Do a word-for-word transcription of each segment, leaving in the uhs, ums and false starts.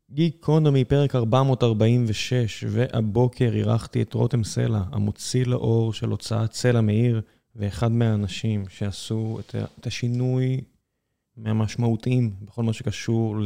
גיקונומי, פרק ארבע מאות ארבעים ושש, והבוקר אירחתי את רותם סלע, המוציא לאור של הוצאת סלע מאיר, ואחד מהאנשים שעשו את, את השינוי מהמשמעותיים בכל מה שקשור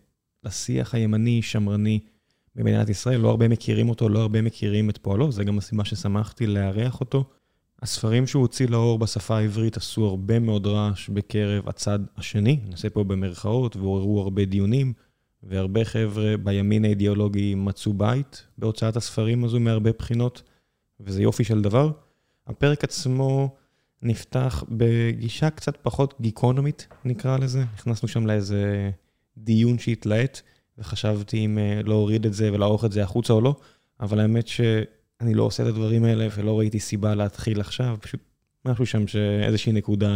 לשיח הימני, שמרני במדינת ישראל. לא הרבה מכירים אותו, לא הרבה מכירים את פועלו, זה גם הסיבה ששמחתי לארח אותו. הספרים שהוא הוציא לאור בשפה העברית עשו הרבה מאוד רעש בקרב הצד השני, נעשה פה במרכאות, ועוררו הרבה דיונים, והרבה חבר'ה בימין האידיאולוגי מצאו בית בהוצאת הספרים הזו מהרבה בחינות, וזה יופי של דבר. הפרק עצמו נפתח בגישה קצת פחות גיקונומית, נקרא לזה. נכנסנו שם לאיזה דיון שהתלהט, וחשבתי אם לא הוריד את זה ולערוך את זה החוצה או לא, אבל האמת שאני לא עושה את הדברים האלה, ולא ראיתי סיבה להתחיל עכשיו, פשוט משהו שם שאיזושהי נקודה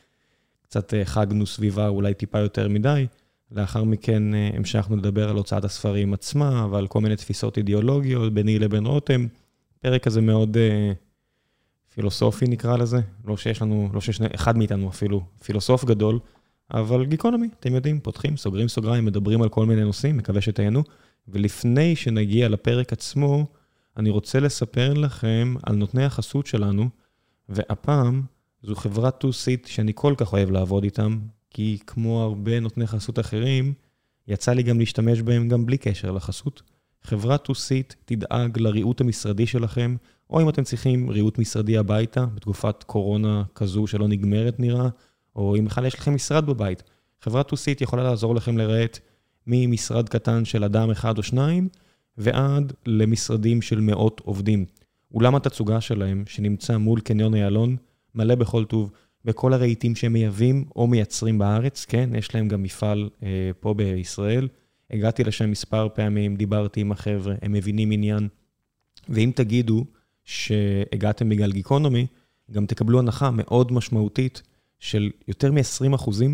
שקצת חגנו סביבה, אולי טיפה יותר מדי. לאחר מכן המשכנו לדבר על הוצאת הספרים עצמה, ועל כל מיני תפיסות אידיאולוגיות, ביני לבין רותם. פרק הזה מאוד uh, פילוסופי נקרא לזה, לא שיש לנו, לא שיש אחד מאיתנו אפילו פילוסוף גדול, אבל גיקונומי, אתם יודעים, פותחים, סוגרים סוגריים, מדברים על כל מיני נושאים, מקווה שתהנו. ולפני שנגיע לפרק עצמו, אני רוצה לספר לכם על נותני החסות שלנו, והפעם זו חברת טו-סיט שאני כל כך אוהב לעבוד איתם, כי כמו הרבה נותני חסות אחרים, יצא לי גם להשתמש בהם גם בלי קשר לחסות. חברת טו-סיט תדאג לריהוט המשרדי שלכם, או אם אתם צריכים ריהוט משרדי הביתה, בתקופת קורונה כזו שלא נגמרת נראה, או אם בכלל יש לכם משרד בבית. חברת טו-סיט יכולה לעזור לכם לרהט ממשרד קטן של אדם אחד או שניים, ועד למשרדים של מאות עובדים. אולם התצוגה שלהם, שנמצא מול קניון איילון, מלא בכל טוב, בכל הרהיטים שהם מייבאים או מייצרים בארץ, כן, יש להם גם מפעל אה, פה בישראל. הגעתי לשם מספר פעמים, דיברתי עם החבר'ה, הם מבינים עניין. ואם תגידו שהגעתם בגלל גיקונומי, גם תקבלו הנחה מאוד משמעותית של יותר מ-עשרים אחוזים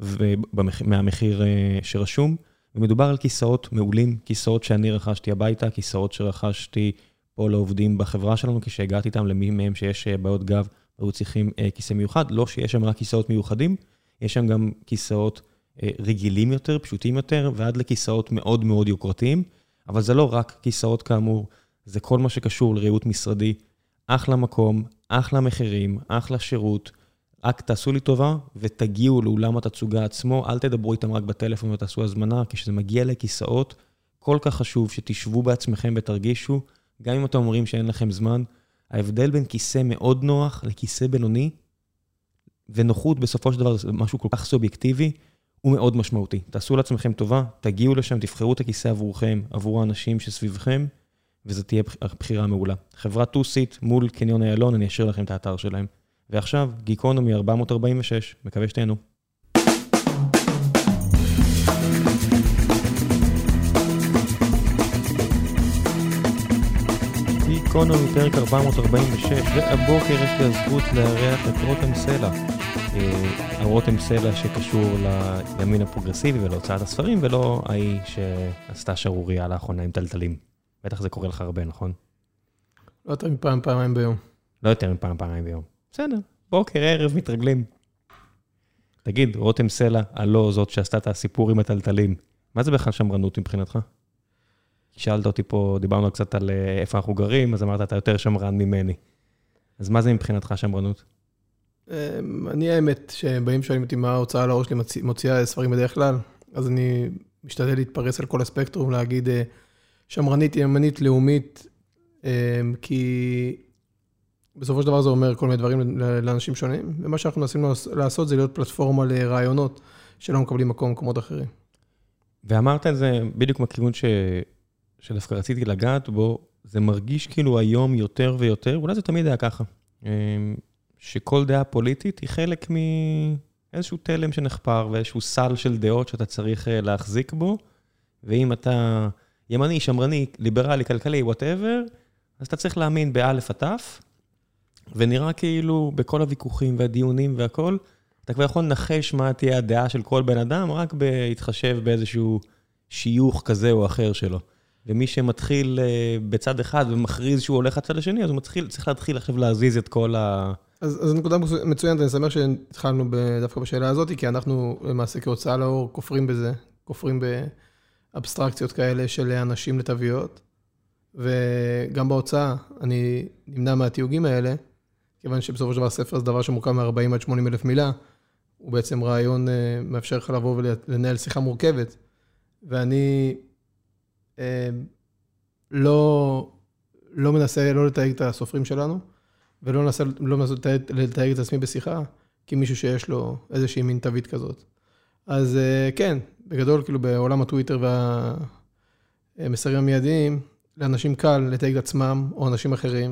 מהמחיר אה, שרשום. ומדובר על כיסאות מעולים, כיסאות שאני רכשתי הביתה, כיסאות שרכשתי פה לעובדים בחברה שלנו, כשהגעתי איתם למי מהם שיש בעיות גב, והיו צריכים אה, כיסא מיוחד. לא שיש שם רק כיסאות מיוחדים, יש שם גם כיסאות אה, רגילים יותר, פשוטים יותר, ועד לכיסאות מאוד מאוד יוקרתיים, אבל זה לא רק כיסאות כאמור, זה כל מה שקשור לריהוט משרדי, אחלה מקום, אחלה מחירים, אחלה שירות, רק תעשו לי טובה ותגיעו לאולם התצוגה עצמו, אל תדברו איתם רק בטלפון ותעשו הזמנה, כשזה מגיע לכיסאות, כל כך חשוב שתשבו בעצמכם ותרגישו, גם אם אתם אומרים שאין לכם זמן, ההבדל בין כיסא מאוד נוח לכיסא בינוני, ונוחות בסופו של דבר זה משהו כל כך סובייקטיבי, הוא מאוד משמעותי. תעשו לעצמכם טובה, תגיעו לשם, תבחרו את הכיסא עבורכם, עבור האנשים שסביבכם, וזה תהיה בחירה מעולה. חברת טו-סיט מול קניון איילון, אני אשאיר לכם את האתר שלהם. ועכשיו, גיקונומי ארבע מאות ארבעים ושש, מקווה שתהנו. גיקונומי פרק ארבע מאות ארבעים ושש, והבוקר יש לי הזכות לארח את רותם סלע. רותם סלע שקשור לימין הפרוגרסיבי ולהוצאת הספרים, ולא ההיא שעשתה שרוריה לאחרונה עם טלטלים. בטח זה קורה לך הרבה, נכון? לא יותר מפעם פעמיים ביום. לא יותר מפעם פעמיים ביום. בסדר, בוקר, ערב, מתרגלים. תגיד, רותם סלע, הלא זאת שעשתה את הסיפור עם הטלטלים, מה זה בכלל שמרנות מבחינתך? שאלת אותי פה, דיברנו קצת על איפה אנחנו גרים, אז אמרת, אתה יותר שמרן ממני. אז מה זה מבחינתך שמרנות? אני האמת שבאים שואלים אותי מה ההוצאה לאור שלי מוציאה ספרים בדרך כלל, אז אני משתדל להתפרס על כל הספקטרום, להגיד שמרנית, ימנית, לאומית, כי בסופו של דבר זה אומר כל מיני דברים לאנשים שונים, ומה שאנחנו מנסים לעשות זה להיות פלטפורמה לרעיונות שלא מקבלים מקום במקומות אחרים. ואמרת את זה בדיוק מכיוון ש... שדווקא רציתי לגעת בו, זה מרגיש כאילו היום יותר ויותר, אולי זה תמיד היה ככה, שכל דעה פוליטית היא חלק מאיזשהו תלם שנחפר, ואיזשהו סל של דעות שאתה צריך להחזיק בו, ואם אתה ימני, שמרני, ליברלי, כלכלי, whatever, אז אתה צריך להאמין באלף עטף, ונראה כאילו בכל הוויכוחים והדיונים והכל, אתה כבר יכול לנחש מה תהיה הדעה של כל בן אדם, רק בהתחשב באיזשהו שיוך כזה או אחר שלו. ומי שמתחיל בצד אחד ומכריז שהוא הולך לצד השני, אז הוא מתחיל, צריך להתחיל עכשיו להזיז את כל ה... אז, אז נקודה מצוינת, אני שמח שהתחלנו דווקא בשאלה הזאת, כי אנחנו למעשה כהוצאה לאור כופרים בזה, כופרים אבסטרקציות כאלה של אנשים לתוויות, וגם בהוצאה אני נמנע מהתיוגים האלה, כיוון שבסופו של דבר ספר זה דבר שמורכב מ-ארבעים עד שמונים אלף מילה, הוא בעצם רעיון מאפשר לך לבוא ולנהל שיחה מורכבת, ואני אה, לא, לא מנסה לא לתייג את הסופרים שלנו, ולא מנסה, לא מנסה לתייג, לתייג את עצמי בשיחה, כמישהו שיש לו איזושהי מין תווית כזאת. אז אה, כן, בגדול, כאילו בעולם הטוויטר והמסרים המיידיים, לאנשים קל לתייג את עצמם או אנשים אחרים,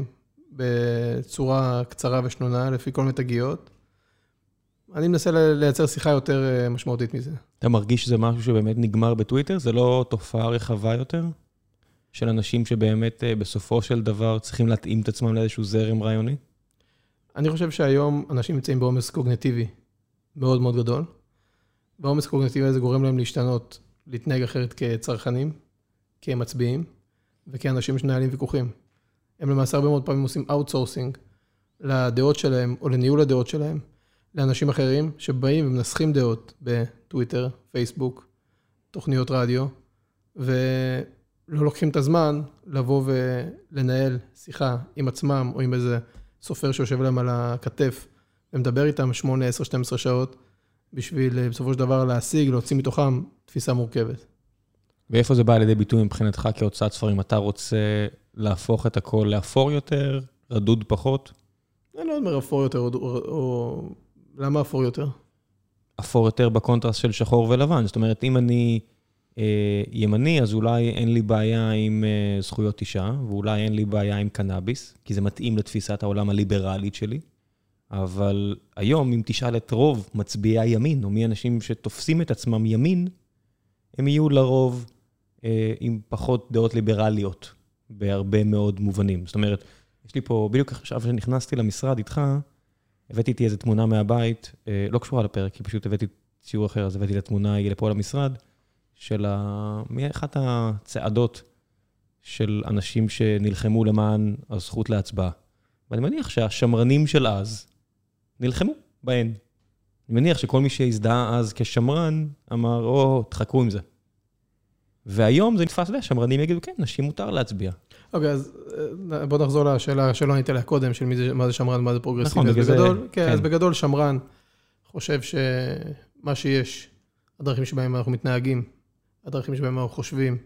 בצורה קצרה ושנונה, לפי כל מיני תגיות. אני מנסה לייצר שיחה יותר משמעותית מזה. אתה מרגיש שזה משהו שבאמת נגמר בטוויטר? זה לא תופעה רחבה יותר? של אנשים שבאמת בסופו של דבר צריכים להתאים את עצמם לאיזשהו זרם רעיוני? אני חושב שהיום אנשים נמצאים בעומס קוגניטיבי מאוד מאוד גדול. בעומס קוגניטיבי הזה גורם להם להשתנות, להתנהג אחרת כצרכנים, כמצביעים, וכאנשים שנהלים ויכוחים. הם למעשה הרבה מאוד פעמים עושים אאוטסורסינג לדעות שלהם, או לניהול הדעות שלהם, לאנשים אחרים שבאים ומנסחים דעות בטוויטר, פייסבוק, תוכניות רדיו, ולא לוקחים את הזמן לבוא ולנהל שיחה עם עצמם, או עם איזה סופר שיושב להם על הכתף, ומדבר איתם שמונה, עשר, שתים עשרה שעות, בשביל בסופו של דבר להשיג, להוציא מתוכם תפיסה מורכבת. ואיפה זה בא לידי ביטוי מבחינתך כהוצאת ספרים? אתה רוצה להפוך את הכל לאפור יותר, רדוד פחות? אני לא אומר אפור יותר, או, או... למה אפור יותר? אפור יותר בקונטרסט של שחור ולבן. זאת אומרת, אם אני אה, ימני, אז אולי אין לי בעיה עם אה, זכויות אישה, ואולי אין לי בעיה עם קנאביס, כי זה מתאים לתפיסת העולם הליברלית שלי. אבל היום, אם תשאל את רוב מצביעי הימין, או מי אנשים שתופסים את עצמם ימין, הם יהיו לרוב אה, עם פחות דעות ליברליות, בהרבה מאוד מובנים. זאת אומרת, יש לי פה, בדיוק עכשיו שנכנסתי למשרד איתך, הבאתי איתי איזו תמונה מהבית, אה, לא קשורה לפרק, כי פשוט הבאתי ציור אחר, אז הבאתי את התמונה, היא לפה למשרד, של ה... מאחת הצעדות של אנשים שנלחמו למען הזכות להצבעה. ואני מניח שהשמרנים של אז נלחמו בהן. אני מניח שכל מי שהזדהה אז כשמרן, אמר, או, תחכו עם זה. והיום זה נתפס, שמרנים יגידו, כן, נשים מותר להצביע. אוקיי, אז בוא נחזור לשאלה שלא עניתי לה קודם, של מי זה, מה זה שמרן, מה זה פרוגרסיבי. נכון, אז בגלל בגדול, זה... כן, כן. אז בגדול שמרן חושב שמה שיש, הדרכים שבהם אנחנו מתנהגים, הדרכים שבהם אנחנו חושבים,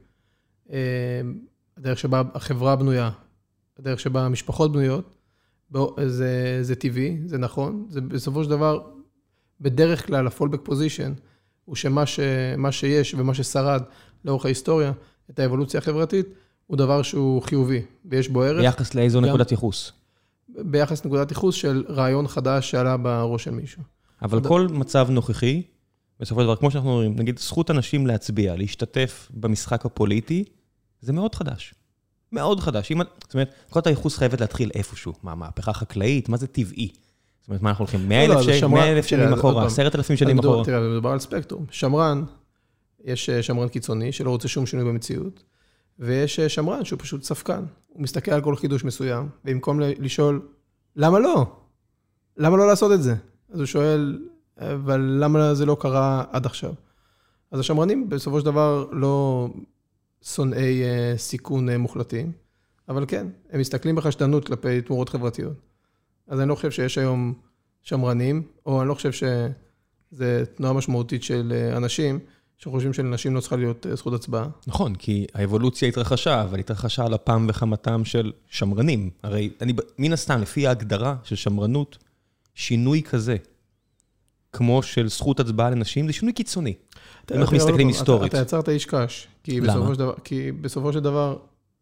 הדרך שבה החברה בנויה, הדרך שבה המשפחות בנויות, זה, זה טבעי, זה נכון. זה בסופו של דבר, בדרך כלל, הפולבק פוזישן, הוא שמה ש, מה שיש ומה ששרד לאורך ההיסטוריה, את האבולוציה החברתית, הוא דבר שהוא חיובי, ויש בו ערך. ביחס לאיזו נקודת ייחוס? ביחס לנקודת ייחוס של רעיון חדש שעלה בראש של מישהו. אבל כל מצב נוכחי, בסופו של דבר, כמו שאנחנו אומרים, נגיד, זכות אנשים להצביע, להשתתף במשחק הפוליטי, זה מאוד חדש. מאוד חדש. זאת אומרת, נקודת הייחוס חייבת להתחיל איפשהו. מה, מהפכה חקלאית? מה זה טבעי? זאת אומרת, מה אנחנו הולכים? מאה אלף שנים אחורה, עשרת אלפים שנים אחורה. תראה, מדובר על ספקטרום. שמרן, יש שמרן קיצוני שלא רוצה שום שינוי במציאות, ויש שמרן שהוא פשוט ספקן. הוא מסתכל על כל חידוש מסוים, ובמקום לשאול, למה לא? למה לא לעשות את זה? אז הוא שואל, אבל למה זה לא קרה עד עכשיו? אז השמרנים בסופו של דבר לא שונאי סיכון מוחלטים, אבל כן, הם מסתכלים בחשדנות כלפי תמורות חברתיות. אז אני לא חושב שיש היום שמרנים, או אני לא חושב שזה תנועה משמעותית של אנשים, שחושבים שלנשים לא צריכה להיות זכות הצבעה. נכון, כי האבולוציה התרחשה, אבל התרחשה על אפם וחמתם של שמרנים. הרי אני, מן הסתם, לפי ההגדרה של שמרנות, שינוי כזה, כמו של זכות הצבעה לנשים, זה שינוי קיצוני. אם אנחנו מסתכלים היסטורית. אתה יצרת איש קש. למה? כי בסופו של דבר,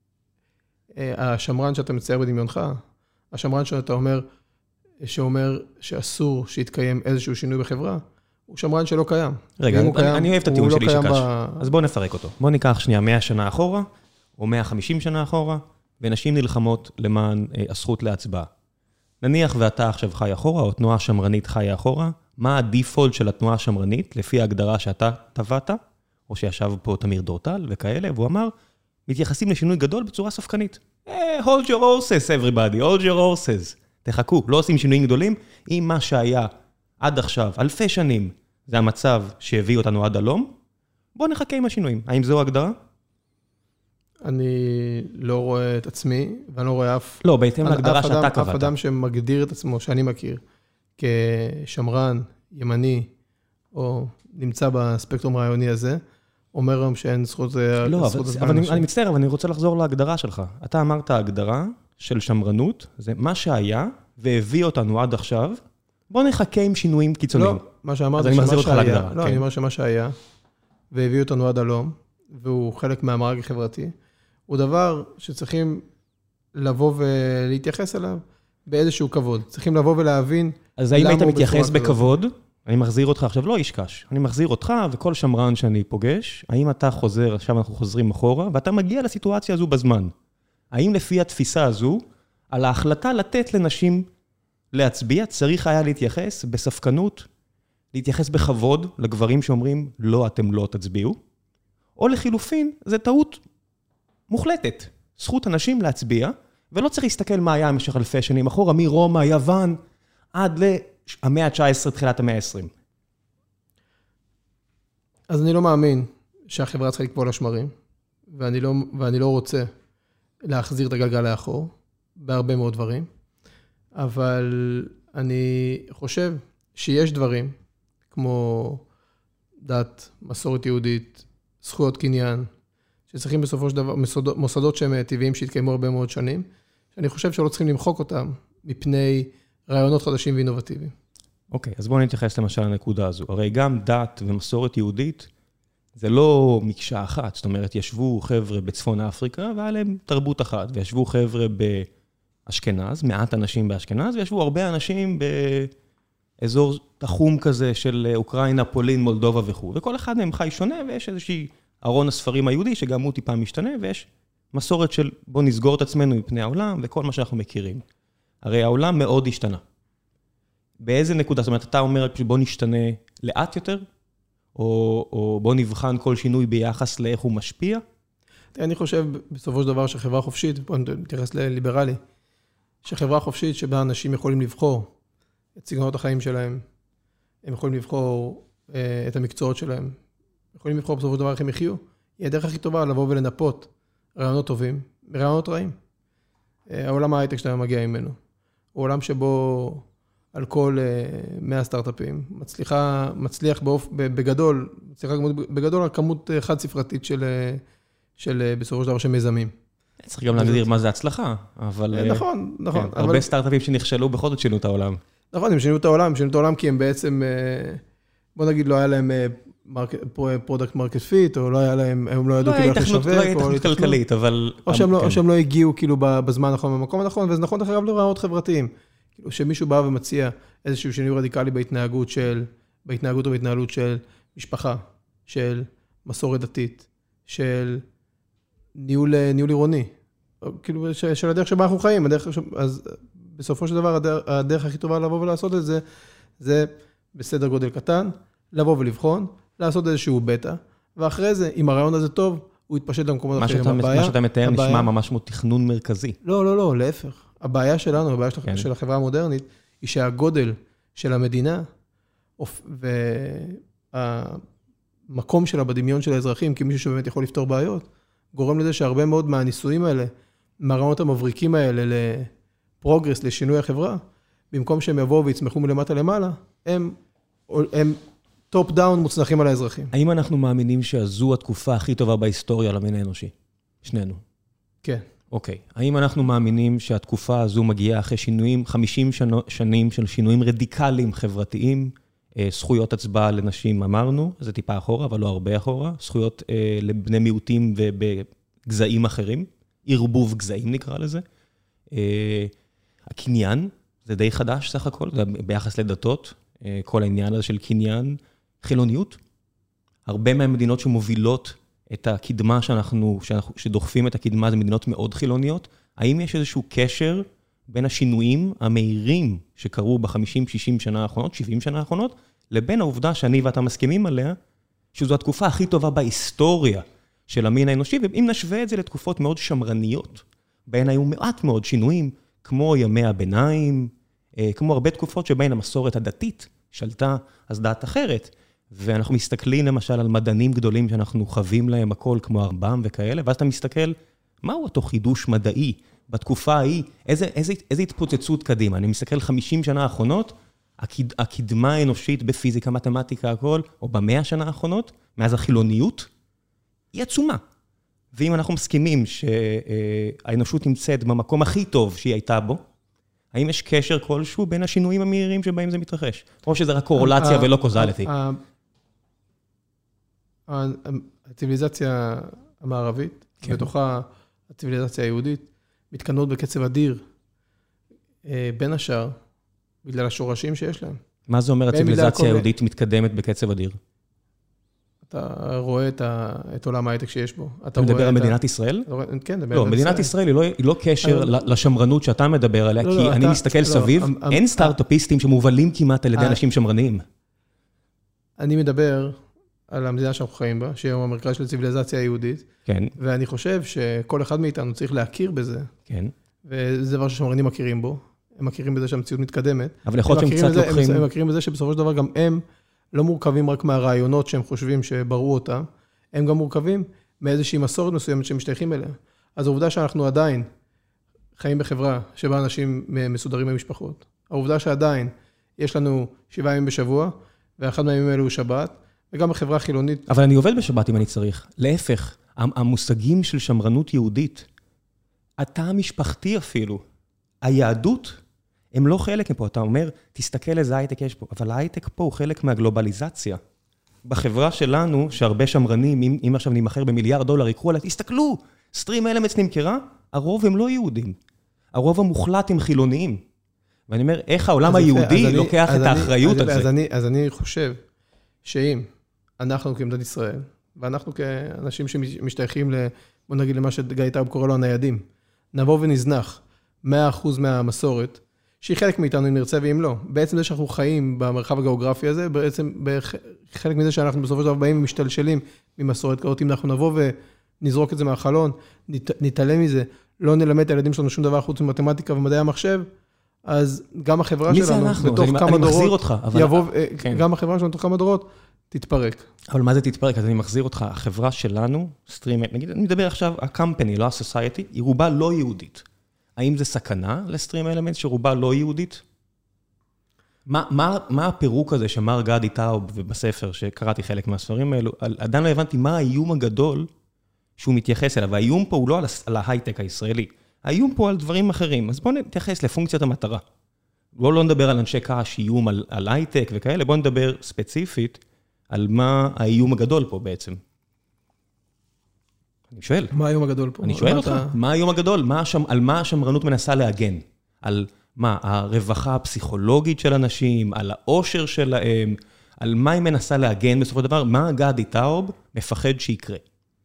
השמרן שאתה מצייר בדמיונך, השמרן שאתה אומר, שאומר שאסור שיתקיים איזשהו שינוי בחברה, הוא שמרן שלא קיים. רגע, אני, קיים, אני אוהב את הטיעון של איש הקש. ב... אז בואו נפרק אותו. בואו ניקח שנייה מאה שנה אחורה, או מאה וחמישים שנה אחורה, ונשים נלחמות למען אה, הזכות להצבעה. נניח ואתה עכשיו חי אחורה, או תנועה שמרנית חיה אחורה, מה הדיפולט של התנועה השמרנית, לפי ההגדרה שאתה טבעת, או שישב פה תמיר דורטל וכאלה, והוא אמר, מתייחסים לשינוי גדול בצורה ספקנית. Hey, hold your horses, everybody, hold your horses. תחכו, לא עושים שינויים גדולים. אם מה שהיה עד עכשיו, אלפי שנים, זה המצב שהביא אותנו עד הלום, בוא נחכה עם השינויים. האם זו הגדרה? אני לא רואה את עצמי, ואני לא רואה אף... לא, בהתאם להגדרה שאתה קבעת. אף אדם שמגדיר את עצמו, שאני מכיר, כשמרן, ימני, או נמצא בספקטרום הרעיוני הזה, אומר היום שאין זכות... לא, אבל אני מצטער, אבל אני רוצה לחזור להגדרה שלך. אתה אמרת הגדרה של שמרנות, זה מה שהיה, והביא אותנו עד עכשיו, בוא נחכה עם שינויים קיצוניים. לא, מה שאמרתי, אז אני מחזיר אותך להגדרה. לא, אני אומר שמה שהיה, והביא אותנו עד הלום, והוא חלק מהמארג החברתי, הוא דבר שצריכים לבוא ולהתייחס אליו באיזשהו כבוד. צריכים לבוא ולהבין... אז האם היית מתייחס בכבוד? אני מחזיר אותך עכשיו, לא איש קש. אני מחזיר אותך וכל שמרן שאני פוגש, האם אתה חוזר, עכשיו אנחנו חוזרים אחורה, ואתה מגיע לסיטואציה הזו בזמן. האם לפי התפיסה הזו, על ההחלטה לתת לנשים להצביע, צריך היה להתייחס בספקנות, להתייחס בכבוד לגברים שאומרים, לא, אתם לא תצביעו, או לחילופין, זה טעות מוחלטת. זכות אנשים להצביע, ולא צריך להסתכל מה היה במשך אלפי שנים אחורה, מרומא, יוון, עד למאה ה-תשע עשרה, תחילת המאה ה-עשרים. אז אני לא מאמין שהחברה צריכה לקבוע לשמרים, ואני לא, ואני לא רוצה להחזיר את הגלגל לאחור, בהרבה מאוד דברים, אבל אני חושב שיש דברים, כמו דת, מסורת יהודית, זכויות קניין, שצריכים בסופו של דבר, מוסדות, מוסדות שהם טבעיים שהתקיימו הרבה מאוד שנים, שאני חושב שלא צריכים למחוק אותם מפני רעיונות חדשים ואינובטיביים. אוקיי, אז בואו נתייחס למשל לנקודה הזו. הרי גם דת ומסורת יהודית, זה לא מקשה אחת. זאת אומרת, ישבו חבר'ה בצפון אפריקה, והיה להם תרבות אחת, וישבו חבר'ה באשכנז, מעט אנשים באשכנז, וישבו הרבה אנשים באזור תחום כזה של אוקראינה, פולין, מולדובה וכו'. וכל אחד מהם חי שונה, ויש איזושהי ארון הספרים היהודי, שגם הוא טיפה משתנה, ויש מסורת של בוא נסגור את עצמנו מפני העולם, וכל מה שאנחנו מכירים. הרי העולם מאוד השתנה. באיזה נקודה? זאת אומרת, אתה אומר בוא נשתנה לאט יותר, או, או בוא נבחן כל שינוי ביחס לאיך הוא משפיע? אני חושב בסופו של דבר שחברה חופשית, בוא נתייחס לליברלי, שחברה חופשית שבה אנשים יכולים לבחור את סגנונות החיים שלהם, הם יכולים לבחור אה, את המקצועות שלהם, יכולים לבחור בסופו של דבר איך הם יחיו, היא הדרך הכי טובה לבוא ולנפות רעיונות טובים ורעיונות רעים. אה, העולם ההייטק שאתה מגיע ממנו, הוא עולם שבו על כל מאה סטארט-אפים, מצליחה, מצליח באופ, בגדול, מצליחה בגדול על כמות חד ספרתית של, של בסופו של דבר שמזמים. צריך גם להגדיר מה זה הצלחה, אבל... נכון, נכון. הרבה סטארט-אפים שנכשלו בכל זאת שינו את העולם. נכון, הם שינו את העולם, הם שינו את העולם כי הם בעצם, בוא נגיד, לא היה להם פרודקט מרקט פיט, או לא היה להם, הם לא ידעו כאילו איך לשווק. לא היה התכנות כלכלית, אבל... או שהם לא הגיעו כאילו בזמן הנכון, במקום הנכון, וזה נכון אחריו לרעיונות חברתיים. כאילו שמישהו בא ומציע איזשהו שינוי רדיקלי בהתנהגות של, בהתנהגות או בהתנהלות של משפחה, של מסורת דתית, של ניהול, ניהול עירוני, כאילו של, של הדרך שבה אנחנו חיים, הדרך, אז בסופו של דבר הדרך, הדרך הכי טובה לבוא ולעשות את זה, זה בסדר גודל קטן, לבוא ולבחון, לעשות איזשהו בטא, ואחרי זה, אם הרעיון הזה טוב, הוא יתפשט למקומות אחרים. מה שאתה מתאר נשמע ממש כמו תכנון מרכזי. לא, לא, לא, להפך. הבעיה שלנו, הבעיה כן. של החברה המודרנית, היא שהגודל של המדינה, והמקום שלה בדמיון של האזרחים, כמישהו שבאמת יכול לפתור בעיות, גורם לזה שהרבה מאוד מהניסויים האלה, מהרעיונות המבריקים האלה לפרוגרס, לשינוי החברה, במקום שהם יבואו ויצמחו מלמטה למעלה, הם, הם טופ דאון מוצנחים על האזרחים. האם אנחנו מאמינים שזו התקופה הכי טובה בהיסטוריה למין האנושי? שנינו. כן. אוקיי. האם אנחנו מאמינים שהתקופה הזו מגיעה אחרי שינויים, חמישים שנים של שינויים רדיקליים חברתיים, זכויות הצבעה לנשים אמרנו, זה טיפה אחורה, אבל לא הרבה אחורה, זכויות לבני מיעוטים ובגזעים אחרים, ערבוב גזעים נקרא לזה. הקניין, זה די חדש סך הכל, ביחס לדתות, כל העניין הזה של קניין, חילוניות. הרבה מהמדינות שמובילות את הקדמה שאנחנו, שאנחנו, שדוחפים את הקדמה, זה מדינות מאוד חילוניות. האם יש איזשהו קשר בין השינויים המהירים שקרו ב-חמישים שישים שנה האחרונות, שבעים שנה האחרונות, לבין העובדה שאני ואתה מסכימים עליה, שזו התקופה הכי טובה בהיסטוריה של המין האנושי, ואם נשווה את זה לתקופות מאוד שמרניות, בהן היו מעט מאוד שינויים, כמו ימי הביניים, כמו הרבה תקופות שבהן המסורת הדתית שלטה אז דת אחרת, ואנחנו מסתכלים למשל על מדענים גדולים שאנחנו חווים להם הכל, כמו הרמב"ם וכאלה, ואז אתה מסתכל, מהו אותו חידוש מדעי בתקופה ההיא? איזה, איזה, איזה התפוצצות קדימה? אני מסתכל חמישים שנה האחרונות, הקד, הקדמה האנושית בפיזיקה, מתמטיקה, הכל, או במאה השנה האחרונות, מאז החילוניות, היא עצומה. ואם אנחנו מסכימים שהאנושות נמצאת במקום הכי טוב שהיא הייתה בו, האם יש קשר כלשהו בין השינויים המהירים שבהם זה מתרחש? או שזה רק קורולציה ולא קוזליטי? הציביליזציה המערבית, בתוכה הציביליזציה היהודית, מתקנות בקצב אדיר, בין השאר, בגלל השורשים שיש להם. מה זה אומר הציביליזציה היהודית מתקדמת בקצב אדיר? אתה רואה את עולם ההייטק שיש בו. אתה מדבר על מדינת ישראל? כן, לא, מדינת ישראל היא לא קשר לשמרנות שאתה מדבר עליה, כי אני מסתכל סביב, אין סטארט-אפיסטים שמובלים כמעט על ידי אנשים שמרניים. אני מדבר על המדינה שאנחנו חיים בה, שהיא המרכז של הציביליזציה היהודית, ואני חושב שכל אחד מאיתנו צריך להכיר בזה, וזה דבר ששמרנים מכירים בו, הם מכירים בזה שהמציאות מתקדמת, אבל יכול להיות שהם קצת לוקחים... הם מכירים בזה שבסופו של דבר גם הם לא מורכבים רק מהרעיונות שהם חושבים שבראו אותם, הם גם מורכבים מאיזושהי מסורת מסוימת שהם משתייכים אליה. אז העובדה שאנחנו עדיין חיים בחברה שבה אנשים מסודרים במשפחות, העובדה שעדיין יש לנו שבעה ימים בשבוע, ואחד מהימים האלו הוא שבת, וגם בחברה חילונית... אבל אני עובד בשבת אם אני צריך. להפך, המושגים של שמרנות יהודית, התא המשפחתי אפילו, היהדות, הם לא חלק מפה. אתה אומר, תסתכל איזה הייטק יש פה, אבל ההייטק פה הוא חלק מהגלובליזציה. בחברה שלנו, שהרבה שמרנים, אם, אם עכשיו נמחר במיליארד דולר, יקחו עליה, תסתכלו, סטרים אלמנטס נמכרה, הרוב הם לא יהודים. הרוב המוחלט הם חילוניים. ואני אומר, איך העולם היהודי לוקח את האחריות על זה? אז אני חושב שאם אנחנו כמדינת ישראל, ואנחנו כאנשים שמשתייכים, בוא נגיד למה שגיא טאוב קורא לו הניידים, נבוא ונזנח מאה אחוז מהמסורת, שהיא חלק מאיתנו אם נרצה ואם לא. בעצם זה שאנחנו חיים במרחב הגיאוגרפי הזה, בעצם חלק מזה שאנחנו בסופו של דבר באים ומשתלשלים ממסורת כזאת, אם אנחנו נבוא ונזרוק את זה מהחלון, נתעלם מזה, לא נלמד את הילדים שלנו שום דבר חוץ ממתמטיקה ומדעי המחשב, אז גם החברה שלנו, בתוך כמה דורות, יבוא, גם החברה שלנו בתוך כמה דורות, תתפרק. אבל מה זה תתפרק? אז אני מחזיר אותך, החברה שלנו, סטרים, נגיד, אני מדבר עכשיו, הקמפני, לא הסוסייטי, היא רובה לא יהודית. האם זה סכנה לסטרים אלמנט שרובה לא יהודית? מה, מה, מה הפירוק הזה שמר גדי טאוב ובספר, שקראתי חלק מהספרים האלו, עדיין לא הבנתי מה האיום הגדול שהוא מתייחס אליו. והאיום פה הוא לא על, על ההייטק הישראלי, האיום פה על דברים אחרים. אז בואו נתייחס לפונקציית המטרה. בואו לא נדבר על אנשי קש, איום על, על הייטק וכאלה, בואו נדבר ספציפית על מה האיום הגדול פה בעצם. אני שואל. מה האיום הגדול פה? אני שואל אותך, מה האיום הגדול? על מה השמרנות מנסה להגן? על מה? הרווחה הפסיכולוגית של אנשים, על העושר שלהם, על מה היא מנסה להגן בסופו של דבר? מה גדי טאוב מפחד שיקרה?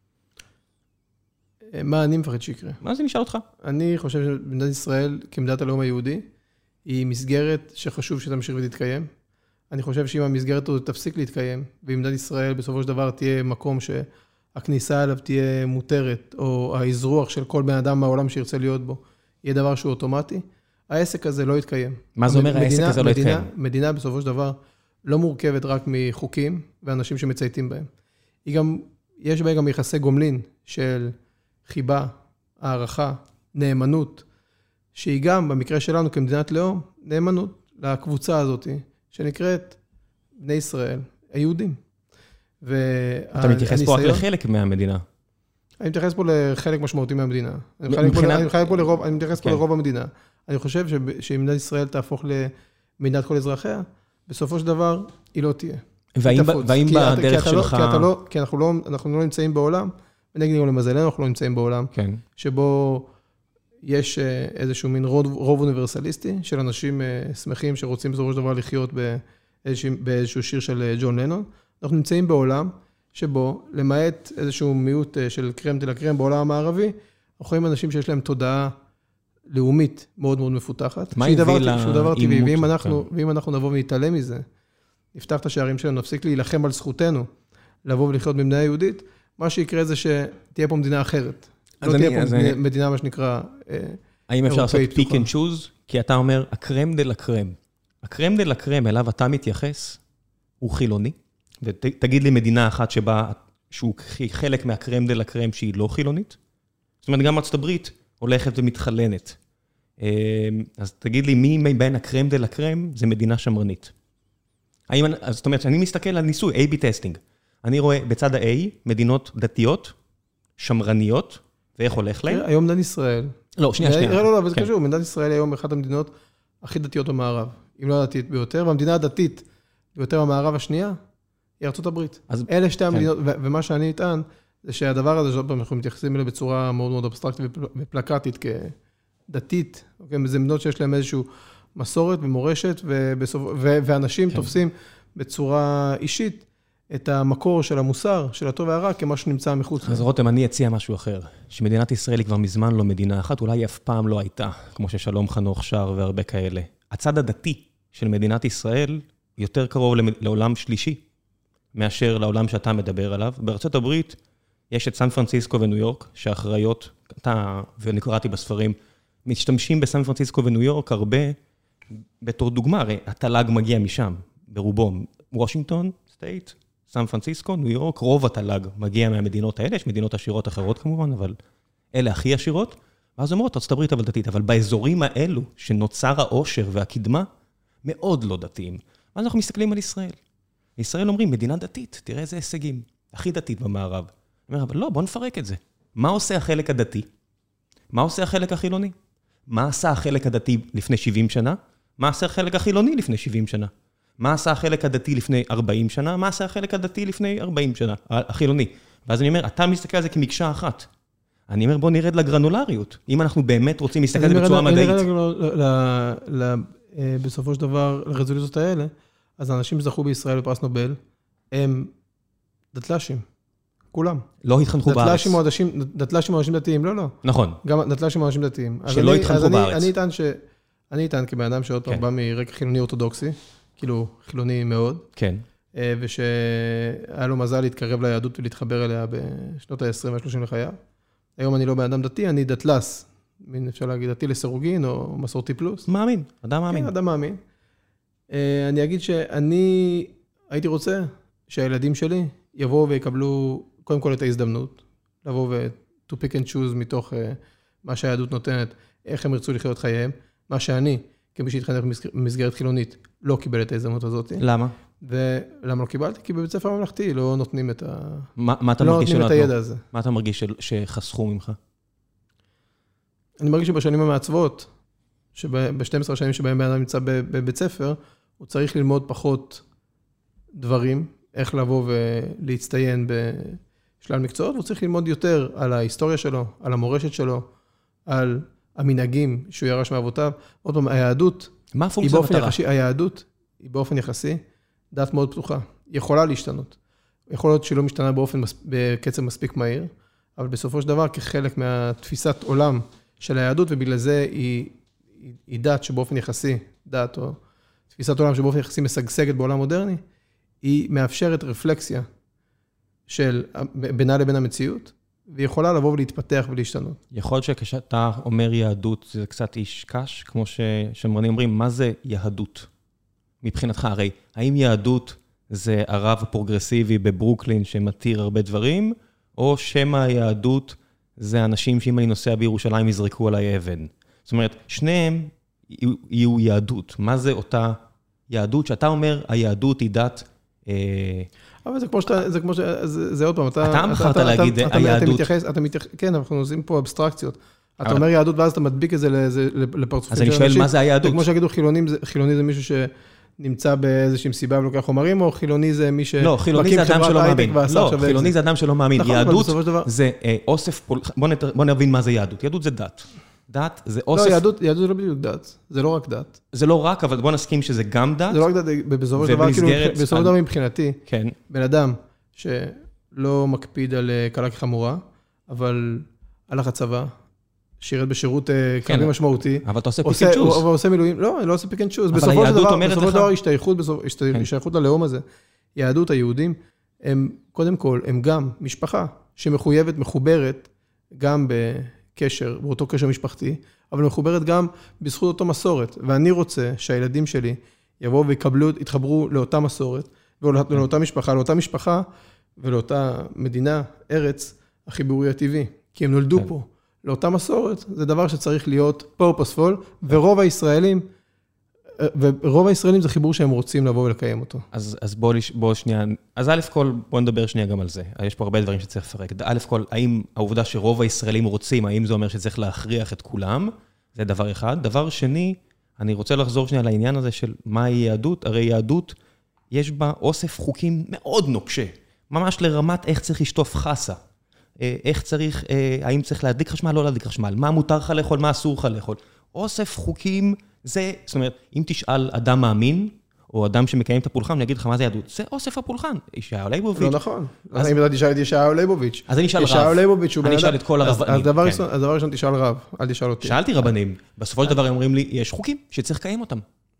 מה אני מפחד שיקרה? מה זה נשאל אותך? אני חושב שמדינת ישראל, כמדינת הלאום היהודי, היא מסגרת שחשוב שתמשיך ותתקיים. אני חושב שאם המסגרת הזאת תפסיק להתקיים, ומדינת ישראל בסופו של דבר תהיה מקום שהכניסה אליו תהיה מותרת, או האזרוח של כל בן אדם מהעולם שירצה להיות בו, יהיה דבר שהוא אוטומטי, העסק הזה לא יתקיים. מה זה אומר העסק הזה לא יתקיים? מדינה בסופו של דבר לא מורכבת רק מחוקים ואנשים שמצייתים בהם. היא גם, יש בה גם יחסי גומלין של חיבה, הערכה, נאמנות, שהיא גם במקרה שלנו כמדינת לאום, נאמנות לקבוצה הזאת, שנקראת בני ישראל, היהודים. אתה מתייחס פה רק לחלק מהמדינה. אני מתייחס פה לחלק משמעותי מהמדינה. אני מתייחס פה לרוב המדינה. אני חושב שאם מדינת ישראל תהפוך למדינת כל אזרחיה, בסופו של דבר היא לא תהיה. והאם בדרך שלך... כי אנחנו לא נמצאים בעולם, ונגיד גם למזלנו אנחנו לא נמצאים בעולם, שבו יש איזשהו מין רוב אוניברסליסטי של אנשים שמחים שרוצים בסופו של דבר לחיות באיזשהו שיר של ג'ון לנון. אנחנו נמצאים בעולם שבו, למעט איזשהו מיעוט של קרם תל הקרם בעולם המערבי, אנחנו רואים אנשים שיש להם תודעה לאומית מאוד מאוד מפותחת. מה הביא לאימות? שהוא דבר טבעי, ואם אנחנו, ואם אנחנו נבוא ונתעלם מזה, נפתח את השערים שלנו, נפסיק להילחם על זכותנו, לבוא ולחיות במדינה יהודית, מה שיקרה זה שתהיה פה מדינה אחרת. לא תהיה פה מדינה, מה שנקרא, האם אפשר לעשות פיק אנד שוז? כי אתה אומר, הקרם דל הקרם. הקרם דל הקרם אליו אתה מתייחס, הוא חילוני, ותגיד לי מדינה אחת שבה, שהוא חלק מהקרם דה לקרם שהיא לא חילונית. זאת אומרת, גם ארצות הברית הולכת ומתחלנת. אז תגיד לי, מי מבין הקרם דה לקרם זה מדינה שמרנית. האם, אז זאת אומרת, אני מסתכל על ניסוי, איי בי טסטינג. אני רואה בצד ה-A, מדינות דתיות, שמרניות, ואיך הולך להם? היום מדינת ישראל. לא, שנייה, שנייה. לא, לא, וזה קשור, מדינת ישראל היום אחת המדינות הכי דתיות במערב, אם לא הדתית ביותר, והמדינה הדתית ביותר במערב השנייה, היא ארצות הברית. אלה שתי המדינות, ומה שאני אטען, זה שהדבר הזה, אנחנו מתייחסים אליו בצורה מאוד מאוד אבסטרקטית ופלקטית, כדתית, זה מדינות שיש להם איזושהי מסורת ומורשת, ואנשים תופסים בצורה אישית, את המקור של המוסר, של הטוב והרע, כמה שנמצא מחוץ. אז רותם, אני אציע משהו אחר, שמדינת ישראל היא כבר מזמן לא מדינה אחת, אולי היא אף פעם לא הייתה, כמו ששלום חנוך שר והרבה כאלה. הצד הדתי של מדינת ישראל יותר קרוב לעולם שלישי, מאשר לעולם שאתה מדבר עליו. בארצות הברית יש את סן פרנסיסקו וניו יורק, שאחראיות, אתה, ואני קראתי בספרים, משתמשים בסן פרנסיסקו וניו יורק הרבה, בתור דוגמה, הרי התל"ג מגיע משם, ברובו, וושינגטון, סטייט, סן פרנסיסקו, ניו יורק, רוב התל"ג מגיע מהמדינות האלה, יש מדינות עשירות אחרות כמובן, אבל אלה הכי עשירות, ואז אומרות, ארצות הברית אבל דתית, אבל באזורים האלו, שנוצר העושר והקדמה, מאוד לא דתיים. ואז אנחנו מסתכלים על ישראל. ישראל אומרים, מדינה דתית, תראה איזה הישגים, הכי דתית במערב. אומר, אבל לא, בוא נפרק את זה. מה עושה החלק הדתי? מה עושה החלק החילוני? מה עשה החלק הדתי לפני שבעים שנה? מה עשה החלק החילוני לפני שבעים שנה? מה עשה החלק הדתי לפני ארבעים שנה? מה עשה החלק הדתי לפני ארבעים שנה? החילוני. ואז אני אומר, אתה מסתכל על זה כמקשה אחת. אני אומר, בוא נרד לגרנולריות. אם אנחנו באמת רוצים להסתכל על זה בצורה מדעית. אני נרד בסופו של דבר לרזולוציות האלה, אז האנשים שזכו בישראל בפרס נובל, הם דתל"שים. כולם. לא התחנכו בארץ. דתל"שים או אנשים דתיים, לא, לא. נכון. גם דתל"שים או אנשים דתיים. שלא התחנכו בארץ. אני אטען ש... אני אטען כבן אדם שעוד פעם בא מרקע חילוני אורתודוקסי, כאילו חילוני מאוד. כן. ושהיה לו מזל להתקרב ליהדות ולהתחבר אליה בשנות ה-עשרים וה-שלושים לחייו. היום אני לא בן אדם דתי, אני דתל"ס. מין אפשר להגיד דתי לסירוגין או מסורתי פלוס. מאמין, אדם מאמין. כן, אדם מאמין. אני אגיד שאני הייתי רוצה שהילדים שלי יבואו ויקבלו קודם כל את ההזדמנות, לבוא ו-to pick and choose מתוך מה שהיהדות נותנת, איך הם ירצו לחיות חייהם, מה שאני, כמי שהתחנך במסגרת חילונית, לא קיבל את ההזדמנות הזאת. למה? ולמה לא קיבלתי? כי בבית ספר הממלכתי לא נותנים את ה... מה אתה לא מרגיש נותנים את הידע הזה. מה אתה מרגיש שחסכו ממך? אני מרגיש שבשנים המעצבות, שב-שתים עשרה שנים שבהם בן אדם נמצא בבית ספר, הוא צריך ללמוד פחות דברים, איך לבוא ולהצטיין בשלל מקצועות, הוא צריך ללמוד יותר על ההיסטוריה שלו, על המורשת שלו, על המנהגים שהוא ירש מאבותיו. עוד פעם, היהדות, מה הפונקציה המטרה? היהדות היא באופן יחסי, דת מאוד פתוחה. היא יכולה להשתנות. יכול להיות שהיא לא משתנה באופן, בקצב מספיק מהיר, אבל בסופו של דבר, כחלק מהתפיסת עולם של היהדות, ובגלל זה היא, היא, היא דת שבאופן יחסי, דת או תפיסת עולם שבאופן יחסי משגשגת בעולם מודרני, היא מאפשרת רפלקסיה של בינה לבין המציאות, והיא יכולה לבוא ולהתפתח ולהשתנות. יכול להיות שכשאתה אומר יהדות, זה קצת איש קש, כמו ששמרנים אומרים, מה זה יהדות? מבחינתך, הרי, האם יהדות זה הרב הפרוגרסיבי בברוקלין שמתיר הרבה דברים, או שמא היהדות זה אנשים שאם אני נוסע בירושלים יזרקו עליי אבן? זאת אומרת, שניהם יהיו יהדות. מה זה אותה יהדות? שאתה אומר, היהדות היא דת... אבל זה כמו שאתה, זה כמו ש... זה עוד פעם, אתה... אתה בחרת להגיד היהדות. אתה מתייחס, כן, אנחנו עושים פה אבסטרקציות. אתה אומר יהדות, ואז אתה מדביק את זה לפרצופים של אנשים. אז אני שואל, מה זה היהדות? זה כמו שיגידו, חילוני זה מישהו שנמצא באיזושהי מסיבה ולוקח חומרים, או חילוני זה מי ש... לא, חילוני זה אדם שלא מאמין. לא, חילוני זה אדם שלא מאמין. יהדות זה אוסף... בוא נבין מה זה יהדות. יהדות זה דת. דת זה אוסף... לא, יהדות, יהדות זה לא בדיוק דת. זה לא רק דת. זה לא רק, אבל בוא נסכים שזה גם דת. זה לא רק דת, בסופו של דבר, כאילו, בסופו של דבר מבחינתי, כן. בן אדם שלא מקפיד על קלה כחמורה, אבל הלך הצבא, שירת בשירות קרבי משמעותי. אבל אתה עושה פיק אנד צ'וז. אבל עושה מילואים. לא, אני לא עושה פיק אנד צ'וז. אבל היהדות אומרת לך... בסופו של דבר, השתייכות ללאום הזה. יהדות היהודים, הם, קודם כל, הם גם משפחה שמחויבת, מחוברת, גם בקשר, באותו קשר משפחתי, אבל מחוברת גם בזכות אותו מסורת. ואני רוצה שהילדים שלי יבואו ויקבלו, יתחברו לאותה מסורת, ולאותה משפחה, לאותה משפחה ולאותה מדינה, ארץ, החיבורי הטבעי, כי הם נולדו פה. לאותה מסורת, זה דבר שצריך להיות purposeful, ורוב הישראלים, ורוב הישראלים זה חיבור שהם רוצים לבוא ולקיים אותו. אז, אז בוא, בוא שנייה, אז א' כל, בוא נדבר שנייה גם על זה. יש פה הרבה דברים שצריך לפרק. א' כל, האם העובדה שרוב הישראלים רוצים, האם זה אומר שצריך להכריח את כולם? זה דבר אחד. דבר שני, אני רוצה לחזור שנייה לעניין הזה של מהי יהדות. הרי יהדות, יש בה אוסף חוקים מאוד נוקשה. ממש לרמת איך צריך לשטוף חסה. איך צריך, האם צריך להדליק חשמל, לא להדליק חשמל. מה מותר לך לאכול, מה אסור לך לאכול. אוסף חוקים, זה, זאת אומרת, אם תשאל אדם מאמין, או אדם שמקיים את הפולחן, אני אגיד לך מה זה יהדות. זה אוסף הפולחן. ישעיהו ליבוביץ'. לא נכון. אז אם אתה תשאל את ישעיהו ליבוביץ'. אז אני אשאל רב. ישעיהו ליבוביץ' הוא אני אשאל את כל הרבנים. אז דבר ראשון תשאל רב, אל תשאל אותי. שאלתי רבנים. בסופו של דבר הם אומרים לי, יש חוקים שצריך לקיים אותם.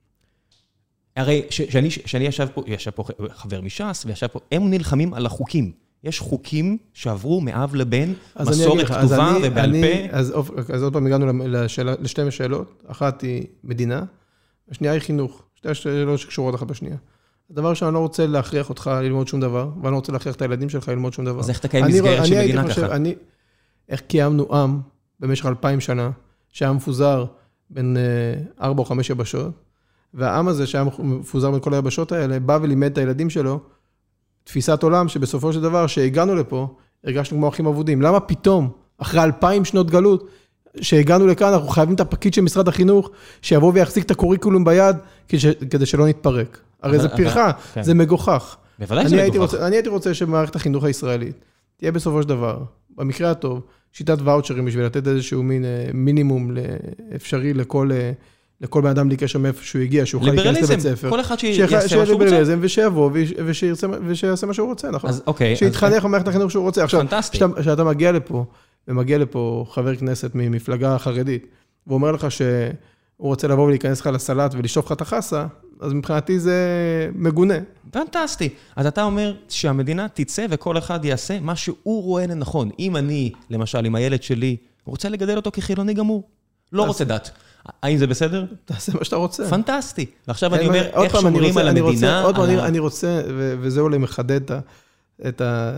הרי שאני ישב פה, ישב פה חבר מש"ס, וישב פה, הם נלחמים על החוקים. יש חוקים שעברו מאב לבן, מסורת כתובה ובעל פה. אז עוד פעם הגענו לשתי שאלות. אחת היא מדינה, השנייה היא חינוך. שתי שאלות שקשורות אחת בשנייה. הדבר שאני לא רוצה להכריח אותך ללמוד שום דבר, ואני לא רוצה להכריח את הילדים שלך ללמוד שום דבר. אז איך תקיים מסגרת של מדינה ככה? איך קיימנו עם במשך אלפיים שנה, שהיה מפוזר בין ארבע או חמש יבשות, והעם הזה שהיה מפוזר בין כל היבשות האלה, בא ולימד את הילדים שלו, תפיסת עולם שבסופו של דבר, שהגענו לפה, הרגשנו כמו אחים אבודים. למה פתאום, אחרי אלפיים שנות גלות, שהגענו לכאן, אנחנו חייבים את הפקיד של משרד החינוך, שיבוא ויחזיק את הקוריקולום ביד, כדי שלא נתפרק. הרי זה פרחה, זה מגוחך. בוודאי זה מגוחך. אני הייתי רוצה שמערכת החינוך הישראלית, תהיה בסופו של דבר, במקרה הטוב, שיטת ואוצ'רים, בשביל לתת איזשהו מינימום אפשרי לכל... לכל בן אדם להיקשר מאיפה שהוא הגיע, שהוא יכול להיכנס לבית ספר. כל אחד שיעשה מה שהוא רוצה. ושיבוא ושיעשה מה שהוא רוצה, נכון? אז אוקיי. שיתחנך במערכת החינוך שהוא רוצה. פנטסטי. עכשיו, כשאתה מגיע לפה, ומגיע לפה חבר כנסת ממפלגה חרדית, והוא אומר לך שהוא רוצה לבוא ולהיכנס לך לסלט ולשטוף לך את החסה, אז מבחינתי זה מגונה. פנטסטי. אז אתה אומר שהמדינה תצא וכל אחד יעשה מה שהוא רואה לנכון. אם אני, למשל, עם הילד שלי, רוצה לגדל אותו כחילוני גמור, לא רוצה דת. האם זה בסדר? תעשה מה שאתה רוצה. פנטסטי. ועכשיו אני אומר, איך שומרים על המדינה... עוד פעם, אני רוצה, וזה אולי מחדד את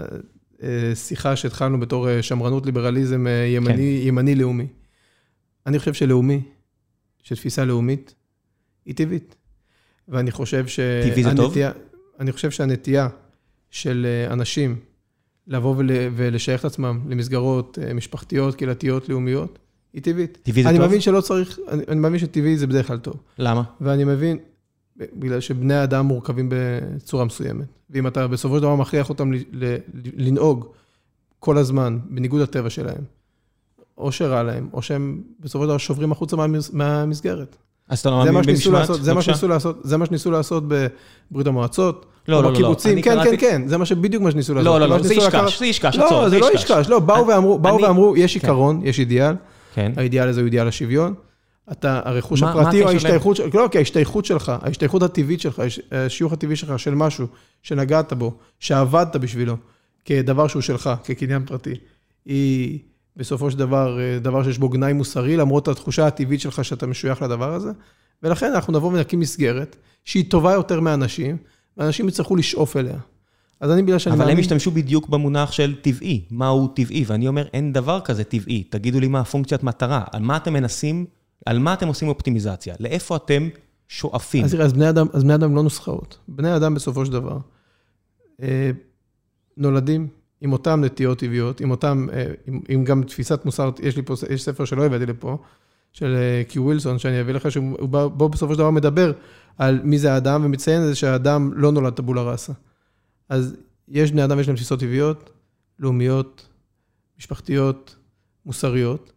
השיחה שהתחלנו בתור שמרנות ליברליזם ימני-לאומי. אני חושב שלאומי, שתפיסה לאומית, היא טבעית. ואני חושב ש... טבעי זה טוב? אני חושב שהנטייה של אנשים לבוא ולשייך את עצמם למסגרות משפחתיות, קהילתיות, לאומיות, היא טבעית. טבעי זה טוב? אני מבין שלא צריך, אני, אני מבין שטבעי זה בדרך כלל טוב. למה? ואני מבין, בגלל שבני האדם מורכבים בצורה מסוימת. ואם אתה בסופו של דבר מכריח אותם ל, ל, לנהוג כל הזמן, בניגוד הטבע שלהם, או שרע להם, או שהם בסופו של דבר שוברים החוצה מהמס, מהמסגרת. אז אתה לא מאמין במשמעת? זה מה שניסו לעשות, זה מה שניסו לעשות בברית המועצות, לא, לא, לא. כן, כן, כן, זה מה שבדיוק מה שניסו לעשות. לא, לא, לא, זה ישקש, זה ישקש, לא, זה לא ישקש, לא, באו ואמרו, באו ואמרו, יש עיקרון, יש אידיאל, האידיאל הזה הוא אידיאל השוויון, אתה, הרכוש הפרטי או ההשתייכות, לא, כי ההשתייכות שלך, ההשתייכות הטבעית שלך, השיוך הטבעי שלך של משהו שנגעת בו, שעבדת בשבילו, כדבר שהוא שלך, כקניין פרטי, היא בסופו של דבר, דבר שיש בו גנאי מוסרי, למרות התחושה הטבעית שלך שאתה משוייך לדבר הזה, ולכן אנחנו נבוא ונקים מסגרת, שהיא טובה יותר מאנשים, ואנשים יצטרכו לשאוף אליה. אז אני בגלל שאני אבל מאמין... הם השתמשו בדיוק במונח של טבעי, מהו טבעי, ואני אומר, אין דבר כזה טבעי, תגידו לי מה הפונקציית מטרה, על מה אתם מנסים, על מה אתם עושים אופטימיזציה, לאיפה אתם שואפים. אז תראה, אז בני אדם, אז בני אדם לא נוסחאות. בני אדם בסופו של דבר, אה, נולדים עם אותם נטיות טבעיות, עם אותם, אה, עם, עם גם תפיסת מוסר, יש לי פה, יש ספר שלא הבאתי לפה, של אה, קיו ווילסון, שאני אביא לך, שהוא בא, בו בסופו של דבר מדבר על מי זה האדם, ומציין את זה שהאדם לא נולד טבולה ראסה. אז יש בני אדם, יש להם תפיסות טבעיות, לאומיות, משפחתיות, מוסריות,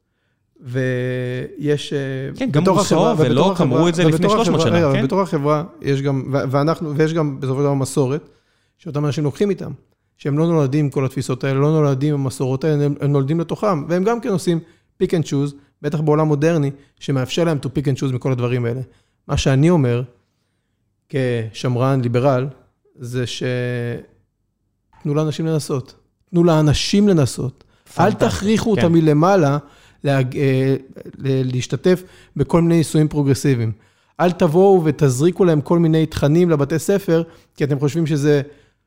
ויש... כן, גם מוסר, ולא אמרו את זה לפני שלוש מאות שנה, כן? בתור החברה, יש גם, ואנחנו, ויש גם בסופו של דבר מסורת, שאותם אנשים לוקחים איתם, שהם לא נולדים עם כל התפיסות האלה, לא נולדים עם המסורות האלה, הם נולדים לתוכם, והם גם כן עושים pick and choose, בטח בעולם מודרני, שמאפשר להם to pick and choose מכל הדברים האלה. מה שאני אומר, כשמרן, ליברל, זה שתנו לאנשים לנסות. תנו לאנשים לנסות. אל תכריחו אותם מלמעלה להשתתף בכל מיני ניסויים פרוגרסיביים. אל תבואו ותזריקו להם כל מיני תכנים לבתי ספר, כי אתם חושבים שזה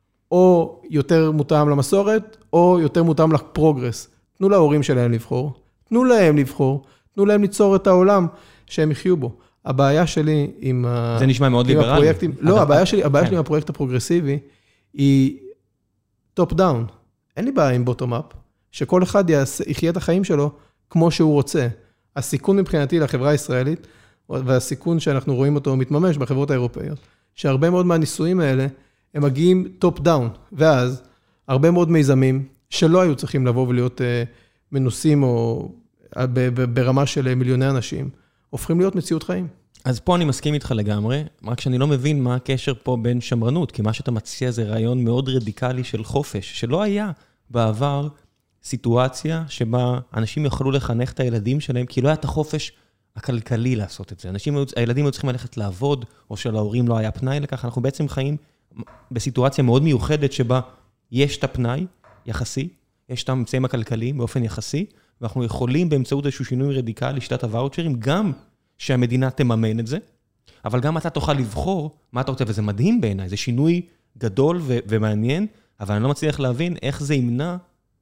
או יותר מותאם למסורת, או יותר מותאם לפרוגרס. תנו להורים שלהם לבחור, תנו להם לבחור, תנו להם ליצור את העולם שהם יחיו בו. הבעיה שלי עם זה נשמע מאוד ליברלי. לא, הבעיה שלי, הבעיה שלי עם הפרויקט הפרוגרסיבי, היא טופ דאון. אין לי בעיה עם בוטום אפ, שכל אחד יחיה את החיים שלו כמו שהוא רוצה. הסיכון מבחינתי לחברה הישראלית, והסיכון שאנחנו רואים אותו מתממש בחברות האירופאיות, שהרבה מאוד מהניסויים האלה, הם מגיעים טופ דאון, ואז הרבה מאוד מיזמים שלא היו צריכים לבוא ולהיות מנוסים או ברמה של מיליוני אנשים, הופכים להיות מציאות חיים. אז פה אני מסכים איתך לגמרי, רק שאני לא מבין מה הקשר פה בין שמרנות, כי מה שאתה מציע זה רעיון מאוד רדיקלי של חופש, שלא היה בעבר סיטואציה שבה אנשים יכולו לחנך את הילדים שלהם, כי לא היה את החופש הכלכלי לעשות את זה. אנשים, הילדים היו צריכים ללכת לעבוד, או שלהורים לא היה פנאי לכך. אנחנו בעצם חיים בסיטואציה מאוד מיוחדת שבה יש את הפנאי יחסי, יש את האמצעים הכלכליים באופן יחסי, ואנחנו יכולים באמצעות איזשהו שינוי רדיקלי, שיטת הוואוצ'רים, גם שהמדינה תממן את זה, אבל גם אתה תוכל לבחור מה אתה רוצה, וזה מדהים בעיניי, זה שינוי גדול ו- ומעניין, אבל אני לא מצליח להבין איך זה ימנע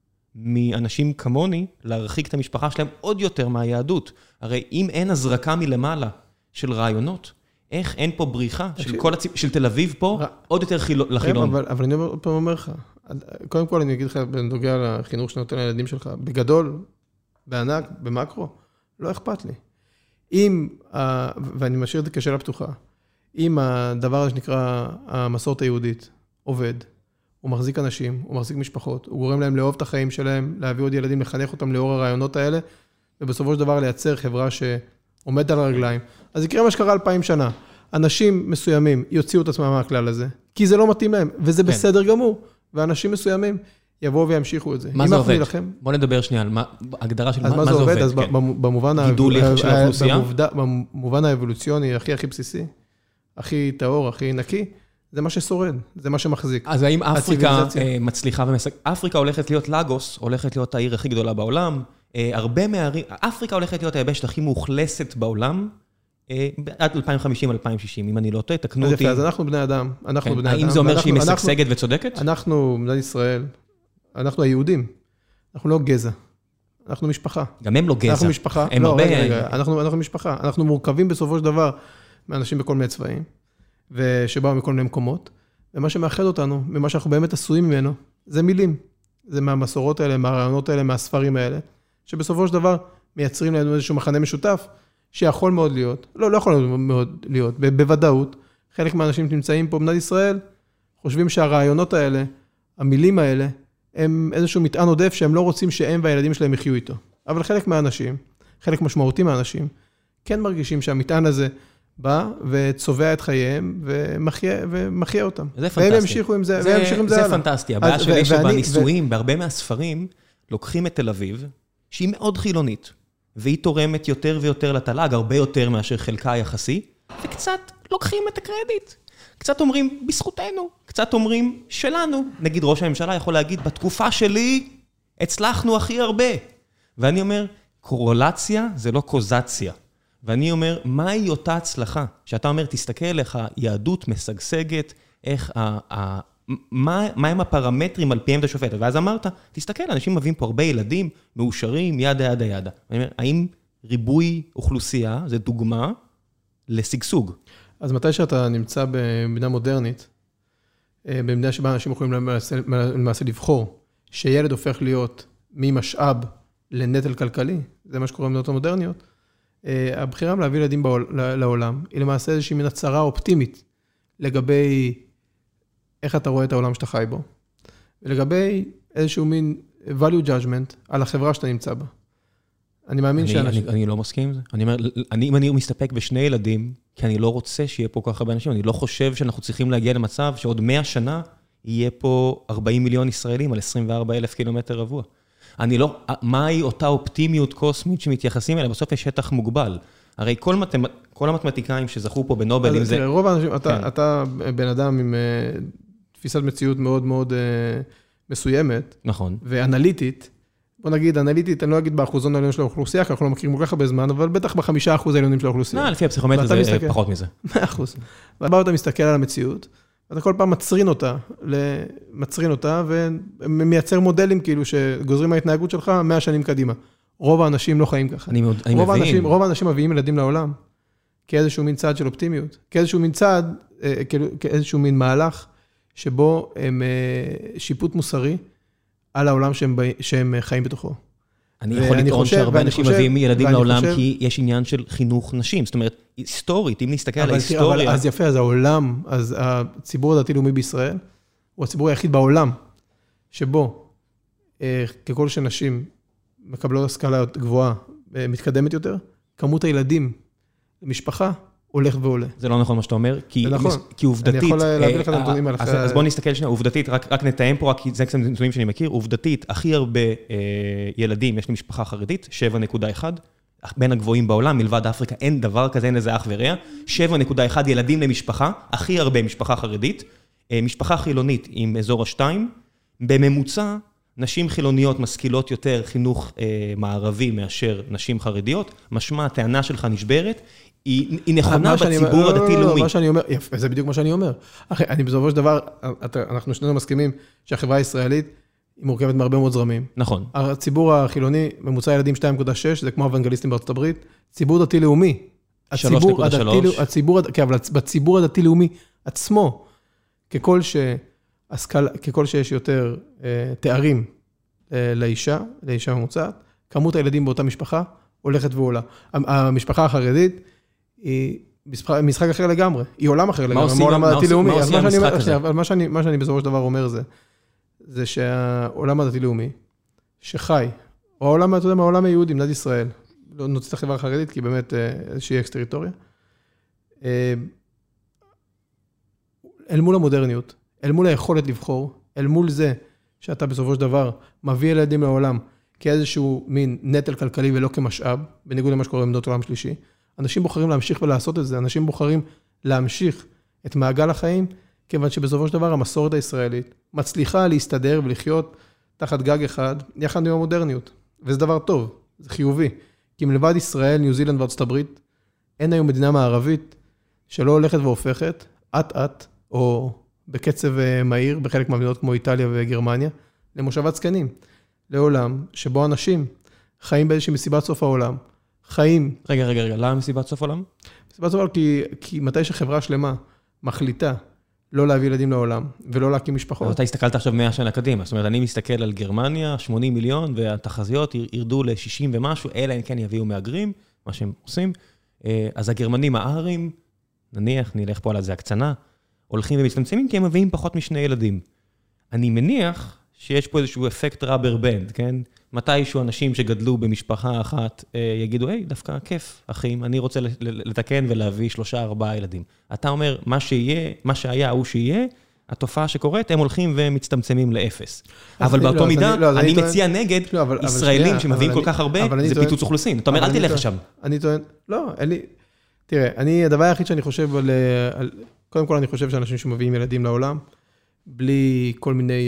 מאנשים כמוני להרחיק את המשפחה שלהם עוד יותר מהיהדות. הרי אם אין הזרקה מלמעלה של רעיונות, איך אין פה בריחה של כל הצ... של תל אביב פה, עוד יותר לחילון. אבל, אבל אני עוד פעם אומר לך, קודם כל אני אגיד לך, בנוגע לחינוך שנותן לילדים שלך, בגדול, בענק, במקרו, לא אכפת לי. אם, ואני משאיר את זה כשאלה פתוחה, אם הדבר הזה שנקרא המסורת היהודית עובד, הוא מחזיק אנשים, הוא מחזיק משפחות, הוא גורם להם לאהוב את החיים שלהם, להביא עוד ילדים, לחנך אותם לאור הרעיונות האלה, ובסופו של דבר לייצר חברה שעומדת על הרגליים. אז יקרה מה שקרה אלפיים שנה. אנשים מסוימים יוציאו את עצמם מהכלל הזה, כי זה לא מתאים להם, וזה בסדר גמור, ואנשים מסוימים יבואו וימשיכו את זה. מה זה עובד? בוא נדבר שנייה על הגדרה של מה זה עובד. אז במובן במובן האבולוציוני הכי הכי בסיסי, הכי טהור, הכי נקי, זה מה ששורד, זה מה שמחזיק. אז האם אפריקה מצליחה ומסק... אפריקה הולכת להיות לגוס, הולכת להיות העיר הכי גדולה בעולם, הרבה מהערים, אפריקה הולכת להיות היבשת הכי מאוכלסת בעולם, עד אלפיים וחמישים אלפיים ושישים, אם אני לא טועה, תקנו אותי. אז אנחנו בני אדם, אנחנו בני אדם. האם זה אומר שהיא משגשגת וצודקת? אנחנו, מדינת ישראל, אנחנו היהודים, אנחנו לא גזע, אנחנו משפחה. גם הם לא גזע. אנחנו משפחה. הם לא, הרבה... רגע, רגע, אנחנו, אנחנו משפחה. אנחנו מורכבים בסופו של דבר מאנשים בכל מיני צבעים, ושבאו מכל מיני מקומות, ומה שמאחד אותנו, ממה שאנחנו באמת עשויים ממנו, זה מילים. זה מהמסורות האלה, מהרעיונות האלה, מהספרים האלה, שבסופו של דבר מייצרים לנו איזשהו מחנה משותף, שיכול מאוד להיות, לא, לא יכול מאוד להיות, בוודאות, חלק מהאנשים שנמצאים פה במדינת ישראל, חושבים שהרעיונות האלה, המילים האלה, הם איזשהו מטען עודף שהם לא רוצים שהם והילדים שלהם יחיו איתו. אבל חלק מהאנשים, חלק משמעותי מהאנשים, כן מרגישים שהמטען הזה בא וצובע את חייהם ומחיה, ומחיה אותם. זה פנטסטי. והם ימשיכו עם זה, והם ימשיכו עם זה זה הלאה. פנטסטי. הבעיה שלי שבניסויים, בהרבה מהספרים, לוקחים את תל אביב, שהיא מאוד חילונית, והיא תורמת יותר ויותר לתל"ג, הרבה יותר מאשר חלקה היחסי, וקצת לוקחים את הקרדיט. קצת אומרים, בזכותנו, קצת אומרים, שלנו. נגיד ראש הממשלה יכול להגיד, בתקופה שלי, הצלחנו הכי הרבה. ואני אומר, קורולציה זה לא קוזציה. ואני אומר, מהי אותה הצלחה? שאתה אומר, תסתכל איך היהדות משגשגת, איך ה... ה מה, מה הם הפרמטרים על פיהם את השופטת? ואז אמרת, תסתכל, אנשים מביאים פה הרבה ילדים, מאושרים, ידה ידה ידה. אני אומר, האם ריבוי אוכלוסייה זה דוגמה לסגסוג? אז מתי שאתה נמצא במדינה מודרנית, במדינה שבה אנשים יכולים למעשה, למעשה לבחור, שילד הופך להיות ממשאב לנטל כלכלי, זה מה שקורה במדינות המודרניות, הבחירה להביא ילדים לעולם, היא למעשה איזושהי מין הצהרה אופטימית, לגבי איך אתה רואה את העולם שאתה חי בו, ולגבי איזשהו מין value judgment על החברה שאתה נמצא בה. אני מאמין שאנשים... אני לא מסכים עם זה. אני אומר, אם אני מסתפק בשני ילדים, כי אני לא רוצה שיהיה פה כל כך הרבה אנשים, אני לא חושב שאנחנו צריכים להגיע למצב שעוד מאה שנה יהיה פה ארבעים מיליון ישראלים על עשרים וארבעה אלף קילומטר רבוע. אני לא... מהי אותה אופטימיות קוסמית שמתייחסים אליה? בסוף יש שטח מוגבל. הרי כל, מתמ... כל המתמטיקאים שזכו פה בנובל, אם זה... תראה, רוב האנשים, אתה, אתה בן אדם עם תפיסת מציאות מאוד מאוד מסוימת. נכון. ואנליטית, בוא נגיד, אנליטית, אני לא אגיד באחוזון העליון של האוכלוסייה, כי אנחנו לא מכירים כל כך הרבה זמן, אבל בטח בחמישה אחוז העליונים של האוכלוסייה. לא, לפי הפסיכומטרי זה מסתכל... פחות מזה. מאה אחוז. ובא אתה מסתכל על המציאות, ואתה כל פעם מצרין אותה, מצרין אותה, ומייצר מודלים כאילו שגוזרים ההתנהגות שלך מאה שנים קדימה. רוב האנשים לא חיים ככה. אני, אני רוב מבין. האנשים, רוב האנשים מביאים ילדים לעולם, כאיזשהו מין צעד של אופטימיות, כאיזשהו מין צעד, כאיזשהו מין מהלך, שבו הם שיפוט מוסרי על העולם שהם, שהם חיים בתוכו. אני יכול לטעון שהרבה אנשים מביאים ילדים לעולם, כי יש עניין של חינוך נשים. זאת אומרת, היסטורית, אם נסתכל על ההיסטוריה... אז יפה, אז העולם, אז הציבור הדתי-לאומי בישראל, הוא הציבור היחיד בעולם, שבו, ככל שנשים מקבלות השכלה גבוהה, מתקדמת יותר, כמות הילדים למשפחה הולך ועולה. זה לא נכון מה שאתה אומר, כי, נכון. כי עובדתית... אני יכול להביא לך את הנתונים על אז, אז בוא נסתכל שנייה, עובדתית, רק, רק נתאם פה, רק זה קצת נתונים שאני מכיר, עובדתית, הכי הרבה אה, ילדים, יש לי משפחה חרדית, שבע נקודה אחת, בין הגבוהים בעולם, מלבד אפריקה, אין דבר כזה, אין איזה אח ורע, שבע נקודה אחת ילדים למשפחה, הכי הרבה משפחה חרדית, אה, משפחה חילונית עם אזור השתיים, בממוצע, נשים חילוניות משכילות יותר חינוך אה, מערבי מאשר נשים חרדיות, משמע, הטענה שלך נשברת, היא, היא נכונה בציבור הדתי-לאומי. מה שאני אומר, יפה, זה בדיוק מה שאני אומר. אחי, אני בסופו של דבר, אנחנו שנינו מסכימים שהחברה הישראלית היא מורכבת מהרבה מאוד זרמים. נכון. הציבור החילוני, ממוצע ילדים שתיים נקודה שש, זה כמו האוונגליסטים בארצות הברית. ציבור דתי-לאומי. שלוש נקודה שלוש. הציבור, כן, אבל בציבור הדתי-לאומי עצמו, ככל שהשכלה, ככל שיש יותר תארים לאישה, לאישה ממוצעת, כמות הילדים באותה משפחה הולכת ועולה. המשפחה החרדית היא משחק אחר לגמרי, היא עולם אחר לגמרי, מעולם הדתי-לאומי. מה עושים המשחק הזה? מה שאני בסופו של דבר אומר זה, זה שהעולם הדתי-לאומי, שחי, או העולם, אתה יודע מה, העולם היהודי, מדינת ישראל, לא נוציא את החברה החרדית, כי באמת איזושהי אקס-טריטוריה, אל מול המודרניות, אל מול היכולת לבחור, אל מול זה שאתה בסופו של דבר מביא ילדים לעולם, כאיזשהו מין נטל כלכלי ולא כמשאב, בניגוד למה שקורה במדינות עולם שלישי, אנשים בוחרים להמשיך ולעשות את זה, אנשים בוחרים להמשיך את מעגל החיים, כיוון שבסופו של דבר המסורת הישראלית מצליחה להסתדר ולחיות תחת גג אחד, יחד עם המודרניות. וזה דבר טוב, זה חיובי. כי מלבד ישראל, ניו זילנד וארצות הברית, אין היום מדינה מערבית שלא הולכת והופכת, אט-אט, או בקצב מהיר, בחלק מהמדינות כמו איטליה וגרמניה, למושבת זקנים. לעולם שבו אנשים חיים באיזושהי מסיבת סוף העולם, חיים... רגע, רגע, רגע, למה מסיבת סוף העולם? מסיבת סוף העולם כי, כי מתי שחברה שלמה מחליטה לא להביא ילדים לעולם, ולא להקים משפחות. אתה הסתכלת עכשיו מאה שנה קדימה, זאת אומרת, אני מסתכל על גרמניה, שמונים מיליון, והתחזיות ירדו ל-שישים ומשהו, אלא אם כן יביאו מהגרים, מה שהם עושים. אז הגרמנים הארים, נניח, נלך פה על זה הקצנה, הולכים ומצטמצמים, כי הם מביאים פחות משני ילדים. אני מניח שיש פה איזשהו אפקט ראבר בנד, כן? מתישהו אנשים שגדלו במשפחה אחת יגידו, היי, דווקא כיף, אחים, אני רוצה לתקן ולהביא שלושה, ארבעה ילדים. אתה אומר, מה שיהיה, מה שהיה, הוא שיהיה, התופעה שקורית, הם הולכים ומצטמצמים לאפס. אבל באותו מידה, אני מציע נגד ישראלים שמביאים כל כך הרבה, זה פיצוץ אוכלוסין. אתה אומר, אל תלך לשם. אני טוען, לא, אין לי... תראה, אני, הדבר היחיד שאני חושב על... קודם כל, אני חושב שאנשים שמביאים ילדים לעולם, בלי כל מיני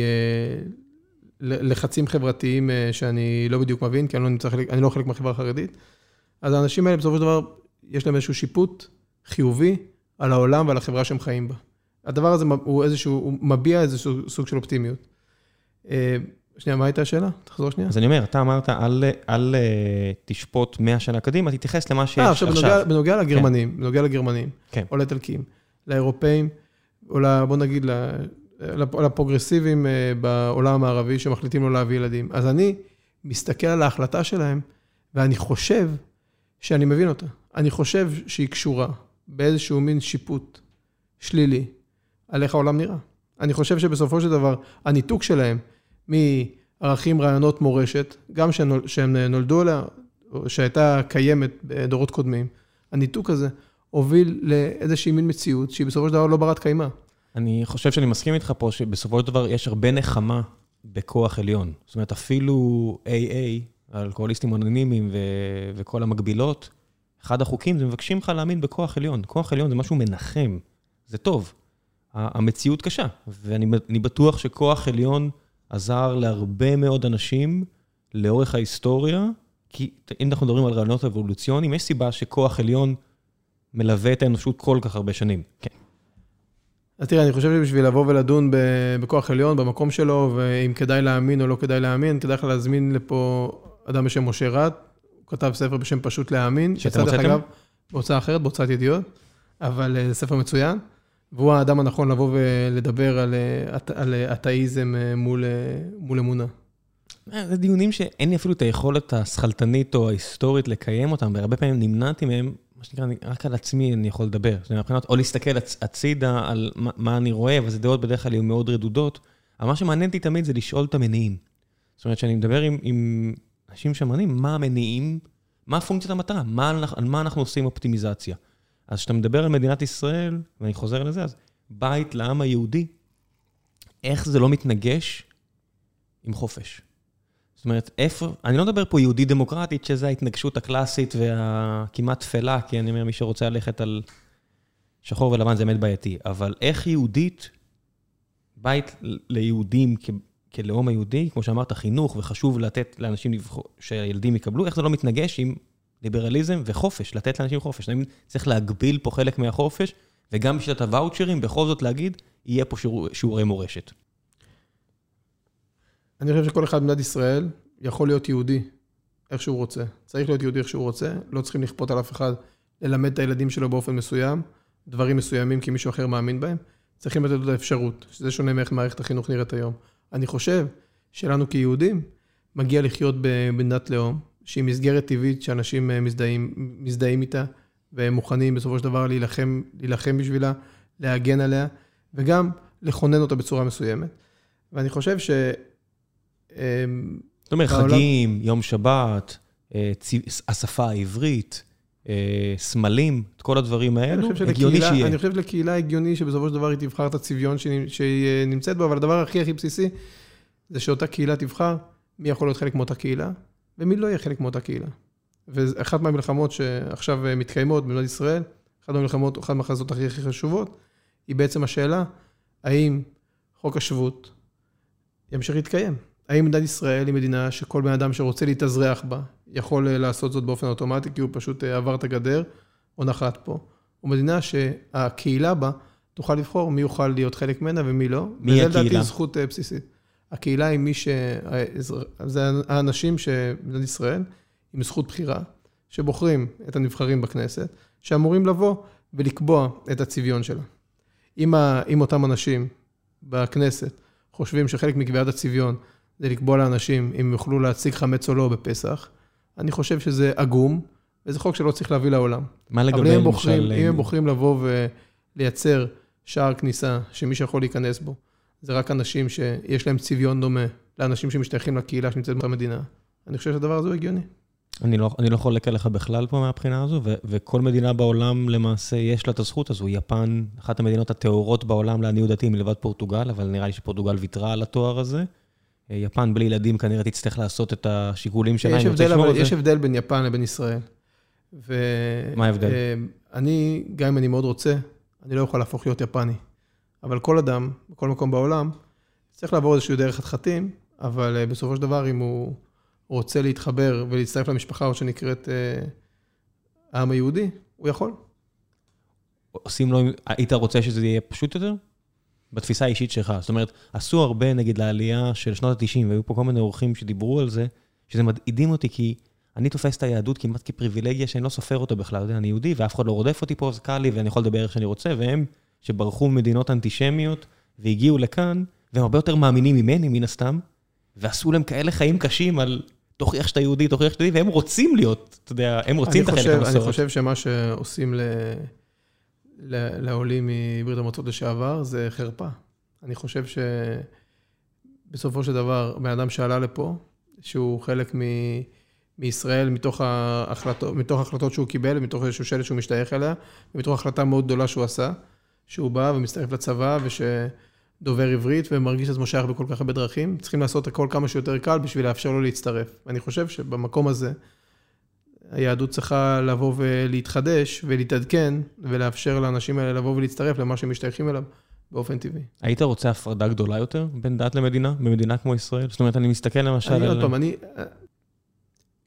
לחצים חברתיים שאני לא בדיוק מבין, כי אני לא, נמצא חלק, אני לא חלק מהחברה החרדית, אז האנשים האלה בסופו של דבר, יש להם איזשהו שיפוט חיובי על העולם ועל החברה שהם חיים בה. הדבר הזה הוא איזשהו, הוא מביע איזשהו סוג של אופטימיות. שנייה, מה הייתה השאלה? תחזור שנייה. אז אני אומר, אתה אמרת, אל, אל תשפוט מאה שנה קדימה, תתייחס למה שיש עכשיו. עכשיו, בנוגע, בנוגע לגרמנים, בנוגע לגרמנים, או לאיטלקים, לאירופאים, או בוא נגיד, לפרוגרסיבים בעולם המערבי שמחליטים לא להביא ילדים. אז אני מסתכל על ההחלטה שלהם, ואני חושב שאני מבין אותה. אני חושב שהיא קשורה באיזשהו מין שיפוט שלילי על איך העולם נראה. אני חושב שבסופו של דבר, הניתוק שלהם מערכים, רעיונות, מורשת, גם שהם נולדו עליה, או שהייתה קיימת בדורות קודמים, הניתוק הזה הוביל לאיזושהי מין מציאות, שהיא בסופו של דבר לא ברת קיימה. אני חושב שאני מסכים איתך פה, שבסופו של דבר יש הרבה נחמה בכוח עליון. זאת אומרת, אפילו איי איי, האלכוהוליסטים אנונימיים ו- וכל המקבילות, אחד החוקים זה מבקשים לך להאמין בכוח עליון. כוח עליון זה משהו מנחם, זה טוב. המציאות קשה, ואני בטוח שכוח עליון עזר להרבה מאוד אנשים לאורך ההיסטוריה, כי אם אנחנו מדברים על רעיונות אבולוציוניים, יש סיבה שכוח עליון מלווה את האנושות כל כך הרבה שנים. כן. אז תראה, אני חושב שבשביל לבוא ולדון בכוח עליון, במקום שלו, ואם כדאי להאמין או לא כדאי להאמין, כדאי לך להזמין לפה אדם בשם משה רט, הוא כתב ספר בשם פשוט להאמין. שאתם הוצאתם? בהוצאה אחרת, בהוצאת ידיעות, אבל זה ספר מצוין, והוא האדם הנכון לבוא ולדבר על, על אתאיזם מול, מול אמונה. זה דיונים שאין לי אפילו את היכולת השכלתנית או ההיסטורית לקיים אותם, והרבה פעמים נמנעתי מהם, מה שנקרא, רק על עצמי אני יכול לדבר. זה מבחינת, או להסתכל הצידה על מה, מה אני רואה, וזה דעות בדרך כלל יהיו מאוד רדודות, אבל מה שמעניין אותי תמיד זה לשאול את המניעים. זאת אומרת, שאני מדבר עם, עם אנשים שמעניינים, מה המניעים, מה פונקציית המטרה, מה, על מה אנחנו עושים אופטימיזציה. אז כשאתה מדבר על מדינת ישראל, ואני חוזר לזה, אז בית לעם היהודי, איך זה לא מתנגש עם חופש? זאת אומרת, איפה, אני לא מדבר פה יהודי דמוקרטית, שזה ההתנגשות הקלאסית והכמעט תפלה, כי אני אומר, מי שרוצה ללכת על שחור ולבן זה באמת בעייתי, אבל איך יהודית, בית ליהודים כ, כלאום היהודי, כמו שאמרת, חינוך, וחשוב לתת לאנשים לבחור, שהילדים יקבלו, איך זה לא מתנגש עם ליברליזם וחופש, לתת לאנשים חופש. אני צריך להגביל פה חלק מהחופש, וגם בשביל את הוואוצ'רים, בכל זאת להגיד, יהיה פה שיעור, שיעורי מורשת. אני חושב שכל אחד במדינת ישראל יכול להיות יהודי איך שהוא רוצה. צריך להיות יהודי איך שהוא רוצה, לא צריכים לכפות על אף אחד ללמד את הילדים שלו באופן מסוים, דברים מסוימים כי מישהו אחר מאמין בהם. צריכים לתת את האפשרות, שזה שונה מאיך מערכת החינוך נראית היום. אני חושב שלנו כיהודים מגיע לחיות במדינת לאום, שהיא מסגרת טבעית שאנשים מזדהים, מזדהים איתה, והם מוכנים בסופו של דבר להילחם, להילחם בשבילה, להגן עליה, וגם לכונן אותה בצורה מסוימת. ואני חושב ש... זאת אומרת, חגים, יום שבת, השפה העברית, סמלים, את כל הדברים האלו, הגיוני שיהיה. אני חושב לקהילה הגיוני שבסופו של דבר היא תבחר את הצביון שהיא נמצאת בו, אבל הדבר הכי הכי בסיסי, זה שאותה קהילה תבחר מי יכול להיות חלק מאותה קהילה, ומי לא יהיה חלק מאותה קהילה. ואחת מהמלחמות שעכשיו מתקיימות במדינת ישראל, אחת מהמלחמות, אחת מהחזות הכי הכי חשובות, היא בעצם השאלה, האם חוק השבות ימשיך להתקיים? האם מדינת ישראל היא מדינה שכל בן אדם שרוצה להתאזרח בה, יכול לעשות זאת באופן אוטומטי, כי הוא פשוט עבר את הגדר, או נחת פה. או מדינה שהקהילה בה תוכל לבחור מי יוכל להיות חלק ממנה ומי לא. מי הקהילה? וזה לדעתי זכות בסיסית. הקהילה היא מי ש... זה האנשים שבמדינת ישראל, עם זכות בחירה, שבוחרים את הנבחרים בכנסת, שאמורים לבוא ולקבוע את הצביון שלה. אם, ה... אם אותם אנשים בכנסת חושבים שחלק מקביעת הצביון זה לקבוע לאנשים אם יוכלו להציג חמץ או לא בפסח, אני חושב שזה עגום, וזה חוק שלא צריך להביא לעולם. מה לגבי אבל אם הם בוחרים, למשל... אם הם בוחרים לבוא ולייצר שער כניסה שמי שיכול להיכנס בו, זה רק אנשים שיש להם צביון דומה לאנשים שמשתייכים לקהילה שנמצאת במדינה. אני חושב שהדבר הזה הוא הגיוני. אני לא, אני לא חולק עליך בכלל פה מהבחינה הזו, ו- וכל מדינה בעולם למעשה יש לה את הזכות הזו. יפן, אחת המדינות התאורות בעולם לעניות דתי מלבד פורטוגל, אבל נראה לי שפורטוגל ויתרה על התואר הזה. יפן בלי ילדים כנראה תצטרך לעשות את השיקולים שלה. יש הבדל, אבל יש הבדל בין יפן לבין ישראל. ו... מה ההבדל? אני, גם אם אני מאוד רוצה, אני לא יכול להפוך להיות יפני. אבל כל אדם, בכל מקום בעולם, צריך לעבור איזשהו דרך חתחתים, אבל בסופו של דבר, אם הוא רוצה להתחבר ולהצטרף למשפחה שנקראת העם היהודי, הוא יכול. עושים לו, היית רוצה שזה יהיה פשוט יותר? בתפיסה האישית שלך. זאת אומרת, עשו הרבה נגד לעלייה של שנות ה-תשעים, והיו פה כל מיני אורחים שדיברו על זה, שזה מדהים אותי, כי אני תופס את היהדות כמעט כפריבילגיה, שאני לא סופר אותה בכלל, אני יהודי, ואף אחד לא רודף אותי פה, זה קל לי, ואני יכול לדבר איך שאני רוצה, והם שברחו ממדינות אנטישמיות, והגיעו לכאן, והם הרבה יותר מאמינים ממני, מן הסתם, ועשו להם כאלה חיים קשים על תוכיח שאתה יהודי, תוכיח שאתה יהודי, והם רוצים להיות, אתה יודע, הם רוצים את החלק המסורת. אני חושב שמה שעושים ל... לעולים מברית המועצות לשעבר, זה חרפה. אני חושב שבסופו של דבר, בן אדם שעלה לפה, שהוא חלק מ... מישראל, מתוך ההחלטות, מתוך ההחלטות שהוא קיבל, מתוך איזשהו שלט שהוא משתייך אליה, ומתוך החלטה מאוד גדולה שהוא עשה, שהוא בא ומצטרף לצבא, ושדובר עברית, ומרגיש את עצמו שייך בכל כך הרבה דרכים, צריכים לעשות הכל כמה שיותר קל, בשביל לאפשר לו להצטרף. ואני חושב שבמקום הזה, היהדות צריכה לבוא ולהתחדש, ולהתעדכן, ולאפשר לאנשים האלה לבוא ולהצטרף למה שהם משתייכים אליו, באופן טבעי. היית רוצה הפרדה גדולה יותר בין דת למדינה, במדינה כמו ישראל? זאת אומרת, אני מסתכל למשל... אני עוד פעם, אני...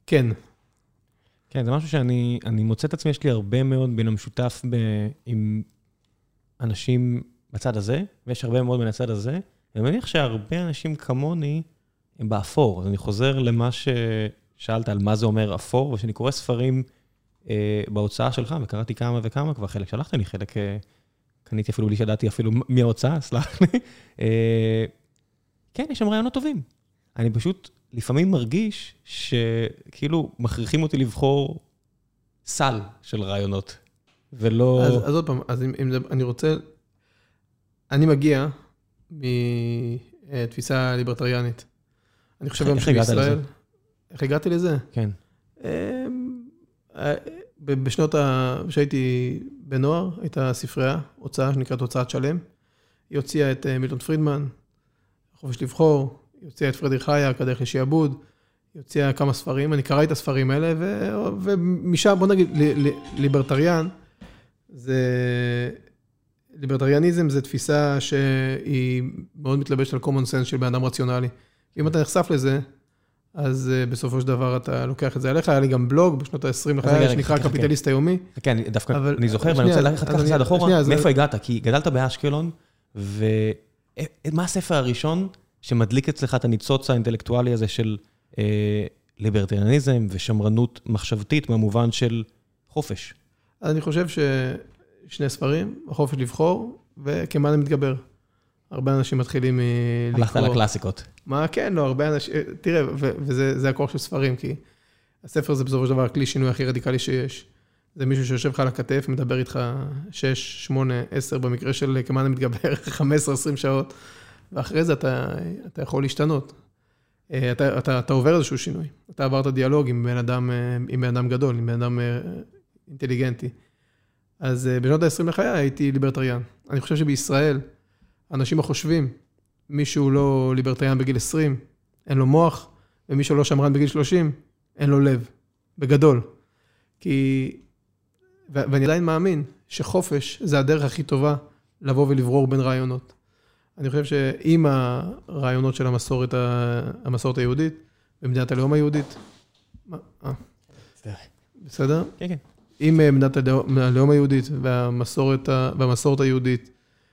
כן. כן, זה משהו שאני אני מוצא את עצמי, יש לי הרבה מאוד בין המשותף ב, עם אנשים בצד הזה, ויש הרבה מאוד בין הצד הזה, ואני מניח שהרבה אנשים כמוני הם באפור. אז אני חוזר למה ששאלת על מה זה אומר אפור, ושאני קורא ספרים אה, בהוצאה שלך, וקראתי כמה וכמה, כבר חלק שלחת לי, חלק אה, קניתי אפילו בלי שידעתי אפילו מי ההוצאה, סלח לי. אה, כן, יש שם רעיונות טובים. אני פשוט לפעמים מרגיש שכאילו מכריחים אותי לבחור סל של רעיונות, ולא... אז, אז עוד פעם, אז אם, אם אני רוצה, אני מגיע מתפיסה ליברטריאנית. אני חושב גם שבישראל... איך הגעתי לזה? כן. בשנות ה... שהייתי בנוער, הייתה ספרייה, הוצאה שנקראת הוצאת שלם. היא הוציאה את מילטון פרידמן, חופש לבחור, היא הוציאה את פרדריך הייק, הדרך לשיעבוד, היא הוציאה כמה ספרים, אני קראתי את הספרים האלה, ו... ומשם, בוא נגיד, ל... ל... ליברטריאן, זה... ליברטריאניזם זה תפיסה שהיא מאוד מתלבשת על common sense של בן אדם רציונלי. אם אתה נחשף לזה, אז בסופו של דבר אתה לוקח את זה עליך. היה לי גם בלוג בשנות ה-עשרים לחיי, שנקרא קפיטליסט היומי. כן, דווקא אני זוכר, ואני רוצה ללכת ככה צעד אחורה, מאיפה הגעת? כי גדלת באשקלון, ומה הספר הראשון שמדליק אצלך את הניצוץ האינטלקטואלי הזה של ליברטריאניזם ושמרנות מחשבתית, במובן של חופש? אז אני חושב ששני ספרים, החופש לבחור וכמה אני מתגבר. הרבה אנשים מתחילים לקרוא. הלכת על הקלאסיקות. מה, כן, לא, הרבה אנשים, תראה, וזה הכוח של ספרים, כי הספר זה בסופו של דבר הכלי שינוי הכי רדיקלי שיש. זה מישהו שיושב לך על הכתף, מדבר איתך שש, שמונה, עשר, במקרה של כמה אני מתגבר, חמש עשרה, עשרים שעות, ואחרי זה אתה, אתה יכול להשתנות. אתה, אתה, אתה עובר איזשהו שינוי. אתה עברת דיאלוג עם בן אדם, עם בן אדם גדול, עם בן אדם אינטליגנטי. אז בשנות ה-עשרים לחיי הייתי ליברטריאן. אני חושב שבישראל, אנשים החושבים, מישהו לא ליברטריאן בגיל עשרים, אין לו מוח, ומישהו לא שמרן בגיל שלושים, אין לו לב, בגדול. כי, ו- ואני עדיין מאמין שחופש זה הדרך הכי טובה לבוא ולברור בין רעיונות. אני חושב שעם הרעיונות של המסורת, המסורת היהודית, במדינת הלאום היהודית, מה? אה. בסדר? כן, כן. עם מדינת הלאום היהודית והמסורת, והמסורת היהודית,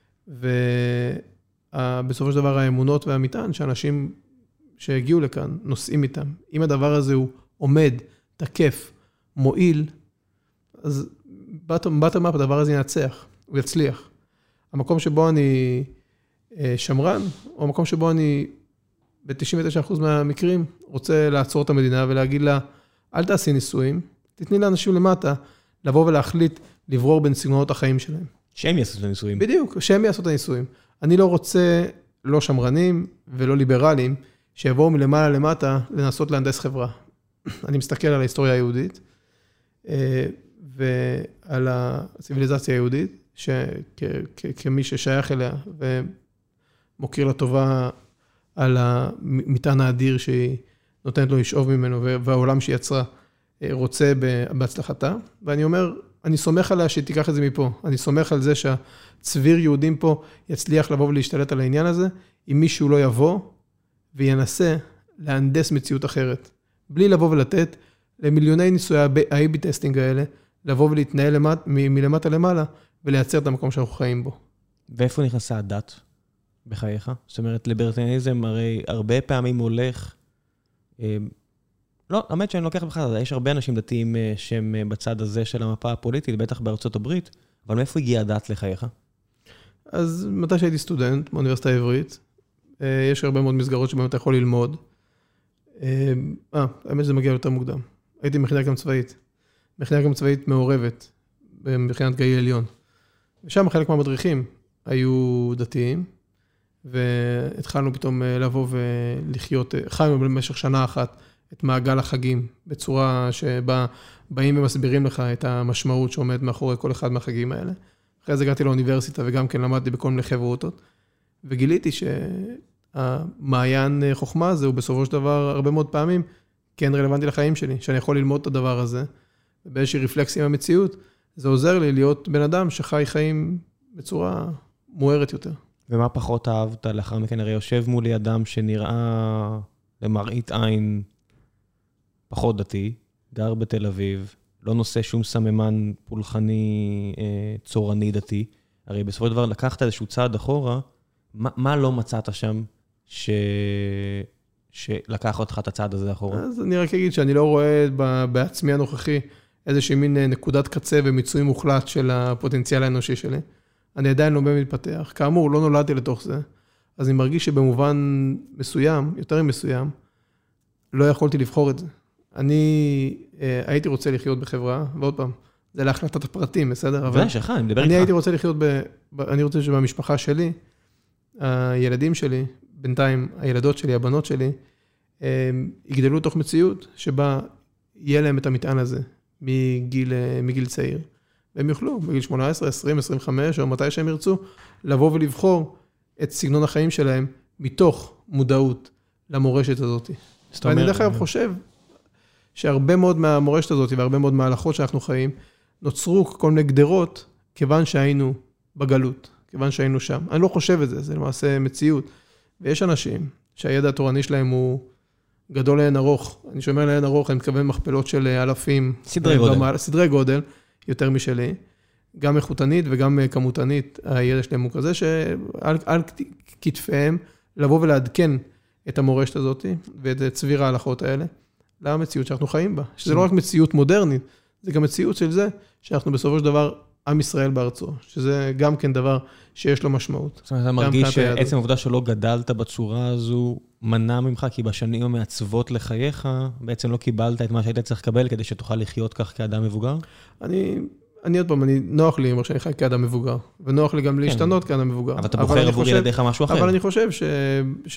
ובסופו של דבר האמונות והמטען שאנשים שהגיעו לכאן נושאים איתם. אם הדבר הזה הוא עומד, תקף, מועיל, אז bottom up, הדבר הזה ינצח, הוא יצליח. המקום שבו אני שמרן, או המקום שבו אני ב-תשעים ותשעה אחוז מהמקרים רוצה לעצור את המדינה ולהגיד לה, אל תעשי ניסויים, תתני לאנשים למטה לבוא ולהחליט לברור בין סגנונות החיים שלהם. שהם יעשו את הניסויים. בדיוק, שהם יעשו את הניסויים. אני לא רוצה לא שמרנים ולא ליברלים, שיבואו מלמעלה למטה לנסות להנדס חברה. אני מסתכל על ההיסטוריה היהודית, ועל הציביליזציה היהודית, כמי ששייך אליה, ומוקיר לטובה על המטען האדיר שהיא נותנת לו לשאוב ממנו, והעולם שהיא יצרה רוצה בהצלחתה. ואני אומר, אני סומך עליה שתיקח את זה מפה. אני סומך על זה שהצביר יהודים פה יצליח לבוא ולהשתלט על העניין הזה, אם מישהו לא יבוא וינסה להנדס מציאות אחרת. בלי לבוא ולתת למיליוני ניסויי ה-איי בי טסטינג האלה, לבוא ולהתנהל למט, מלמטה למעלה, ולייצר את המקום שאנחנו חיים בו. ואיפה נכנסה הדת בחייך? זאת אומרת, ליברטריאניזם הרי הרבה פעמים הולך... לא, האמת שאני לוקח בכלל, יש הרבה אנשים דתיים שהם בצד הזה של המפה הפוליטית, בטח בארצות הברית, אבל מאיפה הגיעה הדת לחייך? אז מתי שהייתי סטודנט באוניברסיטה העברית, יש הרבה מאוד מסגרות שבהם אתה יכול ללמוד. אה, האמת שזה מגיע יותר מוקדם. הייתי במכינה קדם צבאית. מכינה קדם צבאית מעורבת, במכינת גאי עליון. ושם חלק מהמדריכים היו דתיים, והתחלנו פתאום לבוא ולחיות, חיינו במשך שנה אחת, את מעגל החגים, בצורה שבה באים ומסבירים לך את המשמעות שעומד מאחורי כל אחד מהחגים האלה. אחרי זה הגעתי לאוניברסיטה וגם כן למדתי בכל מיני חברותות, וגיליתי שהמעיין חוכמה הזה הוא בסופו של דבר הרבה מאוד פעמים כן רלוונטי לחיים שלי, שאני יכול ללמוד את הדבר הזה, ובאיזושהי רפלקסיה עם המציאות, זה עוזר לי להיות בן אדם שחי חיים בצורה מוארת יותר. ומה פחות אהבת לאחר מכן? הרי יושב מולי אדם שנראה למראית עין פחות דתי, גר בתל אביב, לא נושא שום סממן פולחני אה, צורני דתי, הרי בסופו של דבר לקחת איזשהו צעד אחורה, מה, מה לא מצאת שם ש... שלקח אותך את הצעד הזה אחורה? אז אני רק אגיד שאני לא רואה בעצמי הנוכחי איזושהי מין נקודת קצה ומיצוי מוחלט של הפוטנציאל האנושי שלי. אני עדיין לא מתפתח. כאמור, לא נולדתי לתוך זה, אז אני מרגיש שבמובן מסוים, יותר מסוים, לא יכולתי לבחור את זה. אני אה, הייתי רוצה לחיות בחברה, ועוד פעם, זה להחלטת הפרטים, בסדר? אבל שלך, אני מדבר איתך. אני הייתי רוצה לחיות, ב, ב, אני רוצה שבמשפחה שלי, הילדים שלי, בינתיים הילדות שלי, הבנות שלי, הם יגדלו תוך מציאות שבה יהיה להם את המטען הזה מגיל, מגיל צעיר. והם יוכלו בגיל שמונה עשרה, עשרים, עשרים וחמש, או מתי שהם ירצו, לבוא ולבחור את סגנון החיים שלהם מתוך מודעות למורשת הזאת. ואני דרך אגב חושב שהרבה מאוד מהמורשת הזאת והרבה מאוד מההלכות שאנחנו חיים, נוצרו כל מיני גדרות כיוון שהיינו בגלות, כיוון שהיינו שם. אני לא חושב את זה, זה למעשה מציאות. ויש אנשים שהידע התורני שלהם הוא גדול לאין ארוך. אני שומע לאין ארוך, אני מתכוון מכפלות של אלפים. סדרי גודל. במעלה, סדרי גודל, יותר משלי. גם איכותנית וגם כמותנית, הידע שלהם הוא כזה, שעל על כתפיהם לבוא ולעדכן את המורשת הזאת, ואת צביר ההלכות האלה, למציאות שאנחנו חיים בה. שזה לא רק מציאות מודרנית, זה גם מציאות של זה, שאנחנו בסופו של דבר עם ישראל בארצו, שזה גם כן דבר שיש לו משמעות. זאת אומרת, אתה מרגיש שעצם העובדה שלא גדלת בצורה הזו, מנע ממך, כי בשנים המעצבות לחייך, בעצם לא קיבלת את מה שהיית צריך לקבל, כדי שתוכל לחיות כך כאדם מבוגר? אני, אני עוד פעם, אני, נוח לי אומר שאני חי כאדם מבוגר, ונוח לי גם להשתנות כאדם מבוגר. אבל אתה בוחר עבור ילדיך משהו אחר. אבל אני חושב ש, ש,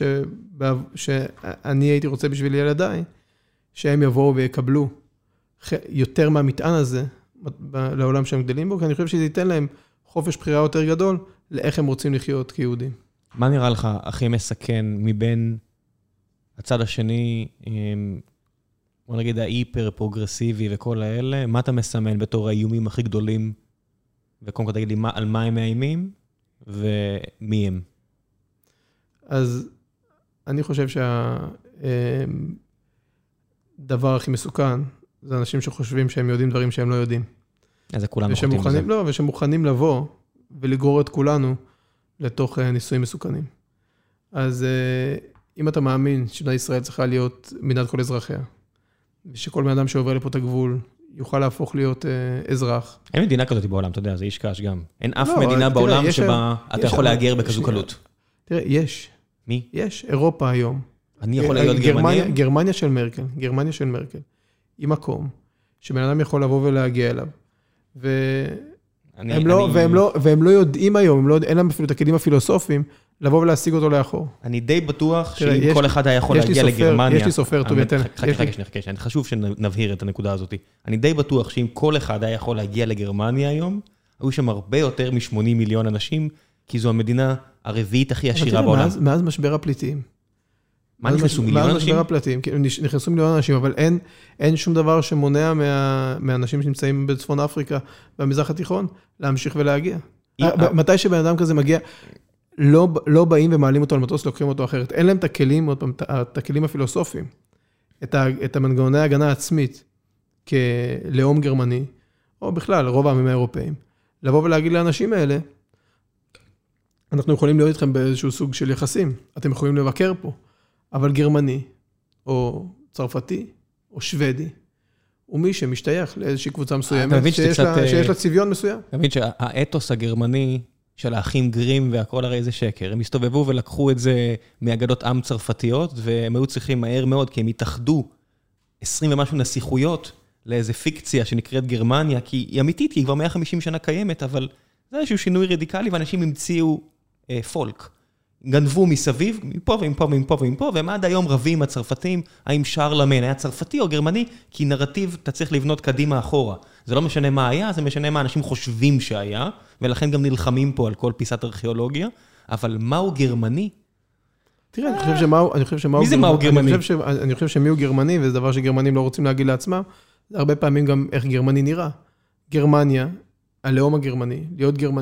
שאני הייתי רוצה בשביל ילדיי, שהם יבואו ויקבלו יותר מהמטען הזה, לעולם שהם גדלים בו, כי אני חושב שזה ייתן להם חופש בחירה יותר גדול, לאיך הם רוצים לחיות כיהודים. מה נראה לך הכי מסכן מבין הצד השני, בוא נגיד ההיפר פרוגרסיבי וכל האלה, מה אתה מסמן בתור האיומים הכי גדולים, וקודם כל תגיד לי על מה הם מאיימים, ומי הם? אז אני חושב שהדבר הכי מסוכן, זה אנשים שחושבים שהם יודעים דברים שהם לא יודעים. אז זה כולם נוחתים בזה. לא, ושמוכנים לבוא ולגרור את כולנו לתוך ניסויים מסוכנים. אז אם אתה מאמין שמדינת ישראל צריכה להיות מדינת כל אזרחיה, ושכל בן אדם שעובר לפה את הגבול יוכל להפוך להיות אזרח. אין מדינה כזאת בעולם, אתה יודע, זה איש קש גם. אין אף מדינה בעולם שבה אתה יכול להגר בכזו קלות. תראה, יש. מי? יש, אירופה היום. אני יכול להיות גרמניה? גרמניה של מרקל, גרמניה של מרקל. היא מקום שבן אדם יכול לבוא ולהגיע אליו. והם לא, והם לא, והם לא יודעים היום, אין להם אפילו את הכלים הפילוסופיים, לבוא ולהשיג אותו לאחור. אני די בטוח שאם כל אחד היה יכול להגיע לגרמניה... יש לי סופר, טוב, יתן. חכה, חכה, חכה, חשוב שנבהיר את הנקודה הזאת. אני די בטוח שאם כל אחד היה יכול להגיע לגרמניה היום, היו שם הרבה יותר מ-שמונים מיליון אנשים, כי זו המדינה הרביעית הכי עשירה בעולם. מאז משבר הפליטים. מה נכנסו מיליון אנשים? מאז משבר הפליטים, נכנסו מיליון אנשים, אבל אין, אין שום דבר שמונע מה, מהאנשים שנמצאים בצפון אפריקה, במזרח התיכון, להמשיך ולהגיע. מתי שבן אדם כזה מגיע, לא, לא באים ומעלים אותו על מטוס, לוקחים אותו אחרת. אין להם את הכלים, עוד פעם, את הכלים הפילוסופיים, את, ה, את המנגנוני ההגנה העצמית, כלאום גרמני, או בכלל, רוב העמים האירופאים, לבוא ולהגיד לאנשים האלה, אנחנו יכולים להיות איתכם באיזשהו סוג של יחסים, אתם יכולים לבקר פה, אבל גרמני, או צרפתי, או שוודי, הוא מי שמשתייך לאיזושהי קבוצה מסוימת, שיש לה, שיש לה צביון מסוים. אתה מבין שהאתוס הגרמני של האחים גרים והכל הרי איזה שקר, הם הסתובבו ולקחו את זה מאגדות עם צרפתיות, והם היו צריכים מהר מאוד, כי הם התאחדו עשרים ומשהו נסיכויות לאיזה פיקציה שנקראת גרמניה, כי היא אמיתית, היא כבר מאה וחמישים שנה קיימת, אבל זה איזשהו שינוי רדיקלי, ואנשים המציאו אה, פולק. גנבו מסביב, מפה ומפה ומפה ומפה, והם עד היום רבים הצרפתים, האם שרלמן היה צרפתי או גרמני, כי נרטיב אתה צריך לבנות קדימה אחורה. זה לא משנה מה היה, זה משנה מה אנשים חושבים שהיה, ולכן גם נלחמים פה על כל פיסת ארכיאולוגיה, אבל מהו גרמני? תראה, אני חושב שמהו, אני חושב שמהו... מי זה מהו גרמני? אני חושב, אני חושב שמי הוא גרמני, וזה דבר שגרמנים לא רוצים להגיד לעצמם, זה הרבה פעמים גם איך גרמני נראה. גרמניה, הלאום הגרמני, להיות גרמני,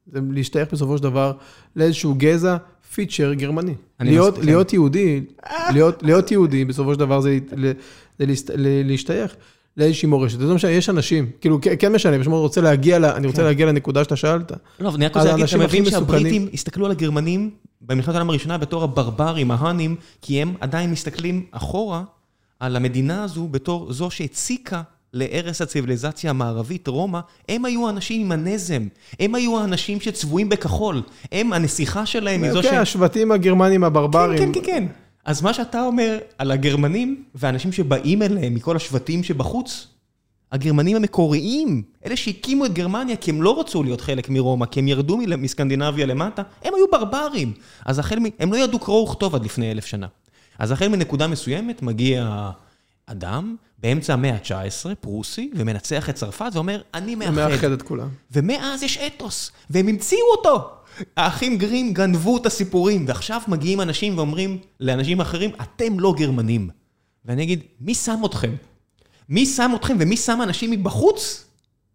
זה להשתייך בסופו של דבר לאיזשהו גזע, פיצ'ר גרמני. להיות, להיות יהודי, להיות, להיות יהודי, בסופו של דבר זה, זה להשתייך לאיזושהי מורשת. זה לא משנה, יש אנשים, כאילו, כן משנה, אני רוצה להגיע, אני רוצה להגיע לנקודה שאתה שאלת. לא, אני רק רוצה להגיד, אתה מבין שהבריטים הסתכלו על הגרמנים, במלחמת העולם הראשונה, בתור הברברים, ההנים, כי הם עדיין מסתכלים אחורה על המדינה הזו, בתור זו שהציקה לערש הציביליזציה המערבית, רומא, הם היו האנשים עם הנזם, הם היו האנשים שצבועים בכחול, הם, הנסיכה שלהם היא זו ש... אוקיי, השבטים הגרמנים, הברברים. כן, כן, כן, כן. אז מה שאתה אומר על הגרמנים, והאנשים שבאים אליהם מכל השבטים שבחוץ, הגרמנים המקוריים, אלה שהקימו את גרמניה, כי הם לא רצו להיות חלק מרומא, כי הם ירדו מסקנדינביה למטה, הם היו ברברים. אז החל מ... הם לא ידעו קרוא וכתוב עד לפני אלף שנה. אז החל מנקודה מסוימת מגיע אדם, באמצע המאה ה-תשע עשרה, פרוסי, ומנצח את צרפת, ואומר, אני מאחד. מאחד את כולם. ומאז יש אתוס, והם המציאו אותו. האחים גרים גנבו את הסיפורים, ועכשיו מגיעים אנשים ואומרים לאנשים אחרים, אתם לא גרמנים. ואני אגיד, מי שם אתכם? מי שם אתכם ומי שם אנשים מבחוץ?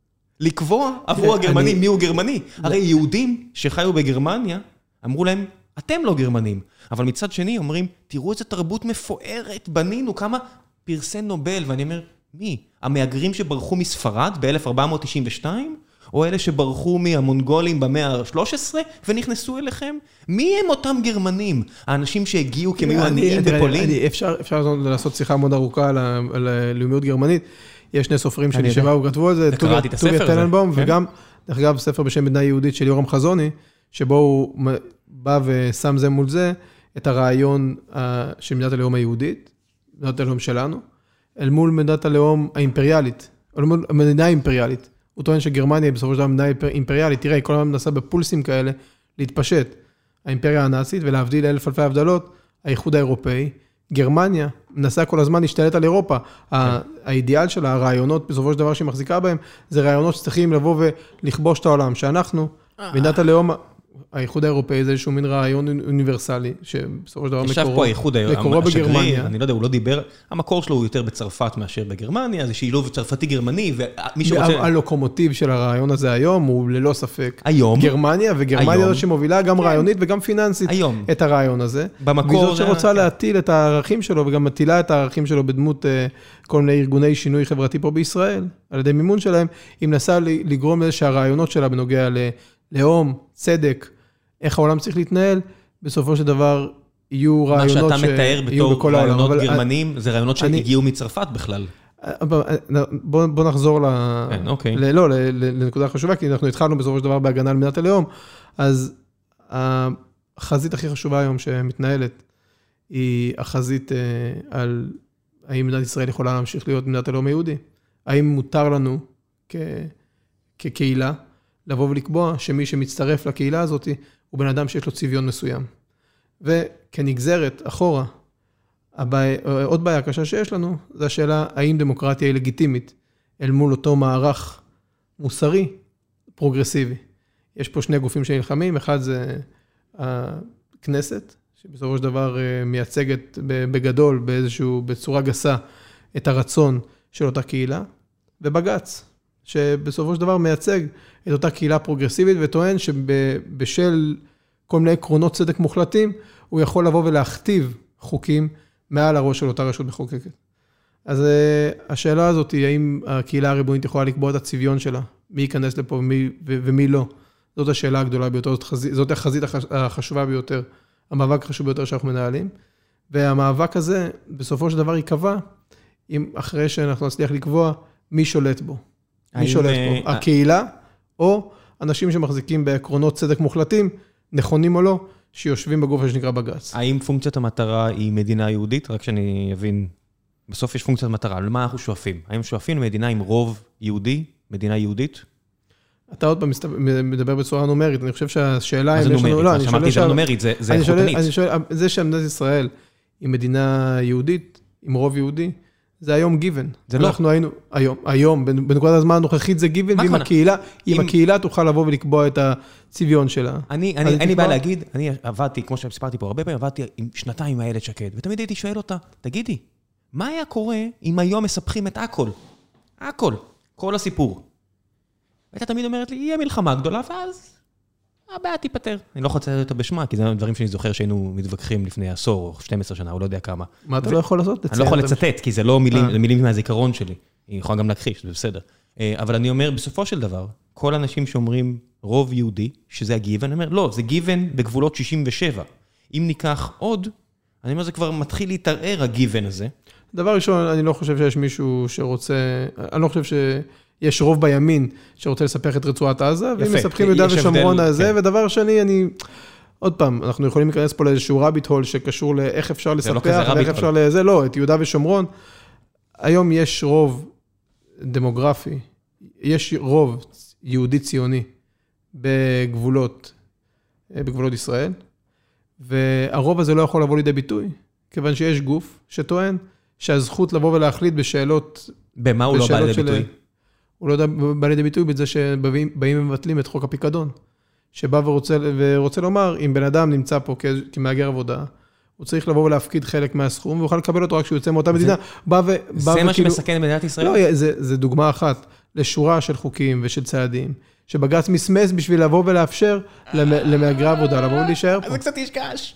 לקבוע עבור הגרמנים מי הוא גרמני. הרי יהודים שחיו בגרמניה, אמרו להם, אתם לא גרמנים. אבל מצד שני אומרים, תראו איזה תרבות מפוארת, בנינו כמה פרסי נובל, ואני אומר, מי? המהגרים שברחו מספרד ב-אלף ארבע מאות תשעים ושתיים? או אלה שברחו מהמונגולים במאה ה-שלוש עשרה ונכנסו אליכם? מי הם אותם גרמנים? האנשים שהגיעו כמיהו עניים בפולין? אפשר לעשות שיחה מאוד ארוכה על הלאומיות גרמנית. יש שני סופרים שנשבעו וכתבו על זה, טוביה טננבאום, וגם, דרך אגב, ספר בשם מדינה יהודית של יורם חזוני, שבו הוא בא ושם זה מול זה, את הרעיון של מדינת הלאום היהודית, מדינת הלאום שלנו, אל מול מדינת הלאום האימפריאלית, אל מול מדינה האימפריאלית. הוא טוען שגרמניה היא בסופו של דבר מדינה אימפריאלית, תראה, כל הזמן מנסה בפולסים כאלה להתפשט. האימפריה הנאצית, ולהבדיל אלף אלפי הבדלות, האיחוד האירופאי, גרמניה מנסה כל הזמן להשתלט על אירופה. האידיאל שלה, הרעיונות בסופו של דבר שהיא מחזיקה בהם, זה רעיונות שצריכים לבוא ולכבוש את העולם, שאנחנו, מדינת הלאום, האיחוד האירופאי זה איזשהו מין רעיון אוניברסלי, שבסופו של דבר מקורו בגרמניה. אני לא יודע, הוא לא דיבר, המקור שלו הוא יותר בצרפת מאשר בגרמניה, זה שילוב צרפתי-גרמני, ומי שרוצה... הלוקומוטיב של הרעיון הזה היום הוא ללא ספק היום. גרמניה, וגרמניה זו שמובילה גם רעיונית וגם פיננסית את הרעיון הזה. וזאת שרוצה להטיל את הערכים שלו, וגם מטילה את הערכים שלו בדמות כל מיני ארגוני שינוי חברתי פה בישראל, על ידי מימון שלהם, היא מנסה לגרום לזה שהרעיונות שלה בנוגע ל לאום, צדק, איך העולם צריך להתנהל, בסופו של דבר יהיו רעיונות שיהיו בכל העולם. מה שאתה מתאר בתור רעיונות גרמנים, זה רעיונות שהגיעו מצרפת בכלל. בוא נחזור לנקודה חשובה, כי אנחנו התחלנו בסופו של דבר בהגנה על מדינת הלאום, אז החזית הכי חשובה היום שמתנהלת, היא החזית על האם מדינת ישראל יכולה להמשיך להיות מדינת הלאום היהודי. האם מותר לנו כקהילה, לבוא ולקבוע שמי שמצטרף לקהילה הזאת הוא בן אדם שיש לו צביון מסוים. וכנגזרת, אחורה, הבעיה, עוד בעיה קשה שיש לנו, זה השאלה האם דמוקרטיה היא לגיטימית אל מול אותו מערך מוסרי פרוגרסיבי. יש פה שני גופים שנלחמים, אחד זה הכנסת, שבסופו של דבר מייצגת בגדול, באיזשהו, בצורה גסה, את הרצון של אותה קהילה, ובג"ץ. שבסופו של דבר מייצג את אותה קהילה פרוגרסיבית, וטוען שבשל כל מיני עקרונות צדק מוחלטים, הוא יכול לבוא ולהכתיב חוקים מעל הראש של אותה רשות מחוקקת. אז השאלה הזאת היא, האם הקהילה הריבונית יכולה לקבוע את הצביון שלה, מי ייכנס לפה ומי, ומי לא. זאת השאלה הגדולה ביותר, זאת, חזית, זאת החזית החשובה ביותר, המאבק החשוב ביותר שאנחנו מנהלים, והמאבק הזה בסופו של דבר יקבע, אם אחרי שאנחנו נצליח לקבוע מי שולט בו. מי שולט פה? הקהילה, או אנשים שמחזיקים בעקרונות צדק מוחלטים, נכונים או לא, שיושבים בגוף שנקרא בג"ץ. האם פונקציית המטרה היא מדינה יהודית? רק שאני אבין, בסוף יש פונקציית מטרה, למה אנחנו שואפים? האם שואפים למדינה עם רוב יהודי, מדינה יהודית? אתה עוד פעם מדבר בצורה נומרית, אני חושב שהשאלה... מה זה נומרית? שמעתי זה נומרית, זה חותנית. אני שואל, זה שמדינת ישראל היא מדינה יהודית, עם רוב יהודי, זה היום גיוון. זה לא. אנחנו היינו, היום, היום, בנקודת הזמן הנוכחית זה גיוון, ואם הקהילה, אם הקהילה תוכל לבוא ולקבוע את הצביון שלה. אני, אני, אין לי בעיה להגיד, אני עבדתי, כמו שסיפרתי פה, הרבה פעמים עבדתי עם שנתיים עם איילת שקד, ותמיד הייתי שואל אותה, תגידי, מה היה קורה אם היום מספחים את הכל? הכל, כל הסיפור. והייתה תמיד אומרת לי, יהיה מלחמה גדולה, ואז הבעיה תיפטר. אני לא יכול לצטט אותה בשמה, כי זה דברים שאני זוכר שהיינו מתווכחים לפני עשור או שתים עשרה שנה, או לא יודע כמה. מה אתה לא יכול לעשות? אני לא יכול לצטט, כי זה לא מילים מהזיכרון שלי. אני יכול גם להכחיש, זה בסדר. אבל אני אומר, בסופו של דבר, כל האנשים שאומרים רוב יהודי, שזה הגיוון, אני אומר, לא, זה גיוון בגבולות שישים ושבע. אם ניקח עוד, אני אומר, זה כבר מתחיל להתערער, הגיוון הזה. דבר ראשון, אני לא חושב שיש מישהו שרוצה, אני לא חושב שיש רוב בימין שרוצה לספח את רצועת עזה, ואם מספחים יהודה ושומרון הזה, ודבר שני, אני, עוד פעם, אנחנו יכולים להיכנס פה לאיזשהו רביט הול שקשור לאיך אפשר לספח, ואיך אפשר לזה, לא, את יהודה ושומרון. היום יש רוב דמוגרפי, יש רוב יהודי ציוני בגבולות, בגבולות ישראל, והרוב הזה לא יכול לבוא לידי ביטוי, כיוון שיש גוף שטוען שהזכות לבוא ולהחליט בשאלות... במה הוא לא בא לידי ביטוי? הוא לא בא לידי ביטוי בזה שבאים ומבטלים את חוק הפיקדון, שבא ורוצה, ורוצה לומר, אם בן אדם נמצא פה כמהגר עבודה, הוא צריך לבוא ולהפקיד חלק מהסכום, והוא יכול לקבל אותו רק כשהוא יוצא מאותה מדינה. זה מה שמסכן את מדינת ישראל? לא, זה דוגמה אחת לשורה של חוקים ושל צעדים, שבג"ץ מסמס בשביל לבוא ולאפשר למהגרי עבודה, לבוא ולהישאר פה. זה קצת ישקש.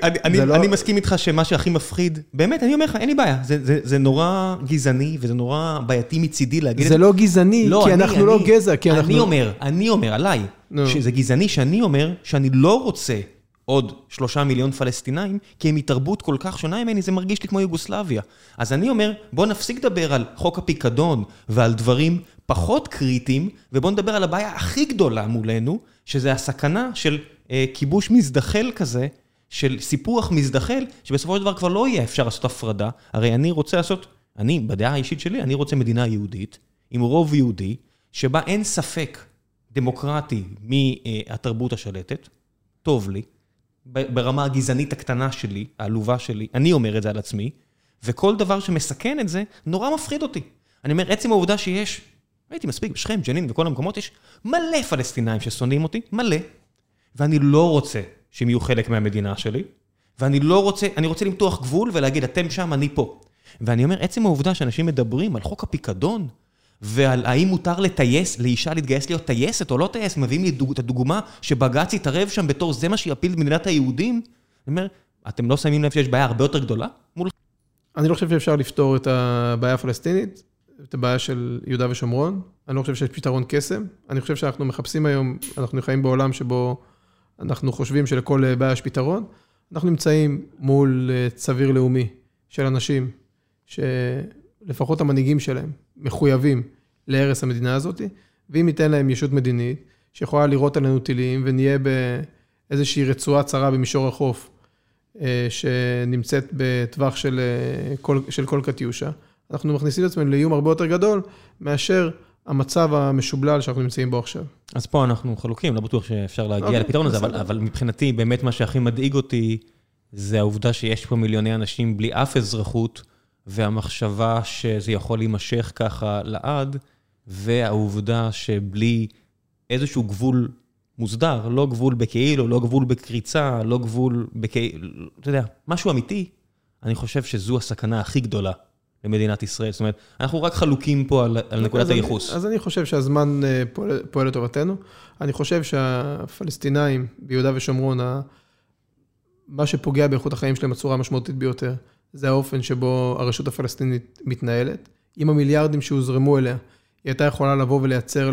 אני מסכים איתך שמה שהכי מפחיד, באמת, אני אומר לך, אין לי בעיה, זה נורא גזעני, וזה נורא בעייתי מצידי להגיד... זה לא גזעני, כי אנחנו לא גזע, כי אנחנו... אני אומר, אני אומר, עליי, שזה גזעני שאני אומר, שאני לא רוצה עוד שלושה מיליון פלסטינאים, כי הם מתרבות כל כך שונה ממני, זה מרגיש לי כמו יוגוסלביה. אז אני אומר, בוא נפסיק לדבר על חוק הפיקדון ועל דברים פחות קריטיים, ובוא נדבר על הבעיה הכי גדולה מולנו, שזה הסכנה של אה, כיבוש מזדחל כזה, של סיפוח מזדחל, שבסופו של דבר כבר לא יהיה אפשר לעשות הפרדה. הרי אני רוצה לעשות, אני, בדעה האישית שלי, אני רוצה מדינה יהודית, עם רוב יהודי, שבה אין ספק דמוקרטי מהתרבות השלטת, טוב לי, ברמה הגזענית הקטנה שלי, העלובה שלי, אני אומר את זה על עצמי, וכל דבר שמסכן את זה, נורא מפחיד אותי. אני אומר, עצם העובדה שיש, הייתי מספיק בשכם, ג'נין וכל המקומות, יש מלא פלסטינאים ששונאים אותי, מלא, ואני לא רוצה שהם יהיו חלק מהמדינה שלי, ואני לא רוצה, אני רוצה למתוח גבול ולהגיד, אתם שם, אני פה. ואני אומר, עצם העובדה שאנשים מדברים על חוק הפיקדון, ועל האם מותר לטייס, לאישה להתגייס להיות טייסת או לא טייס, מביאים לי את הדוגמה שבג"ץ יתערב שם בתור זה מה שיפיל את מדינת היהודים. אני אומר, אתם לא שמים לב שיש בעיה הרבה יותר גדולה? אני לא חושב שאפשר לפתור את הבעיה הפלסטינית, את הבעיה של יהודה ושומרון. אני לא חושב שיש פתרון קסם. אני חושב שאנחנו מחפשים היום, אנחנו חיים בעולם שבו אנחנו חושבים שלכל בעיה יש פתרון. אנחנו נמצאים מול צביר לאומי של אנשים שלפחות המנהיגים שלהם מחויבים להרס המדינה הזאת, ואם ניתן להם ישות מדינית שיכולה לראות עלינו טילים ונהיה באיזושהי רצועה צרה במישור החוף, שנמצאת בטווח של כל, של כל קטיושה, אנחנו מכניסים לעצמנו לאיום הרבה יותר גדול, מאשר המצב המשובלל שאנחנו נמצאים בו עכשיו. אז פה אנחנו חלוקים, לא בטוח שאפשר להגיע לפתרון הזה, אבל, אבל מבחינתי באמת מה שהכי מדאיג אותי, זה העובדה שיש פה מיליוני אנשים בלי אף אזרחות, והמחשבה שזה יכול להימשך ככה לעד, והעובדה שבלי איזשהו גבול מוסדר, לא גבול בכאילו, לא גבול בקריצה, לא גבול בכאילו, אתה יודע, משהו אמיתי, אני חושב שזו הסכנה הכי גדולה למדינת ישראל. זאת אומרת, אנחנו רק חלוקים פה על, על נקודת הייחוס. אז אני חושב שהזמן פועל, פועל לטובתנו. אני חושב שהפלסטינאים ביהודה ושומרון, מה שפוגע באיכות החיים שלהם בצורה המשמעותית ביותר, זה האופן שבו הרשות הפלסטינית מתנהלת. עם המיליארדים שהוזרמו אליה, היא הייתה יכולה לבוא ולייצר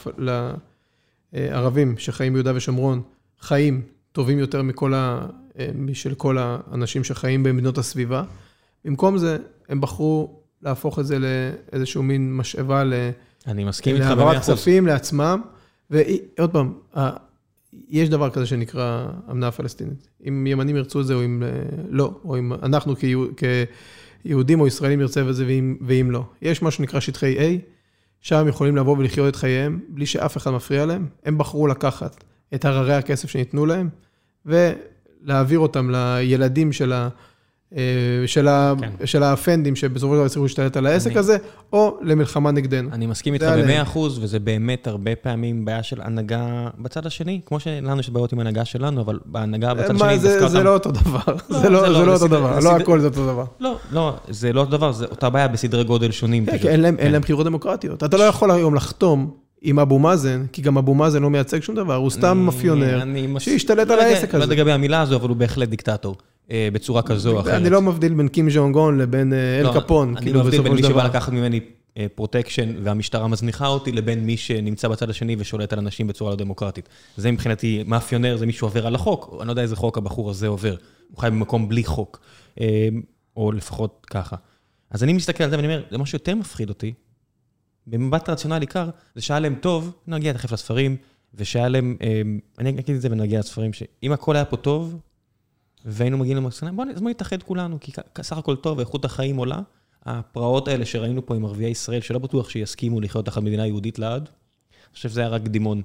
לערבים שחיים ביהודה ושומרון, חיים טובים יותר מכל ה, משל כל האנשים שחיים במדינות הסביבה. במקום זה, הם בחרו להפוך את זה לאיזשהו מין משאבה, אני מסכים איתך להעברת כספים לעצמם, ועוד פעם, יש דבר כזה שנקרא אמנה פלסטינית. אם ימנים ירצו את זה או אם לא, או אם אנחנו כיהודים או ישראלים ירצה את זה ואם לא. יש מה שנקרא שטחי A, שם הם יכולים לבוא ולחיות את חייהם, בלי שאף אחד מפריע להם. הם בחרו לקחת את הררי הכסף שניתנו להם, ולהעביר אותם לילדים של ה... של, ה... כן. של האפנדים שבסופו של דבר יצטרכו להשתלט על העסק אני... הזה, או למלחמה נגדנו. אני מסכים איתך ב-מאה אחוז, וזה באמת הרבה פעמים בעיה של הנהגה בצד השני, כמו שלנו יש בעיות עם הנהגה שלנו, אבל בהנהגה בצד השני... זה, זה, זה לא אותו דבר, לא, זה, לא, זה, לא, זה לא אותו דבר, לא הכל זה אותו דבר. לא, לא, זה לא אותו דבר, זה אותה בעיה בסדרי גודל שונים. כן, אין להם, אין להם בחירות דמוקרטיות. אתה לא יכול היום לחתום עם אבו מאזן, כי גם אבו מאזן לא מייצג שום דבר, הוא סתם מאפיונר, שהשתלט על העסק הזה. לא לגבי המילה הזו, אבל הוא בהחלט דיקטטור, בצורה כזו או אחרת. אני לא מבדיל בין קים ז'ונג און לבין אל קפון. אני מבדיל בין מי שבא לקחת ממני פרוטקשן, והמשטרה מזניחה אותי, לבין מי שנמצא בצד השני ושולט על אנשים בצורה לא דמוקרטית. זה מבחינתי מאפיונר, זה מישהו עובר על החוק, אני לא יודע איזה חוק הבחור הזה עובר. הוא חי במקום בלי חוק, או לפחות ככה. אז אני מסתכל על זה ואני אומר, זה משהו יותר מפחיד אותי, במבט רציונלי קר, זה שהיה להם טוב, נגיע תכף לספרים, ושהיה להם, אני אגיד את זה ונגיע לספרים, שאם הכל היה פה טוב, והיינו מגיעים למסקנה, בואו נתאחד כולנו, כי סך הכל טוב, ואיכות החיים עולה, הפרעות האלה שראינו פה עם ערביי ישראל, שלא בטוח שיסכימו לחיות תחת מדינה יהודית לעד, אני חושב שזה היה רק קדימון,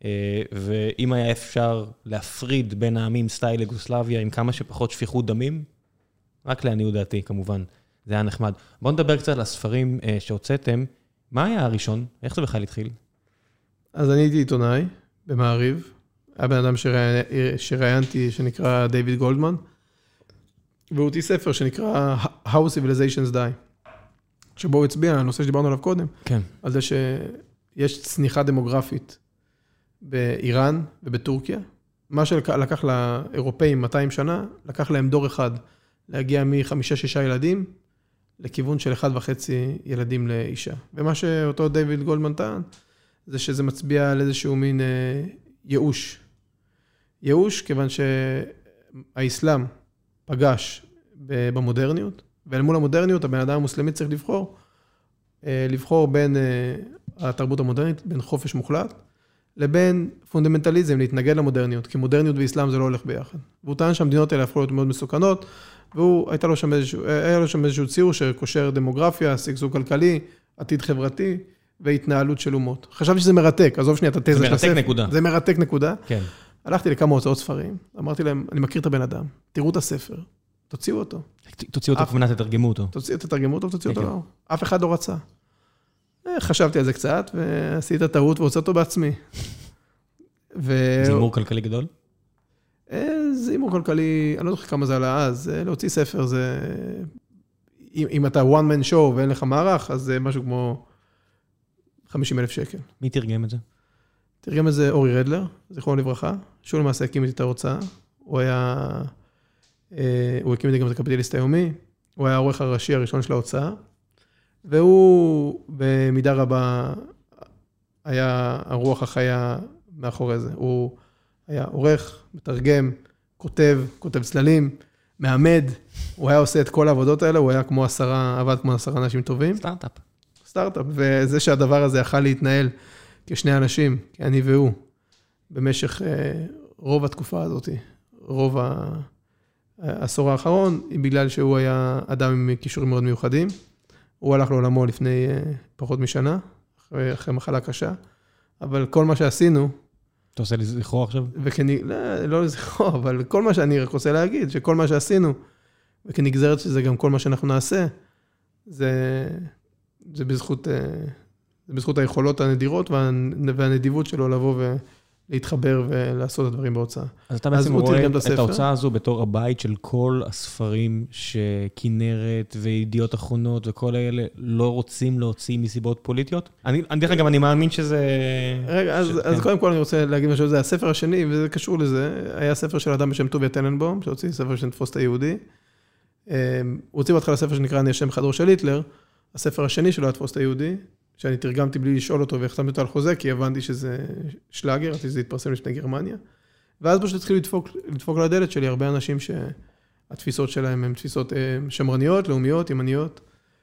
ואם היה אפשר להפריד בין העמים סטייל יוגוסלביה, עם כמה שפחות שפיכות דמים, רק לעניות דעתי כמובן, זה היה נחמד. בואו נדבר קצת על הספרים שהוצאתם, מה היה הראשון? איך זה בכלל התחיל? אז אני הייתי עיתונאי במעריב, היה בן אדם שראיינתי שנקרא דיוויד גולדמן, והוא הוציא ספר שנקרא How Civilizations Die, שבו הוא הצביע על הנושא שדיברנו עליו קודם, כן. על זה שיש צניחה דמוגרפית באיראן ובטורקיה, מה שלקח לאירופאים מאתיים שנה, לקח להם דור אחד להגיע מחמישה שישה ילדים, לכיוון של אחד וחצי ילדים לאישה. ומה שאותו דיוויד גולדמן טען, זה שזה מצביע על איזשהו מין אה, ייאוש. ייאוש, כיוון שהאסלאם פגש במודרניות, ואל מול המודרניות, הבן אדם המוסלמי צריך לבחור, אה, לבחור בין אה, התרבות המודרנית, בין חופש מוחלט, לבין פונדמנטליזם, להתנגד למודרניות, כי מודרניות ואסלאם זה לא הולך ביחד. והוא טען שהמדינות האלה הפכו להיות מאוד מסוכנות, והוא, הייתה לו שם איזשהו, היה לו שם איזשהו ציור שקושר דמוגרפיה, סגסוג כלכלי, עתיד חברתי והתנהלות של אומות. חשבתי שזה מרתק, עזוב שנייה את התזה של הספר. זה מרתק נקודה. זה מרתק נקודה. כן. הלכתי לכמה הוצאות ספרים, אמרתי להם, אני מכיר את הבן אדם, תראו את הספר, תוציאו אותו. תוציאו אותו כמובן, תתרגמו אותו. תוציאו, תתרגמו אותו, תוציאו אותו, לא. אף אחד לא רצה. חשבתי על זה קצת, ועשיתי את הטעות והוצא אותו בעצמי. זה הימור כלכלי גדול? זה הימור כלכלי, אני לא זוכר כמה זה עלה אז, להוציא ספר זה, אם אתה one man show ואין לך מערך, אז זה משהו כמו חמישים אלף שקל. מי תרגם את זה? תרגם את זה אורי רדלר, זכרונו לברכה, שהוא למעשה הקים את ההוצאה, הוא היה, הוא הקים גם את הקפיטליסט היומי, הוא היה העורך הראשי הראשון של ההוצאה, והוא במידה רבה היה הרוח החיה מאחורי זה. הוא היה עורך, מתרגם, כותב, כותב צללים, מעמד, הוא היה עושה את כל העבודות האלה, הוא היה כמו עשרה, עבד כמו עשרה אנשים טובים. סטארט-אפ. סטארט-אפ, וזה שהדבר הזה יכל להתנהל כשני אנשים, אני והוא, במשך רוב התקופה הזאת, רוב העשור האחרון, בגלל שהוא היה אדם עם כישורים מאוד מיוחדים. הוא הלך לעולמו לפני פחות משנה, אחרי, אחרי מחלה קשה, אבל כל מה שעשינו... אתה עושה לי זכרו עכשיו? וכני, לא, לא לזכרו, אבל כל מה שאני רק רוצה להגיד, שכל מה שעשינו, וכנגזרת שזה גם כל מה שאנחנו נעשה, זה, זה בזכות, זה בזכות היכולות הנדירות והנדיבות שלו לבוא ולהתחבר ולעשות את הדברים בהוצאה. אז אתה בעצם רואה את ההוצאה הזו בתור הבית של כל הספרים שכינרת וידיעות אחרונות וכל האלה לא רוצים להוציא מסיבות פוליטיות? אני דרך אגב, אני מאמין שזה... רגע, אז קודם כל אני רוצה להגיד משהו, זה הספר השני, וזה קשור לזה, היה ספר של אדם בשם טוביה טננבאום, שהוציא ספר של תפוס את היהודי. הוא הוציא בהתחלה ספר שנקרא אני השם חדור של היטלר, הספר השני שלו היה תפוס את היהודי, שאני תרגמתי בלי לשאול אותו והחתמתי אותו על חוזה, כי הבנתי שזה שלאגר, רציתי שזה יתפרסם לפני גרמניה. ואז פשוט התחילו לדפוק, לדפוק לדלת שלי הרבה אנשים שהתפיסות שלהם הן תפיסות שמרניות, לאומיות, ימניות.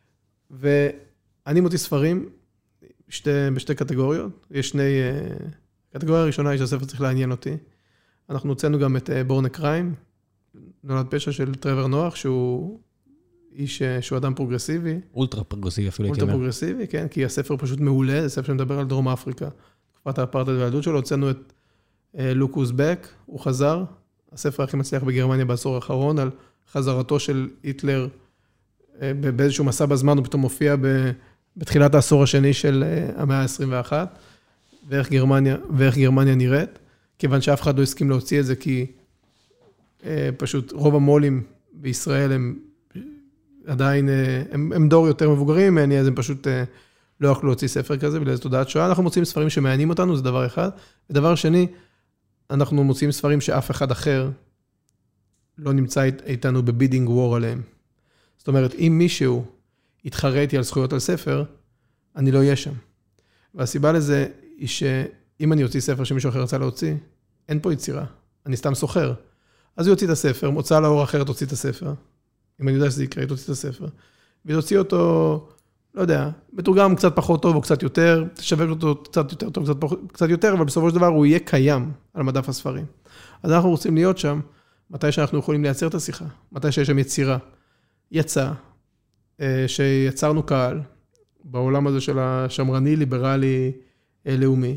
ואני מוציא ספרים בשתי, בשתי קטגוריות. יש שני... קטגוריה הראשונה היא שהספר צריך לעניין אותי. אנחנו הוצאנו גם את בורן קריים, נולד פשע של טרוור נוח, שהוא... איש שהוא אדם פרוגרסיבי. אולטרה פרוגרסיבי אפילו. אולטרה פרוגרסיבי, כן, כי הספר פשוט מעולה, זה ספר שמדבר על דרום אפריקה. תקופת האפרטהייד והילדות שלו, הוצאנו את לוק אוזבק, הוא חזר, הספר הכי מצליח בגרמניה בעשור האחרון, על חזרתו של היטלר באיזשהו מסע בזמן, הוא פתאום מופיע בתחילת העשור השני של המאה ה-עשרים ואחת, ואיך גרמניה, ואיך גרמניה נראית, כיוון שאף אחד לא הסכים להוציא את זה, כי פשוט רוב המולים בישראל הם עדיין, הם, הם דור יותר מבוגרים ממני, אז הם פשוט לא יכלו להוציא ספר כזה, בגלל תודעת שואה. אנחנו מוצאים ספרים שמעניינים אותנו, זה דבר אחד. ודבר שני, אנחנו מוצאים ספרים שאף אחד אחר לא נמצא איתנו בבידינג וור עליהם. זאת אומרת, אם מישהו יתחרה איתי על זכויות על ספר, אני לא אהיה שם. והסיבה לזה היא שאם אני אוציא ספר שמישהו אחר רצה להוציא, אין פה יצירה. אני סתם סוחר. אז הוא יוציא את הספר, מוצא לאור אחרת תוציא את הספר. אם אני יודע שזה יקרה, תוציא את הספר. ותוציא אותו, לא יודע, מתורגם קצת פחות טוב או קצת יותר, תשווק אותו קצת יותר טוב, קצת, פחות, קצת יותר, אבל בסופו של דבר הוא יהיה קיים על מדף הספרים. אז אנחנו רוצים להיות שם, מתי שאנחנו יכולים לייצר את השיחה, מתי שיש שם יצירה. יצא, שיצרנו קהל, בעולם הזה של השמרני, ליברלי, לאומי,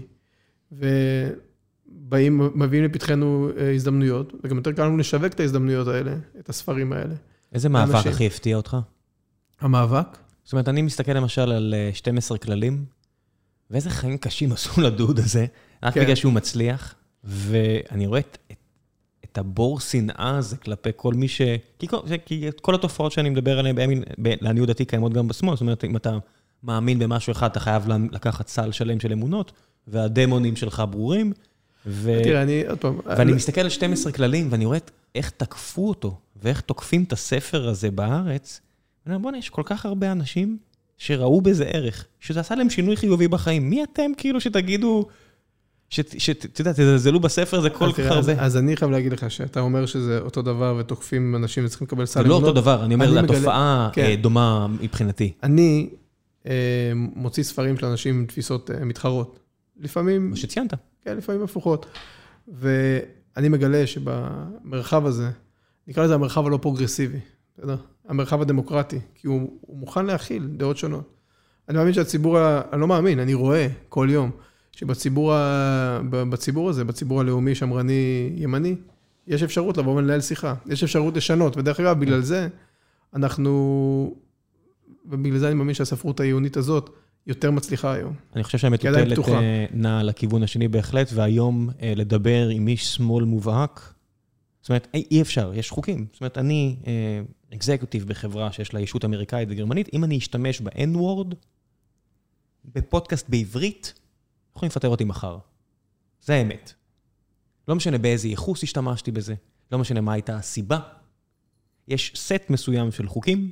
ובאים, מביאים לפתחנו הזדמנויות, וגם יותר קל לנו לשווק את ההזדמנויות האלה, את הספרים האלה. איזה מאבק הכי הפתיע אותך? המאבק? זאת אומרת, אני מסתכל למשל על שנים עשר כללים, ואיזה חיים קשים עשו לדוד הזה, רק כן. בגלל שהוא מצליח, ואני רואה את, את, את הבור שנאה הזה כלפי כל מי ש... כי כל, כי כל התופעות שאני מדבר עליהן, בימין, ב, לעניות דעתי קיימות גם בשמאל, זאת אומרת, אם אתה מאמין במשהו אחד, אתה חייב לקחת סל שלם של אמונות, והדמונים שלך ברורים, ו... תראה, אני עוד פעם... ואני מסתכל על שנים עשר כללים, ואני רואה איך תקפו אותו, ואיך תוקפים את הספר הזה בארץ, ואני אומר, בוא'נה, יש כל כך הרבה אנשים שראו בזה ערך, שזה עשה להם שינוי חיובי בחיים. מי אתם כאילו שתגידו, שאתה יודע, תזלזלו בספר, זה כל כך הרבה. אז אני חייב להגיד לך שאתה אומר שזה אותו דבר, ותוקפים אנשים וצריכים לקבל סל אמונות. זה לא אותו דבר, אני אומר, זו התופעה דומה מבחינתי. אני מוציא ספרים של אנשים עם תפיסות מתחרות. לפעמים... מה שציינת. כן, לפעמים הפוכות. ואני מגלה שבמרחב הזה, נקרא לזה המרחב הלא פרוגרסיבי, אתה יודע? המרחב הדמוקרטי, כי הוא, הוא מוכן להכיל דעות שונות. אני מאמין שהציבור, אני לא מאמין, אני רואה כל יום, שבציבור בציבור הזה, בציבור הלאומי, שמרני, ימני, יש אפשרות לבוא ולנהל שיחה, יש אפשרות לשנות, ודרך אגב, בגלל זה, אנחנו, ובגלל זה אני מאמין שהספרות העיונית הזאת, יותר מצליחה היום. אני חושב שהמטוטלת נעה לכיוון השני בהחלט, והיום לדבר עם איש שמאל מובהק, זאת אומרת, אי אפשר, יש חוקים. זאת אומרת, אני אקזקוטיב בחברה שיש לה ישות אמריקאית וגרמנית, אם אני אשתמש ב-N-word, בפודקאסט בעברית, יכולים לפטר אותי מחר. זה האמת. לא משנה באיזה ייחוס השתמשתי בזה, לא משנה מה הייתה הסיבה. יש סט מסוים של חוקים.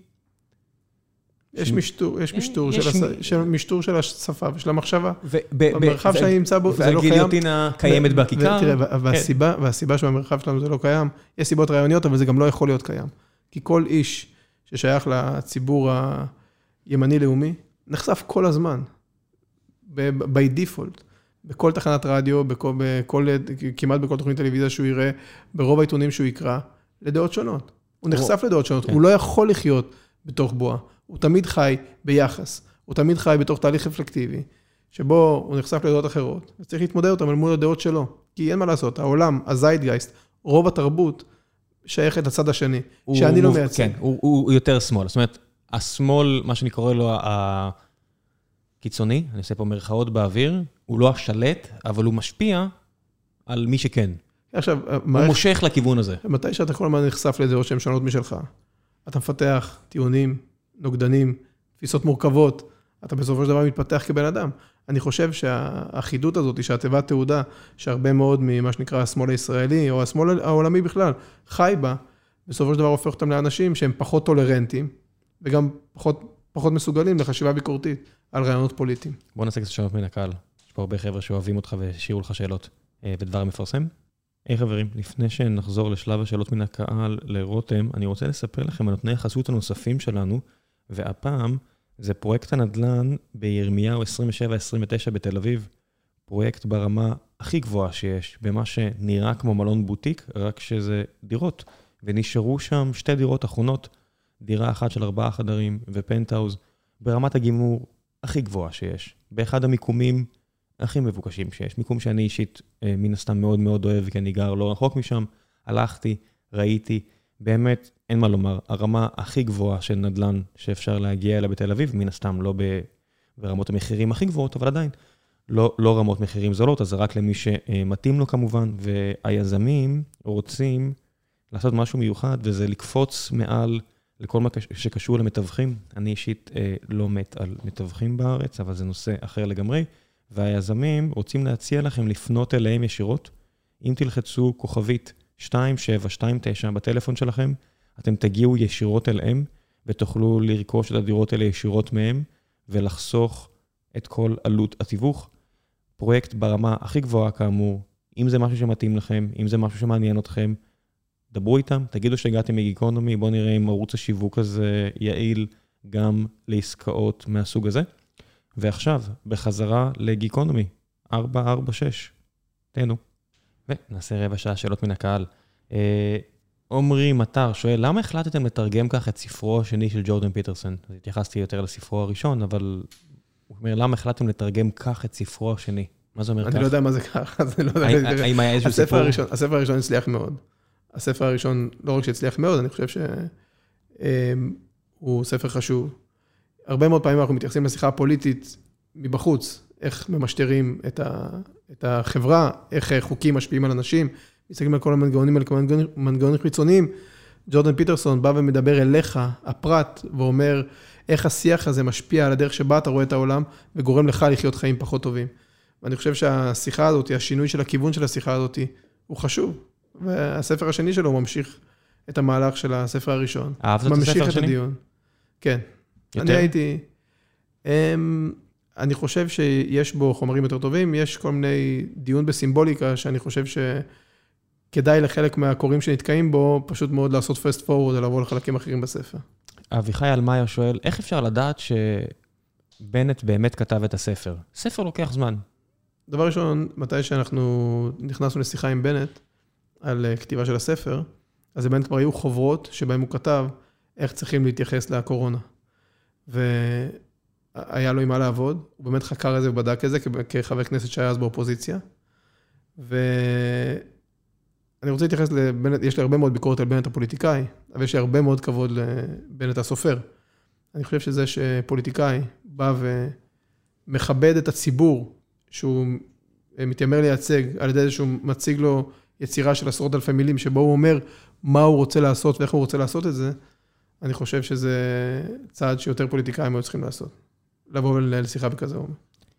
יש משטור, יש משטור של משטור של השפה ושל המחשבה. במרחב שאני נמצא בו, זה לא קיים. והגיליוטינה קיימת בכיכר. תראה, והסיבה, והסיבה שבמרחב שלנו זה לא קיים, יש סיבות רעיוניות, אבל זה גם לא יכול להיות קיים. כי כל איש ששייך לציבור הימני-לאומי, נחשף כל הזמן, by default, בכל תחנת רדיו, בכל, כמעט בכל תוכנית טלוויזיה שהוא יראה, ברוב העיתונים שהוא יקרא, לדעות שונות. הוא נחשף לדעות שונות, הוא לא יכול לחיות בתוך בועה. הוא תמיד חי ביחס, הוא תמיד חי בתוך תהליך רפלקטיבי, שבו הוא נחשף לדעות אחרות, וצריך להתמודד אותם על מול הדעות שלו, כי אין מה לעשות, העולם, הזיידגייסט, רוב התרבות, שייכת לצד השני, שאני לא מייצג. כן, הוא יותר שמאל, זאת אומרת, השמאל, מה שאני קורא לו הקיצוני, אני עושה פה מרכאות באוויר, הוא לא השלט, אבל הוא משפיע על מי שכן. עכשיו, הוא מושך לכיוון הזה. מתי שאתה כל הזמן נחשף לדעות שהן שונות משלך, אתה מפתח טיעונים, נוגדנים, תפיסות מורכבות, אתה בסופו של דבר מתפתח כבן אדם. אני חושב שהאחידות הזאת, שהתיבת תעודה, שהרבה מאוד ממה שנקרא השמאל הישראלי, או השמאל העולמי בכלל, חי בה, בסופו של דבר הופך אותם לאנשים שהם פחות טולרנטיים, וגם פחות, פחות מסוגלים לחשיבה ביקורתית על רעיונות פוליטיים. בוא נעשה קצת שאלות מן הקהל. יש פה הרבה חבר'ה שאוהבים אותך ושירו לך שאלות ודבר מפרסם. היי חברים, לפני שנחזור לשלב השאלות מן הקהל לרותם, אני רוצה לספר לכם על נותני החסות הנוספים שלנו, והפעם זה פרויקט הנדל"ן בירמיהו עשרים ושבע עשרים ותשע בתל אביב, פרויקט ברמה הכי גבוהה שיש, במה שנראה כמו מלון בוטיק, רק שזה דירות, ונשארו שם שתי דירות אחרונות, דירה אחת של ארבעה חדרים ופנטהאוז, ברמת הגימור הכי גבוהה שיש, באחד המיקומים הכי מבוקשים שיש, מיקום שאני אישית מן הסתם מאוד מאוד אוהב, כי אני גר לא רחוק משם, הלכתי, ראיתי, באמת אין מה לומר, הרמה הכי גבוהה של נדל"ן שאפשר להגיע אליה בתל אביב, מן הסתם לא ברמות המחירים הכי גבוהות, אבל עדיין לא, לא רמות מחירים זולות, אז זה רק למי שמתאים לו כמובן, והיזמים רוצים לעשות משהו מיוחד, וזה לקפוץ מעל לכל מה שקשור למתווכים, אני אישית לא מת על מתווכים בארץ, אבל זה נושא אחר לגמרי, והיזמים רוצים להציע לכם לפנות אליהם ישירות. אם תלחצו כוכבית שתיים שבע שתיים תשע בטלפון שלכם, אתם תגיעו ישירות אליהם, ותוכלו לרכוש את הדירות האלה ישירות מהם, ולחסוך את כל עלות התיווך. פרויקט ברמה הכי גבוהה כאמור, אם זה משהו שמתאים לכם, אם זה משהו שמעניין אתכם, דברו איתם, תגידו שהגעתם מגיקונומי, בואו נראה אם ערוץ השיווק הזה יעיל גם לעסקאות מהסוג הזה. ועכשיו, בחזרה לגיקונומי, ארבע ארבע שש, תהנו. ונעשה רבע שעה שאלות מן הקהל. עומרי מטר שואל, למה החלטתם לתרגם כך את ספרו השני של ג'ורדן פיטרסון? אז התייחסתי יותר לספרו הראשון, אבל הוא אומר, למה החלטתם לתרגם כך את ספרו השני? מה זה אומר כך? אני לא יודע מה זה כך, אז אני לא יודע. האם היה איזשהו סיפור? הספר הראשון הצליח מאוד. הספר הראשון, לא רק שהצליח מאוד, אני חושב שהוא ספר חשוב. הרבה מאוד פעמים אנחנו מתייחסים לשיחה הפוליטית מבחוץ, איך ממשטרים את, ה, את החברה, איך חוקים משפיעים על אנשים, מסתכלים על כל המנגנונים, על כל המנגנונים חיצוניים. ג'ורדן פיטרסון בא ומדבר אליך, הפרט, ואומר איך השיח הזה משפיע על הדרך שבה אתה רואה את העולם, וגורם לך לחיות חיים פחות טובים. ואני חושב שהשיחה הזאת, השינוי של הכיוון של השיחה הזאת, הוא חשוב. והספר השני שלו ממשיך את המהלך של הספר הראשון. אהבת את הספר השני? הדיון. כן. יותר? אני הייתי... אני חושב שיש בו חומרים יותר טובים, יש כל מיני דיון בסימבוליקה, שאני חושב שכדאי לחלק מהקוראים שנתקעים בו, פשוט מאוד לעשות fast forward, ולעבור לחלקים אחרים בספר. אביחי אלמאייר שואל, איך אפשר לדעת שבנט באמת כתב את הספר? ספר לוקח זמן. דבר ראשון, מתי שאנחנו נכנסנו לשיחה עם בנט, על כתיבה של הספר, אז באמת כבר היו חוברות שבהם הוא כתב איך צריכים להתייחס לקורונה. והיה לו עם מה לעבוד, הוא באמת חקר את זה ובדק את זה כחבר כנסת שהיה אז באופוזיציה. ואני רוצה להתייחס לבנט, יש לי הרבה מאוד ביקורת על בנט הפוליטיקאי, אבל יש לי הרבה מאוד כבוד לבנט הסופר. אני חושב שזה שפוליטיקאי בא ומכבד את הציבור, שהוא מתיימר לייצג על ידי זה שהוא מציג לו יצירה של עשרות אלפי מילים, שבו הוא אומר מה הוא רוצה לעשות ואיך הוא רוצה לעשות את זה, אני חושב שזה צעד שיותר פוליטיקאים היו צריכים לעשות. לבוא ולנהל שיחה בכזה עומק.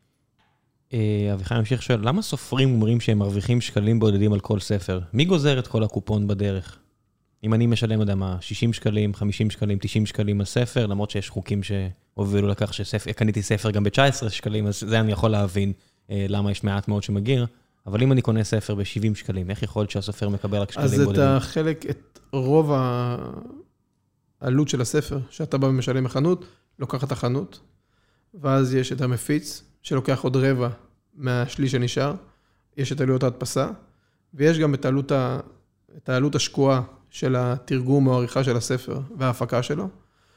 אביחי ממשיך שואל, למה סופרים אומרים שהם מרוויחים שקלים בודדים על כל ספר? מי גוזר את כל הקופון בדרך? אם אני משלם, יודע מה, שישים שקלים, חמישים שקלים, תשעים שקלים על ספר, למרות שיש חוקים שהובילו לכך שקניתי ספר גם ב-תשעה עשר שקלים, אז זה אני יכול להבין למה יש מעט מאוד שמגיר. אבל אם אני קונה ספר ב-שבעים שקלים, איך יכול להיות שהסופר מקבל רק שקלים בודדים? אז את החלק, את רוב העלות של הספר, שאתה בא ומשלם מחנות, לוקח את החנות, ואז יש את המפיץ, שלוקח עוד רבע מהשליש שנשאר, יש את עלויות ההדפסה, ויש גם את העלות, את העלות השקועה של התרגום או העריכה של הספר וההפקה שלו,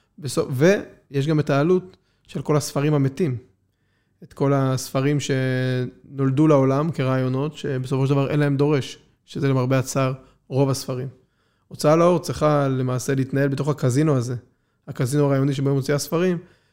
ויש גם את העלות של כל הספרים המתים, את כל הספרים שנולדו לעולם כרעיונות, שבסופו של דבר אין להם דורש, שזה למרבה הצער רוב הספרים. הוצאה לאור צריכה למעשה להתנהל בתוך הקזינו הזה, הקזינו הרעיוני שבו מוציאה ספרים,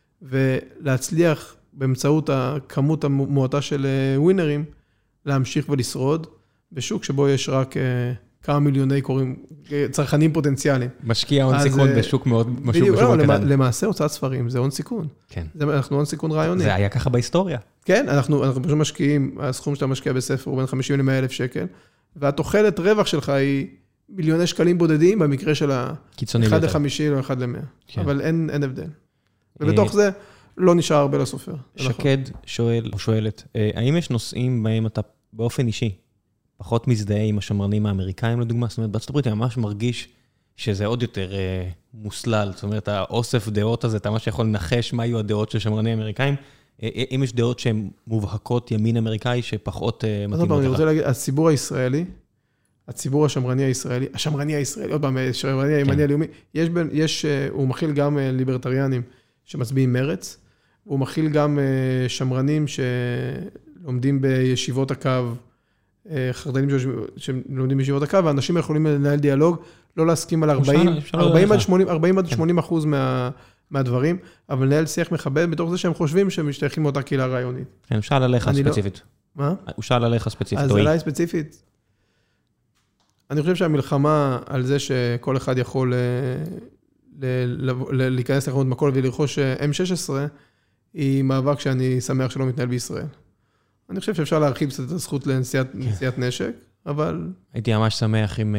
ולהצליח באמצעות הכמות המועטה של ווינרים, להמשיך ולשרוד, בשוק שבו יש רק כמה מיליוני קוראים, צרכנים פוטנציאליים. משקיע הון סיכון בשוק מאוד משוק קטן. למעשה הוצאת ספרים, זה הון סיכון. כן. אנחנו הון סיכון רעיוני. זה היה ככה בהיסטוריה. כן, אנחנו פשוט משקיעים, הסכום שאתה משקיע בספר הוא בין חמישים למאה אלף שקל, והתוחלת רווח שלך היא מיליוני שקלים בודדים, במקרה של ה-אחד לחמישים או אחד למאה. אבל אין הבדל. ובתוך זה לא נשאר הרבה לסופר. שקד שואל, או שואלת, האם יש נושאים בהם אתה באופן אישי פחות מזדהה עם השמרנים האמריקאים, לדוגמה? זאת אומרת, בארצות הברית אני ממש מרגיש שזה עוד יותר אה, מוסלל. זאת אומרת, האוסף דעות הזה, אתה ממש יכול לנחש מה היו הדעות של שמרנים האמריקאים. אה, אם יש דעות שהן מובהקות ימין אמריקאי, שפחות אה, מתאימות לך. אני רוצה להגיד, הציבור הישראלי, הציבור השמרני הישראלי, השמרני הישראלי, עוד פעם, השמרני הימני הלאומי, יש, יש, הוא מכיל גם ליברטריאנים שמצביעים מרץ, הוא מכיל גם שמרנים שלומדים בישיבות הקו, חרדנים שלומדים בישיבות הקו, ואנשים יכולים לנהל דיאלוג, לא להסכים על ארבעים עד שמונים אחוז מהדברים, אבל לנהל שיח מכבד בתוך זה שהם חושבים שהם משתייכים מאותה קהילה רעיונית. כן, הוא שאל עליך ספציפית. מה? הוא שאל עליך ספציפית. אז עליי ספציפית. אני חושב שהמלחמה על זה שכל אחד יכול להיכנס לחנות מקול ולרכוש אם שש עשרה, היא מאבק שאני שמח שלא מתנהל בישראל. אני חושב שאפשר להרחיב קצת את הזכות לנשיאת נשק, אבל... הייתי ממש שמח אם...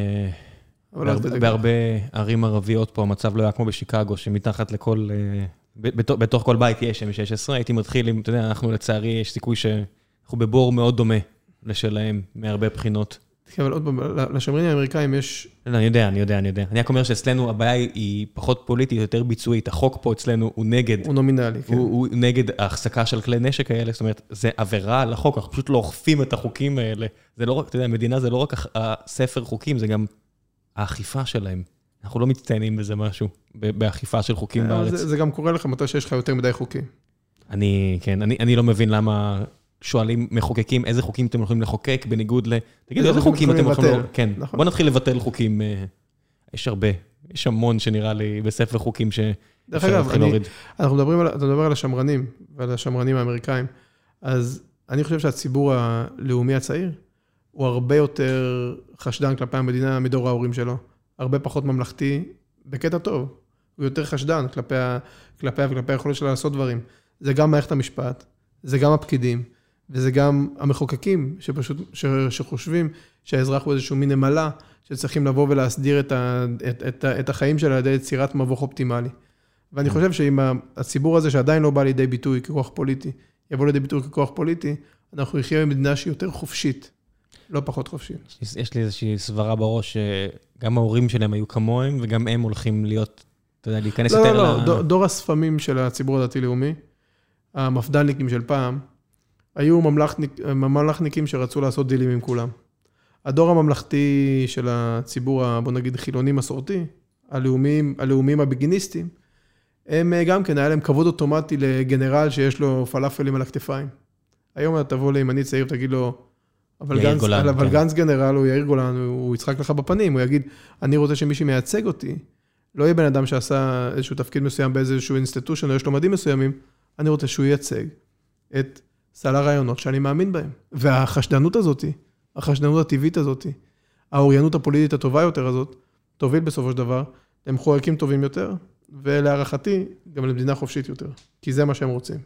בהרבה ערים ערביות פה המצב לא היה כמו בשיקגו, שמתחת לכל... בתוך כל בית יש אם שש עשרה, הייתי מתחיל עם, אתה יודע, אנחנו לצערי, יש סיכוי שאנחנו בבור מאוד דומה לשלהם, מהרבה בחינות. אבל עוד פעם, לשמרנים האמריקאים יש... אני יודע, אני יודע, אני יודע. אני רק אומר שאצלנו הבעיה היא פחות פוליטית, יותר ביצועית. החוק פה אצלנו הוא נגד... הוא נומינלי, כן. הוא נגד ההחזקה של כלי נשק האלה, זאת אומרת, זה עבירה על החוק, אנחנו פשוט לא אוכפים את החוקים האלה. זה לא רק, אתה יודע, המדינה זה לא רק הספר חוקים, זה גם האכיפה שלהם. אנחנו לא מצטיינים בזה משהו, באכיפה של חוקים בארץ. זה גם קורה לך מתי שיש לך יותר מדי חוקים. אני, כן, אני, אני לא מבין למה שואלים מחוקקים, איזה חוקים אתם יכולים לחוקק, בניגוד ל... תגידו, איזה חוקים אתם יכולים... כן, בוא נתחיל לבטל חוקים. יש הרבה, יש המון שנראה לי בספר חוקים ש... דרך אגב, אנחנו מדברים על, אתה מדבר על השמרנים, ועל השמרנים האמריקאים, אז אני חושב שהציבור הלאומי הצעיר, הוא הרבה יותר חשדן כלפי המדינה מדור ההורים שלו. הרבה פחות ממלכתי, בקטע טוב. הוא יותר חשדן כלפי, כלפי וכלפי היכולת שלה לעשות דברים. זה גם מערכת המשפט, זה גם הפקידים, וזה גם המחוקקים שפשוט, ש, שחושבים שהאזרח הוא איזשהו מין נמלה, שצריכים לבוא ולהסדיר את, ה, את, את, את החיים שלה על ידי יצירת מבוך אופטימלי. ואני חושב שאם הציבור הזה שעדיין לא בא לידי ביטוי ככוח פוליטי, יבוא לידי ביטוי ככוח פוליטי, אנחנו נחיה במדינה שהיא יותר חופשית, לא פחות חופשית. יש לי איזושהי סברה בראש שגם ההורים שלהם היו כמוהם, וגם הם הולכים להיות, אתה יודע, להיכנס יותר ל... לא, לא, דור הספמים של הציבור הדתי-לאומי, המפד"לניקים של פעם, היו ממלכניקים שרצו לעשות דילים עם כולם. הדור הממלכתי של הציבור, בוא נגיד, חילוני מסורתי, הלאומיים, הלאומיים הבגיניסטים, הם גם כן, היה להם כבוד אוטומטי לגנרל שיש לו פלאפלים על הכתפיים. היום אתה תבוא לימני צעיר ותגיד לו, אבל גנץ, גולן, אבל כן. גנץ גנרל הוא יאיר גולן, הוא יצחק לך בפנים, הוא יגיד, אני רוצה שמי שמייצג אותי, לא יהיה בן אדם שעשה איזשהו תפקיד מסוים באיזשהו אינסטיטושן, או יש לו מדים מסוימים, אני רוצה שהוא ייצג את סל הרעיונות שאני מאמין בהם. והחשדנות הזאת, החשדנות הטבעית הזאת, האוריינות הפוליטית הטובה יותר הזאת, תוביל בסופו של דבר, הם חורקים טובים יותר, ולהערכתי, גם למדינה חופשית יותר, כי זה מה שהם רוצים.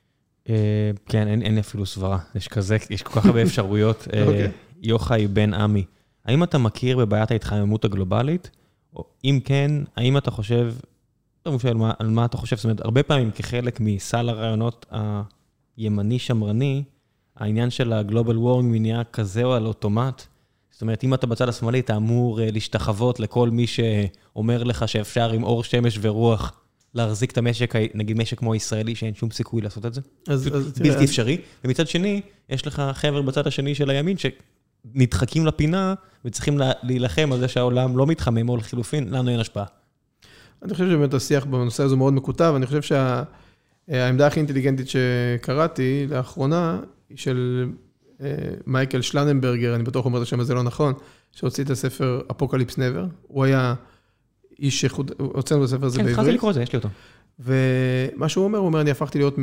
כן, אין אפילו סברה, יש כזה, יש כל כך הרבה אפשרויות. יוחאי בן עמי, האם אתה מכיר בבעיית ההתחממות הגלובלית? או אם כן, האם אתה חושב, אני שואל על מה אתה חושב, זאת אומרת, הרבה פעמים כחלק מסל הרעיונות הימני-שמרני, העניין של הגלובל וורמינג נהיה כזה או על אוטומט, זאת אומרת, אם אתה בצד השמאלי, אתה אמור להשתחוות לכל מי שאומר לך שאפשר עם אור שמש ורוח להחזיק את המשק, נגיד משק כמו ישראלי, שאין שום סיכוי לעשות את זה. אז, אז בלתי אפשרי. ומצד שני, יש לך חבר בצד השני של הימין, שנדחקים לפינה, וצריכים להילחם על זה שהעולם לא מתחמם, או לחילופין, לנו אין השפעה. אני חושב שבאמת השיח בנושא הזה מאוד מקוטב, אני חושב שהעמדה הכי אינטליגנטית שקראתי לאחרונה, היא של מייקל שלננברגר, אני בטוח אומר את השם הזה לא נכון, שהוציא את הספר אפוקליפס נבר, הוא היה איש שחוד, הוצאנו את הספר הזה בעברית. כן, התחלתי לקרוא את זה, יש לי אותו. ומה שהוא אומר, הוא אומר, אני הפכתי להיות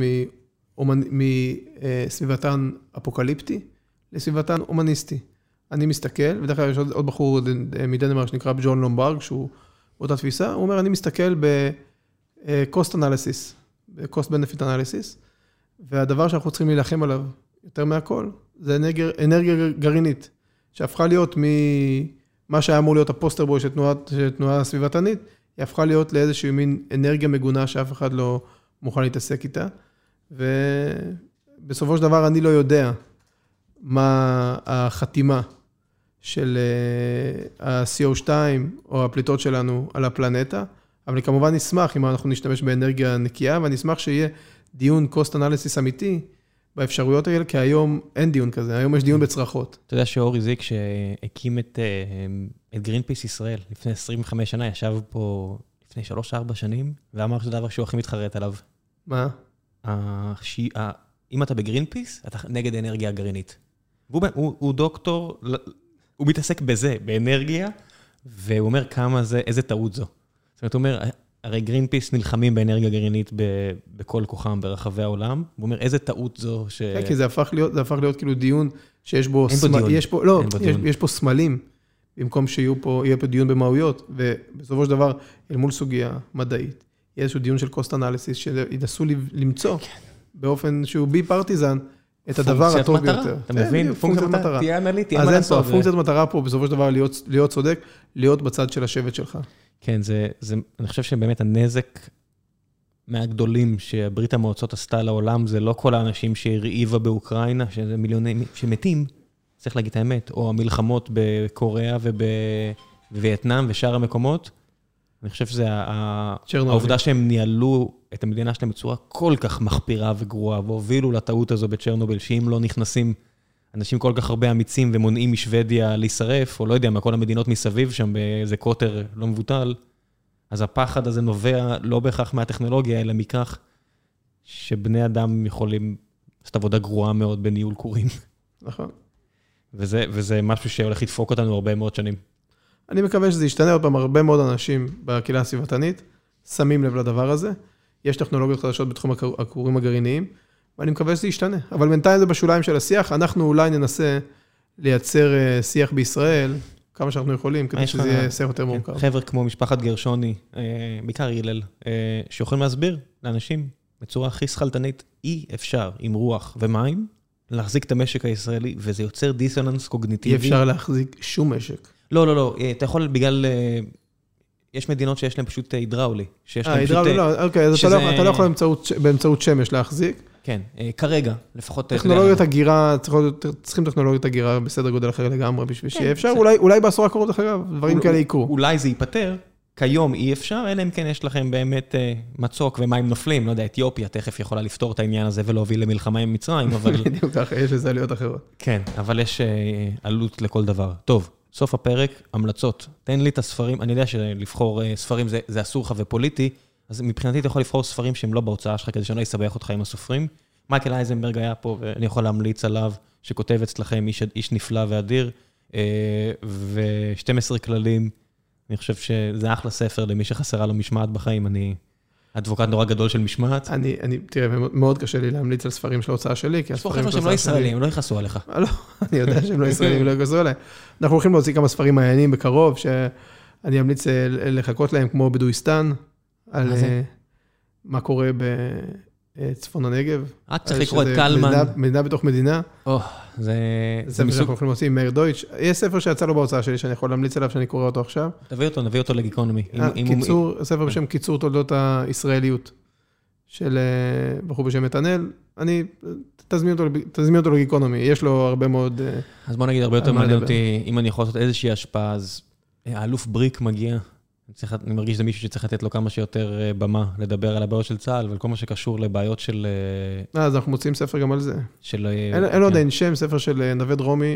מסביבתן אפוקליפטי, לסביבתן אומניסטי. אני מסתכל, ודרך כלל יש עוד בחור מדנמרק שנקרא ג'ון לומברג, שהוא באותה תפיסה, הוא אומר, אני מסתכל ב-cost analysis, ב-cost benefit analysis, והדבר שאנחנו צריכים להילחם עליו, יותר מהכל, זה אנרגיה, אנרגיה גרעינית, שהפכה להיות ממה שהיה אמור להיות הפוסטר בוי של תנועה סביבתנית, היא הפכה להיות לאיזושהי מין אנרגיה מגונה שאף אחד לא מוכן להתעסק איתה, ובסופו של דבר אני לא יודע מה החתימה של ה-סי או שתיים או הפליטות שלנו על הפלנטה, אבל אני כמובן אשמח אם אנחנו נשתמש באנרגיה נקייה, ואני אשמח שיהיה דיון cost analysis אמיתי, באפשרויות האלה, כי היום אין דיון כזה, היום יש דיון בצרחות. אתה יודע שאורי זיק, שהקים את, את גרינפיס ישראל לפני עשרים וחמש שנה, ישב פה לפני שלוש ארבע שנים, ואמר שזה דבר שהוא הכי מתחרט עליו. מה? השי, אם אתה בגרינפיס, אתה נגד אנרגיה גרעינית. והוא הוא, הוא דוקטור, הוא מתעסק בזה, באנרגיה, והוא אומר כמה זה, איזה טעות זו. זאת אומרת, הוא אומר, הרי גרינפיס נלחמים באנרגיה גרעינית בכל כוחם ברחבי העולם. הוא אומר, איזה טעות זו ש... כן, כי זה הפך להיות, זה הפך להיות כאילו דיון שיש בו... אין בו דיון. יש פה, לא, יש, יש פה סמלים במקום שיהיה פה, פה דיון במהויות, ובסופו של דבר, אל מול סוגיה מדעית, יהיה איזשהו דיון של קוסט אנליסיס, שינסו למצוא באופן שהוא בי פרטיזן, את הדבר הטוב ביותר. אתה מבין? פונקציית מטרה. תהיה אנליטי, אין מה לעשות. אז הפונקציית מטרה פה, בסופו של דבר, להיות צודק, להיות בצד של השבט שלך. כן, אני חושב שבאמת הנזק מהגדולים שברית המועצות עשתה לעולם, זה לא כל האנשים שהרעיבה באוקראינה, שזה מיליונים שמתים, צריך להגיד את האמת, או המלחמות בקוריאה ובווייטנאם ושאר המקומות. אני חושב שזה העובדה שהם ניהלו את המדינה שלהם בצורה כל כך מחפירה וגרועה, והובילו לטעות הזו בצ'רנוביל, שאם לא נכנסים אנשים כל כך הרבה אמיצים ומונעים משוודיה להישרף, או לא יודע, מכל המדינות מסביב שם באיזה קוטר לא מבוטל, אז הפחד הזה נובע לא בהכרח מהטכנולוגיה, אלא מכך שבני אדם יכולים לעשות עבודה גרועה מאוד בניהול קורים. נכון. וזה, וזה משהו שהולך לדפוק אותנו הרבה מאוד שנים. אני מקווה שזה ישתנה עוד פעם, הרבה מאוד אנשים בקהילה הסביבתנית, שמים לב לדבר הזה. יש טכנולוגיות חדשות בתחום הכורים הגרעיניים, ואני מקווה שזה ישתנה. אבל בינתיים זה בשוליים של השיח, אנחנו אולי ננסה לייצר שיח בישראל, כמה שאנחנו יכולים, כדי שזה יהיה שיח יותר מורכב. חבר'ה כמו משפחת גרשוני, בעיקר הלל, שיכולים להסביר לאנשים בצורה הכי שכלתנית, אי אפשר עם רוח ומים, להחזיק את המשק הישראלי, וזה יוצר דיסוננס קוגניטיבי. אי אפשר להחזיק שום משק. לא, לא, לא, אתה יכול בגלל, יש מדינות שיש להם פשוט הידראולי, שיש להם פשוט... הידראולי, לא, אוקיי, אז אתה לא יכול באמצעות שמש להחזיק. כן, כרגע, לפחות... טכנולוגיות הגירה, צריכים טכנולוגיות הגירה בסדר גודל אחר לגמרי, בשביל שיהיה אפשר, אולי בעשור הקרוב אחריו, דברים כאלה יקרו. אולי זה ייפטר, כיום אי אפשר, אלא אם כן יש לכם באמת מצוק ומים נופלים, לא יודע, אתיופיה תכף יכולה לפתור את העניין הזה ולהוביל למלחמה עם מצרים, אבל... בדיוק ככה, יש לזה עלויות אחרות. כן, אבל יש עלות לכל דבר. טוב, סוף הפרק, המלצות. תן לי את הספרים, אני יודע שלבחור ספרים זה, זה אסור לך ופוליטי, אז מבחינתי אתה יכול לבחור ספרים שהם לא בהוצאה שלך, כדי שאני לא אסבך אותך עם הסופרים. מייקל אייזנברג היה פה, ואני יכול להמליץ עליו, שכותב אצלכם איש, איש נפלא ואדיר, ו-שנים עשר כללים, אני חושב שזה אחלה ספר למי שחסרה לו משמעת בחיים, אני אדבוקט נורא גדול של משמעת. אני, אני, תראה, מאוד קשה לי להמליץ על ספרים של ההוצאה שלי, כי הספרים של ההוצאה שלי... שהם לא ישראלים, הם לא יכעסו עליך. לא, אני יודע שהם לא ישראלים, לא יכעסו עליהם. אנחנו הולכים להוציא כמה ספרים מעניינים בקרוב, שאני אמליץ לחכות להם, כמו בדואיסטן, על מה קורה בצפון הנגב. רק צריך לקרוא את קלמן. מדינה בתוך מדינה. זה... זה מה שאנחנו הולכים להוציא, מאיר דויטש. יש ספר שיצא לו בהוצאה שלי, שאני יכול להמליץ עליו, שאני קורא אותו עכשיו. תביא אותו, נביא אותו לגיקונומי. קיצור, ספר בשם קיצור תולדות הישראליות, של בחור בשם מתנאל. אני, תזמין אותו לגיקונומי, יש לו הרבה מאוד... אז בוא נגיד, הרבה יותר מעניין אותי, אם אני יכול לעשות איזושהי השפעה, אז האלוף בריק מגיע, אני מרגיש שזה מישהו שצריך לתת לו כמה שיותר במה, לדבר על הבעיות של צה"ל, ועל כל מה שקשור לבעיות של... אז אנחנו מוצאים ספר גם על זה. אין לו עדיין שם, ספר של נווה דרומי,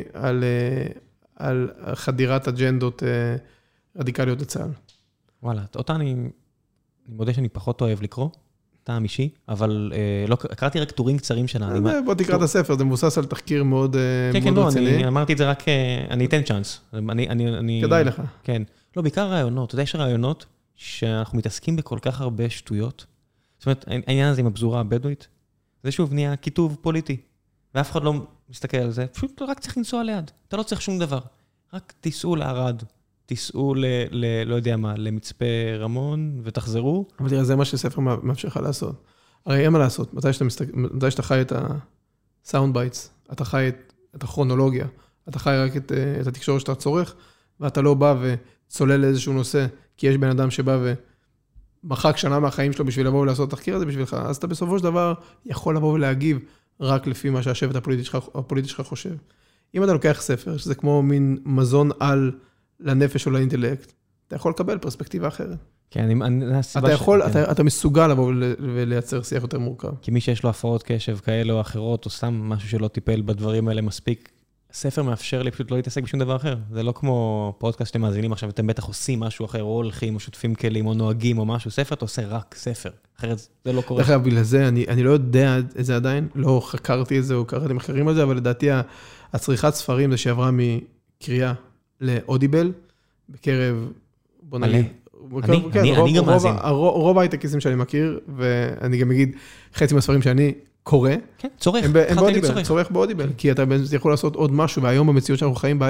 על חדירת אג'נדות רדיקליות לצה"ל. וואלה, אותה אני מודה שאני פחות אוהב לקרוא, טעם אישי, אבל קראתי רק טורים קצרים שלה. בוא תקרא את הספר, זה מבוסס על תחקיר מאוד רציני. כן, כן, לא, אני אמרתי את זה רק, אני אתן צ'אנס. כדאי לך. כן. לא, בעיקר רעיונות. אתה יודע, יש רעיונות שאנחנו מתעסקים בכל כך הרבה שטויות. זאת אומרת, העניין הזה עם הפזורה הבדואית, זה שוב נהיה כיתוב פוליטי, ואף אחד לא מסתכל על זה, פשוט רק צריך לנסוע ליד. אתה לא צריך שום דבר. רק תיסעו לערד, תיסעו ל... לא יודע מה, למצפה רמון, ותחזרו. אבל תראה, זה מה שספר מאפשר לך לעשות. הרי אין מה לעשות. מתי שאתה, מסתכל, מתי שאתה חי את הסאונד בייטס, אתה חי את, את הכרונולוגיה, אתה חי רק את, את התקשורת שאתה צורך, ואתה לא בא וצולל לאיזשהו נושא, כי יש בן אדם שבא ומחק שנה מהחיים שלו בשביל לבוא ולעשות תחקיר הזה בשבילך, אז אתה בסופו של דבר יכול לבוא ולהגיב רק לפי מה שהשבט הפוליטי שלך, הפוליטי שלך חושב. אם אתה לוקח ספר, שזה כמו מין מזון על לנפש או לאינטלקט, אתה יכול לקבל פרספקטיבה אחרת. כן, אני... אתה יכול, אתה, אתה מסוגל לבוא ולייצר שיח יותר מורכב. כי מי שיש לו הפרעות קשב כאלה או אחרות, או סתם משהו שלא טיפל בדברים האלה מספיק, הספר מאפשר לי פשוט לא להתעסק בשום דבר אחר. זה לא כמו פודקאסט שאתם מאזינים עכשיו, אתם בטח עושים משהו אחר, או הולכים, או שותפים כלים, או נוהגים, או משהו. ספר, אתה עושה רק ספר. אחרת זה לא קורה. דרך אגב, בגלל זה, אני, אני לא יודע את זה עדיין, לא חקרתי את זה, או קראתי מחקרים על זה, אבל לדעתי, הצריכת ספרים זה שעברה מקריאה לאודיבל, בקרב, בוא נגיד, אני גם מאזין. רוב ההייטקיסטים שאני מכיר, ואני גם אגיד, חצי מהספרים שאני קורא, כן, צורך. הם באודיבל, צורך באודיבל, כי אתה יכול לעשות עוד משהו, והיום במציאות שאנחנו חיים בהיום,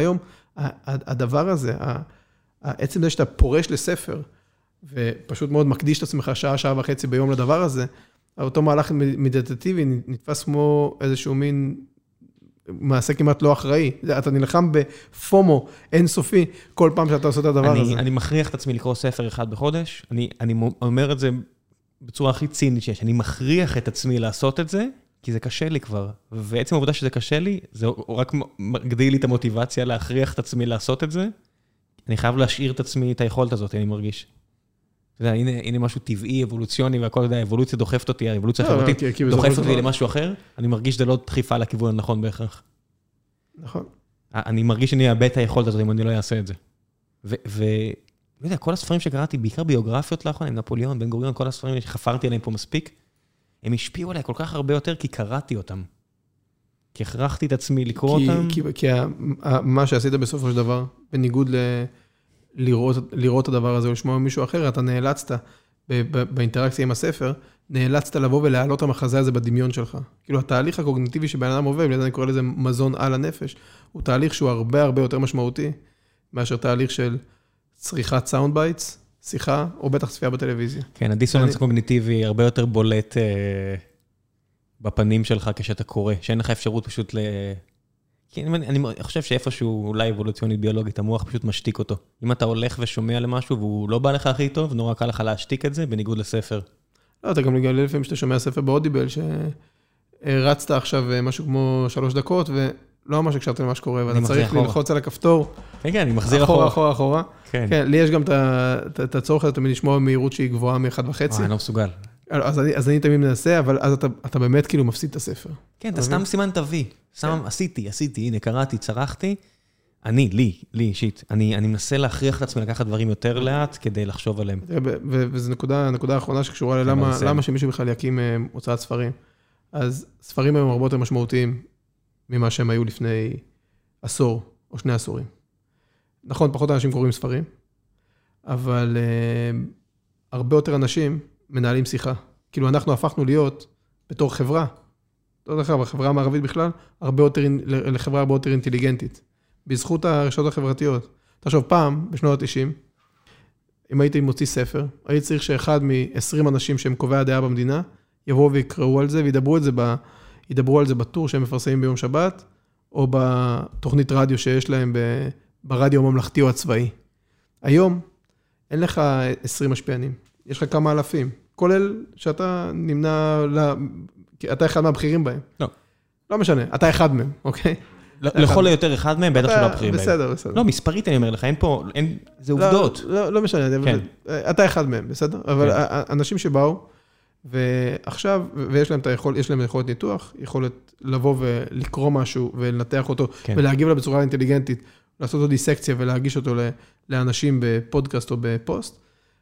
הדבר הזה, עצם זה שאתה פורש לספר, ופשוט מאוד מקדיש את עצמך שעה, שעה וחצי ביום לדבר הזה, אותו מהלך מדיטטיבי נתפס כמו איזשהו מין מעשה כמעט לא אחראי. אתה נלחם בפומו אינסופי כל פעם שאתה עושה את הדבר אני, הזה. אני מכריח את עצמי לקרוא ספר אחד בחודש, אני, אני אומר את זה בצורה הכי צינית שיש, אני מכריח את עצמי לעשות את זה, כי זה קשה לי כבר, ועצם העובדה שזה קשה לי, זה רק מגדיל לי את המוטיבציה להכריח את עצמי לעשות את זה, אני חייב להשאיר את עצמי את היכולת הזאת, אני מרגיש. אתה יודע, הנה, הנה משהו טבעי, אבולוציוני, והכל, יודע, האבולוציה דוחפת אותי, האבולוציה החברתית דוחפת אותי למשהו אחר, אני מרגיש שזה לא דחיפה לכיוון הנכון בהכרח. נכון. אני מרגיש שאני אאבד את היכולת הזאת, אם אני לא אעשה את זה. ו... לא יודע, כל הספרים שקראתי, בעיקר ביוגרפיות לאחרונה, עם נפוליאון, בן גוריון, כל הספרים שחפרתי עליהם פה מספיק, הם השפיעו עליי כל כך הרבה יותר, כי קראתי אותם. כי הכרחתי את עצמי לקרוא כי, אותם. כי, כי מה שעשית בסופו של דבר, בניגוד ל... לראות, לראות את הדבר הזה, או לשמוע מישהו אחר, אתה נאלצת, באינטראקציה עם הספר, נאלצת לבוא ולהעלות את המחזה הזה בדמיון שלך. כאילו, התהליך הקוגניטיבי שבן אדם עובר, אני קורא לזה מזון על הנפש, הוא תהליך שהוא הרבה הרבה יותר משמעותי, מאשר תהליך של צריכת סאונד בייטס, שיחה, או בטח צפייה בטלוויזיה. כן, הדיסוננס הקוגניטיבי הרבה יותר בולט אה, בפנים שלך כשאתה קורא, שאין לך אפשרות פשוט ל... כי אני, אני חושב שאיפשהו אולי אבולוציונית ביולוגית, המוח פשוט משתיק אותו. אם אתה הולך ושומע למשהו והוא לא בא לך הכי טוב, נורא קל לך להשתיק את זה, בניגוד לספר. לא, אתה גם לגלל לפעמים שאתה שומע ספר באודיבל, שרצת עכשיו משהו כמו שלוש דקות, ולא ממש הקשבת למה שקורה, ואתה צריך ללחוץ על הכפתור. כן, כן, אני מחזיר אחורה, אחורה, אחורה. כן. כן, לי יש גם את הצורך הזה תמיד לשמוע מהירות שהיא גבוהה מאחד וחצי. אני לא מסוגל. אז אני, אז אני תמיד מנסה, אבל אז אתה, אתה באמת כאילו מפסיד את הספר. כן, אתה סתם סימן תביא. סתם עשיתי, עשיתי, הנה, קראתי, צרחתי. אני, לי, לי אישית, אני, אני מנסה להכריח את עצמי לקחת דברים יותר לאט כדי לחשוב עליהם. וזו נקודה, הנקודה האחרונה שקשורה ללמה, למה שמישהו בכלל יקים הוצאת ספרים. אז ספרים הם הרבה יותר משמעותיים ממה שהם היו לפני עשור או שני עשורים. נכון, פחות אנשים קוראים ספרים, אבל uh, הרבה יותר אנשים מנהלים שיחה. כאילו אנחנו הפכנו להיות בתור חברה, לא יודע, בחברה המערבית בכלל, הרבה יותר, לחברה הרבה יותר אינטליגנטית, בזכות הרשתות החברתיות. תחשוב, פעם, בשנות ה-תשעים, אם הייתי מוציא ספר, הייתי צריך שאחד מ-עשרים אנשים שהם קובעי הדעה במדינה, יבואו ויקראו על זה, וידברו על זה, ב, ידברו על זה בטור שהם מפרסמים ביום שבת, או בתוכנית רדיו שיש להם ב, ברדיו הממלכתי או הצבאי. היום, אין לך עשרים משפיענים, יש לך כמה אלפים, כולל שאתה נמנע, לה, אתה אחד מהבחירים בהם. לא. לא משנה, אתה אחד מהם, אוקיי? לכל היותר אחד מהם, בטח שלא הבחירים בהם. בסדר, בסדר. לא, מספרית אני אומר לך, אין פה, זה עובדות. לא משנה, אתה אחד מהם, בסדר? אבל אנשים שבאו, ועכשיו, ויש להם את היכולת, יש להם יכולת ניתוח, יכולת לבוא ולקרוא משהו, ולנתח אותו, ולהגיב לה בצורה אינטליגנטית, לעשות לו דיסקציה, ולהגיש אותו לאנשים בפודקאסט או בפוסט,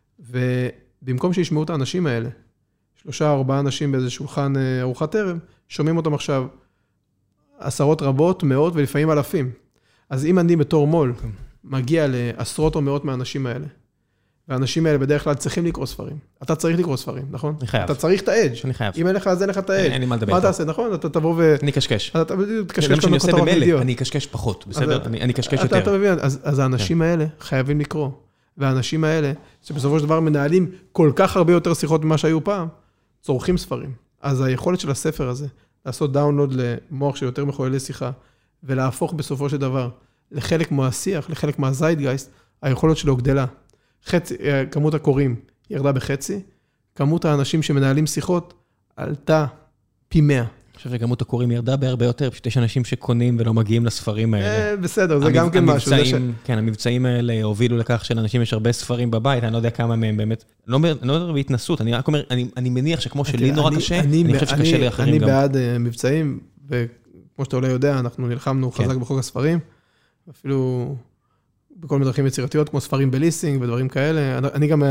ובמקום שישמעו את האנשים האלה, שלושה או ארבעה אנשים באיזה שולחן ארוחת ערב, שומעים אותם עכשיו עשרות רבות, מאות ולפעמים אלפים. אז אם אני בתור מול מגיע לעשרות או מאות מהאנשים האלה, והאנשים האלה בדרך כלל צריכים לקרוא ספרים. אתה צריך לקרוא ספרים, נכון? אני חייב. אתה צריך את האדג'. אני חייב. אם אין לך, אז אין לך את האדג'. אין לי מה לדבר. מה תעשה, נכון? אתה תבוא ו... אני אקשקש. אתה תקשקש לנו כותרות וידאו. אני אקשקש פחות, בסדר? אני אקשקש יותר. אתה מבין, אז האנשים האלה חייבים לקרוא. והאנשים האלה, שבסופו של דבר מנהלים כל כך הרבה יותר שיחות ממה שהיו פעם, צורכים ספרים. אז היכולת של הספר הזה, לעשות דאונלוד למוח של יותר מחוללי שיחה, ולהפוך בסופו של דבר לחלק מהשיח, לחלק מהזיידגייסט, היכולת שלו גדלה. חצי, כמות הקוראים ירדה בחצי, כמות האנשים שמנהלים שיחות עלתה פי מאה. אני חושב שכמות הקוראים ירדה בהרבה יותר, פשוט יש אנשים שקונים ולא מגיעים לספרים האלה. בסדר, זה גם כן משהו. כן, המבצעים האלה הובילו לכך שלאנשים יש הרבה ספרים בבית, אני לא יודע כמה מהם באמת, לא אומר בהתנסות, אני רק אומר, אני מניח שכמו שלי נורא קשה, אני חושב שקשה לאחרים גם. אני בעד מבצעים, וכמו שאתה אולי יודע, אנחנו נלחמנו חזק בחוק הספרים, אפילו בכל מיני דרכים יצירתיות, כמו ספרים בליסינג ודברים כאלה. אני גם,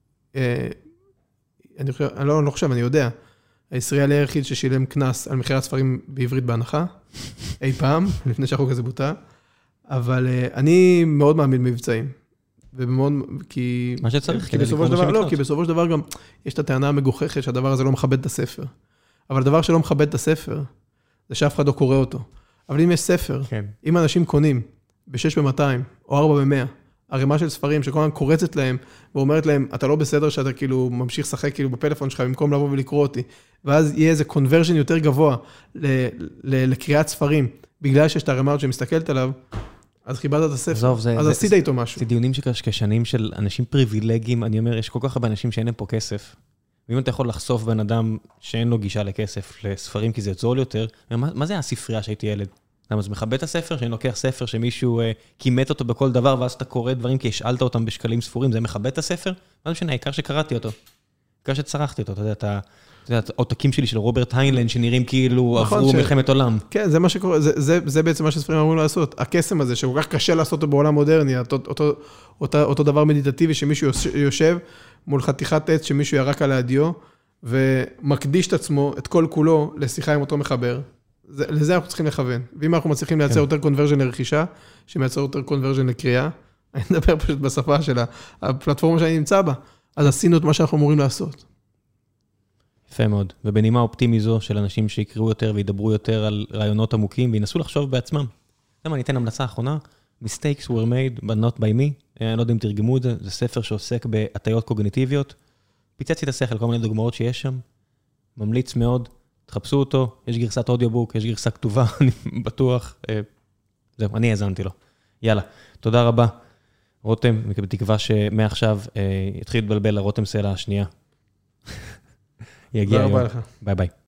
אני חושב, אני לא חושב, אני יודע, הישראלי היחיד ששילם כנס על מחירת ספרים בעברית בהנחה, אי פעם, לפני שהחוק הזה בוטה, אבל אני מאוד מאמין במבצעים, ובמאוד, כי... מה שצריך, כי בסופו של דבר, לא, כי בסופו של דבר גם, יש את הטענה המגוחכת שהדבר הזה לא מכבד את הספר, אבל הדבר שלא מכבד את הספר, זה שאף אחד לא קורא אותו. אבל אם יש ספר, אם אנשים קונים, ב-שש ב-מאתיים, או ארבע ב-מאה. הרמה של ספרים שכל הזמן קורצת להם, ואומרת להם, אתה לא בסדר שאתה כאילו ממשיך לשחק כאילו בפלאפון שלך, במקום לבוא ולקרוא אותי. ואז יהיה איזה קונברז'ן יותר גבוה לקריאת ספרים, בגלל שיש את הרמה שמסתכלת עליו, אז חיברת את הספר, אז עשית איתו משהו. זה דיונים שקשקשנים של אנשים פריבילגיים, אני אומר, יש כל כך הרבה אנשים שאין להם פה כסף, ואם אתה יכול לחשוף בן אדם שאין לו גישה לכסף, לספרים, כי זה זול יותר, מה, מה זה הספרייה שהייתי ילד? למה זה מכבד את הספר, שאני לוקח ספר שמישהו אה, כימת אותו בכל דבר, ואז אתה קורא דברים כי השאלת אותם בשקלים ספורים, זה מכבד את הספר? מה זה משנה, העיקר שקראתי אותו. העיקר שצרחתי אותו, אתה יודע, אתה... העותקים שלי של רוברט היינלנד, שנראים כאילו עברו מלחמת עולם. כן, זה מה שקורה, זה בעצם מה שספרים אמורים לעשות. הקסם הזה, שכל כך קשה לעשות אותו בעולם מודרני, אותו דבר מדיטטיבי, שמישהו יושב מול חתיכת עץ, שמישהו ירק על הדיו, ומקדיש את עצמו, את כל כולו, לשיחה עם אותו מחבר. לזה אנחנו צריכים לכוון. ואם אנחנו מצליחים לייצר יותר קונברז'ן לרכישה, שמייצר יותר קונברז'ן לקריאה, אני מדבר פשוט בשפה של הפלטפורמה שאני נמצא בה, אז עשינו את מה שאנחנו אמורים לעשות. יפה מאוד, ובנימה אופטימי זו של אנשים שיקראו יותר וידברו יותר על רעיונות עמוקים, וינסו לחשוב בעצמם. למה אני אתן המלצה האחרונה? Mistakes were made, but not by me. אני לא יודע אם תרגמו את זה, זה ספר שעוסק בהטיות קוגניטיביות. פיצצתי את השכל, כל מיני דוגמאות שיש שם. ממליץ מאוד, תחפשו אותו, יש גרסת אודיובוק, יש גרסה כתובה, אני בטוח. זהו, אני האזנתי לו. יאללה, תודה רבה. רותם, בתקווה שמעכשיו יתחיל להתבלבל לרותם סלע השנייה. יגיע היום. ביי ביי.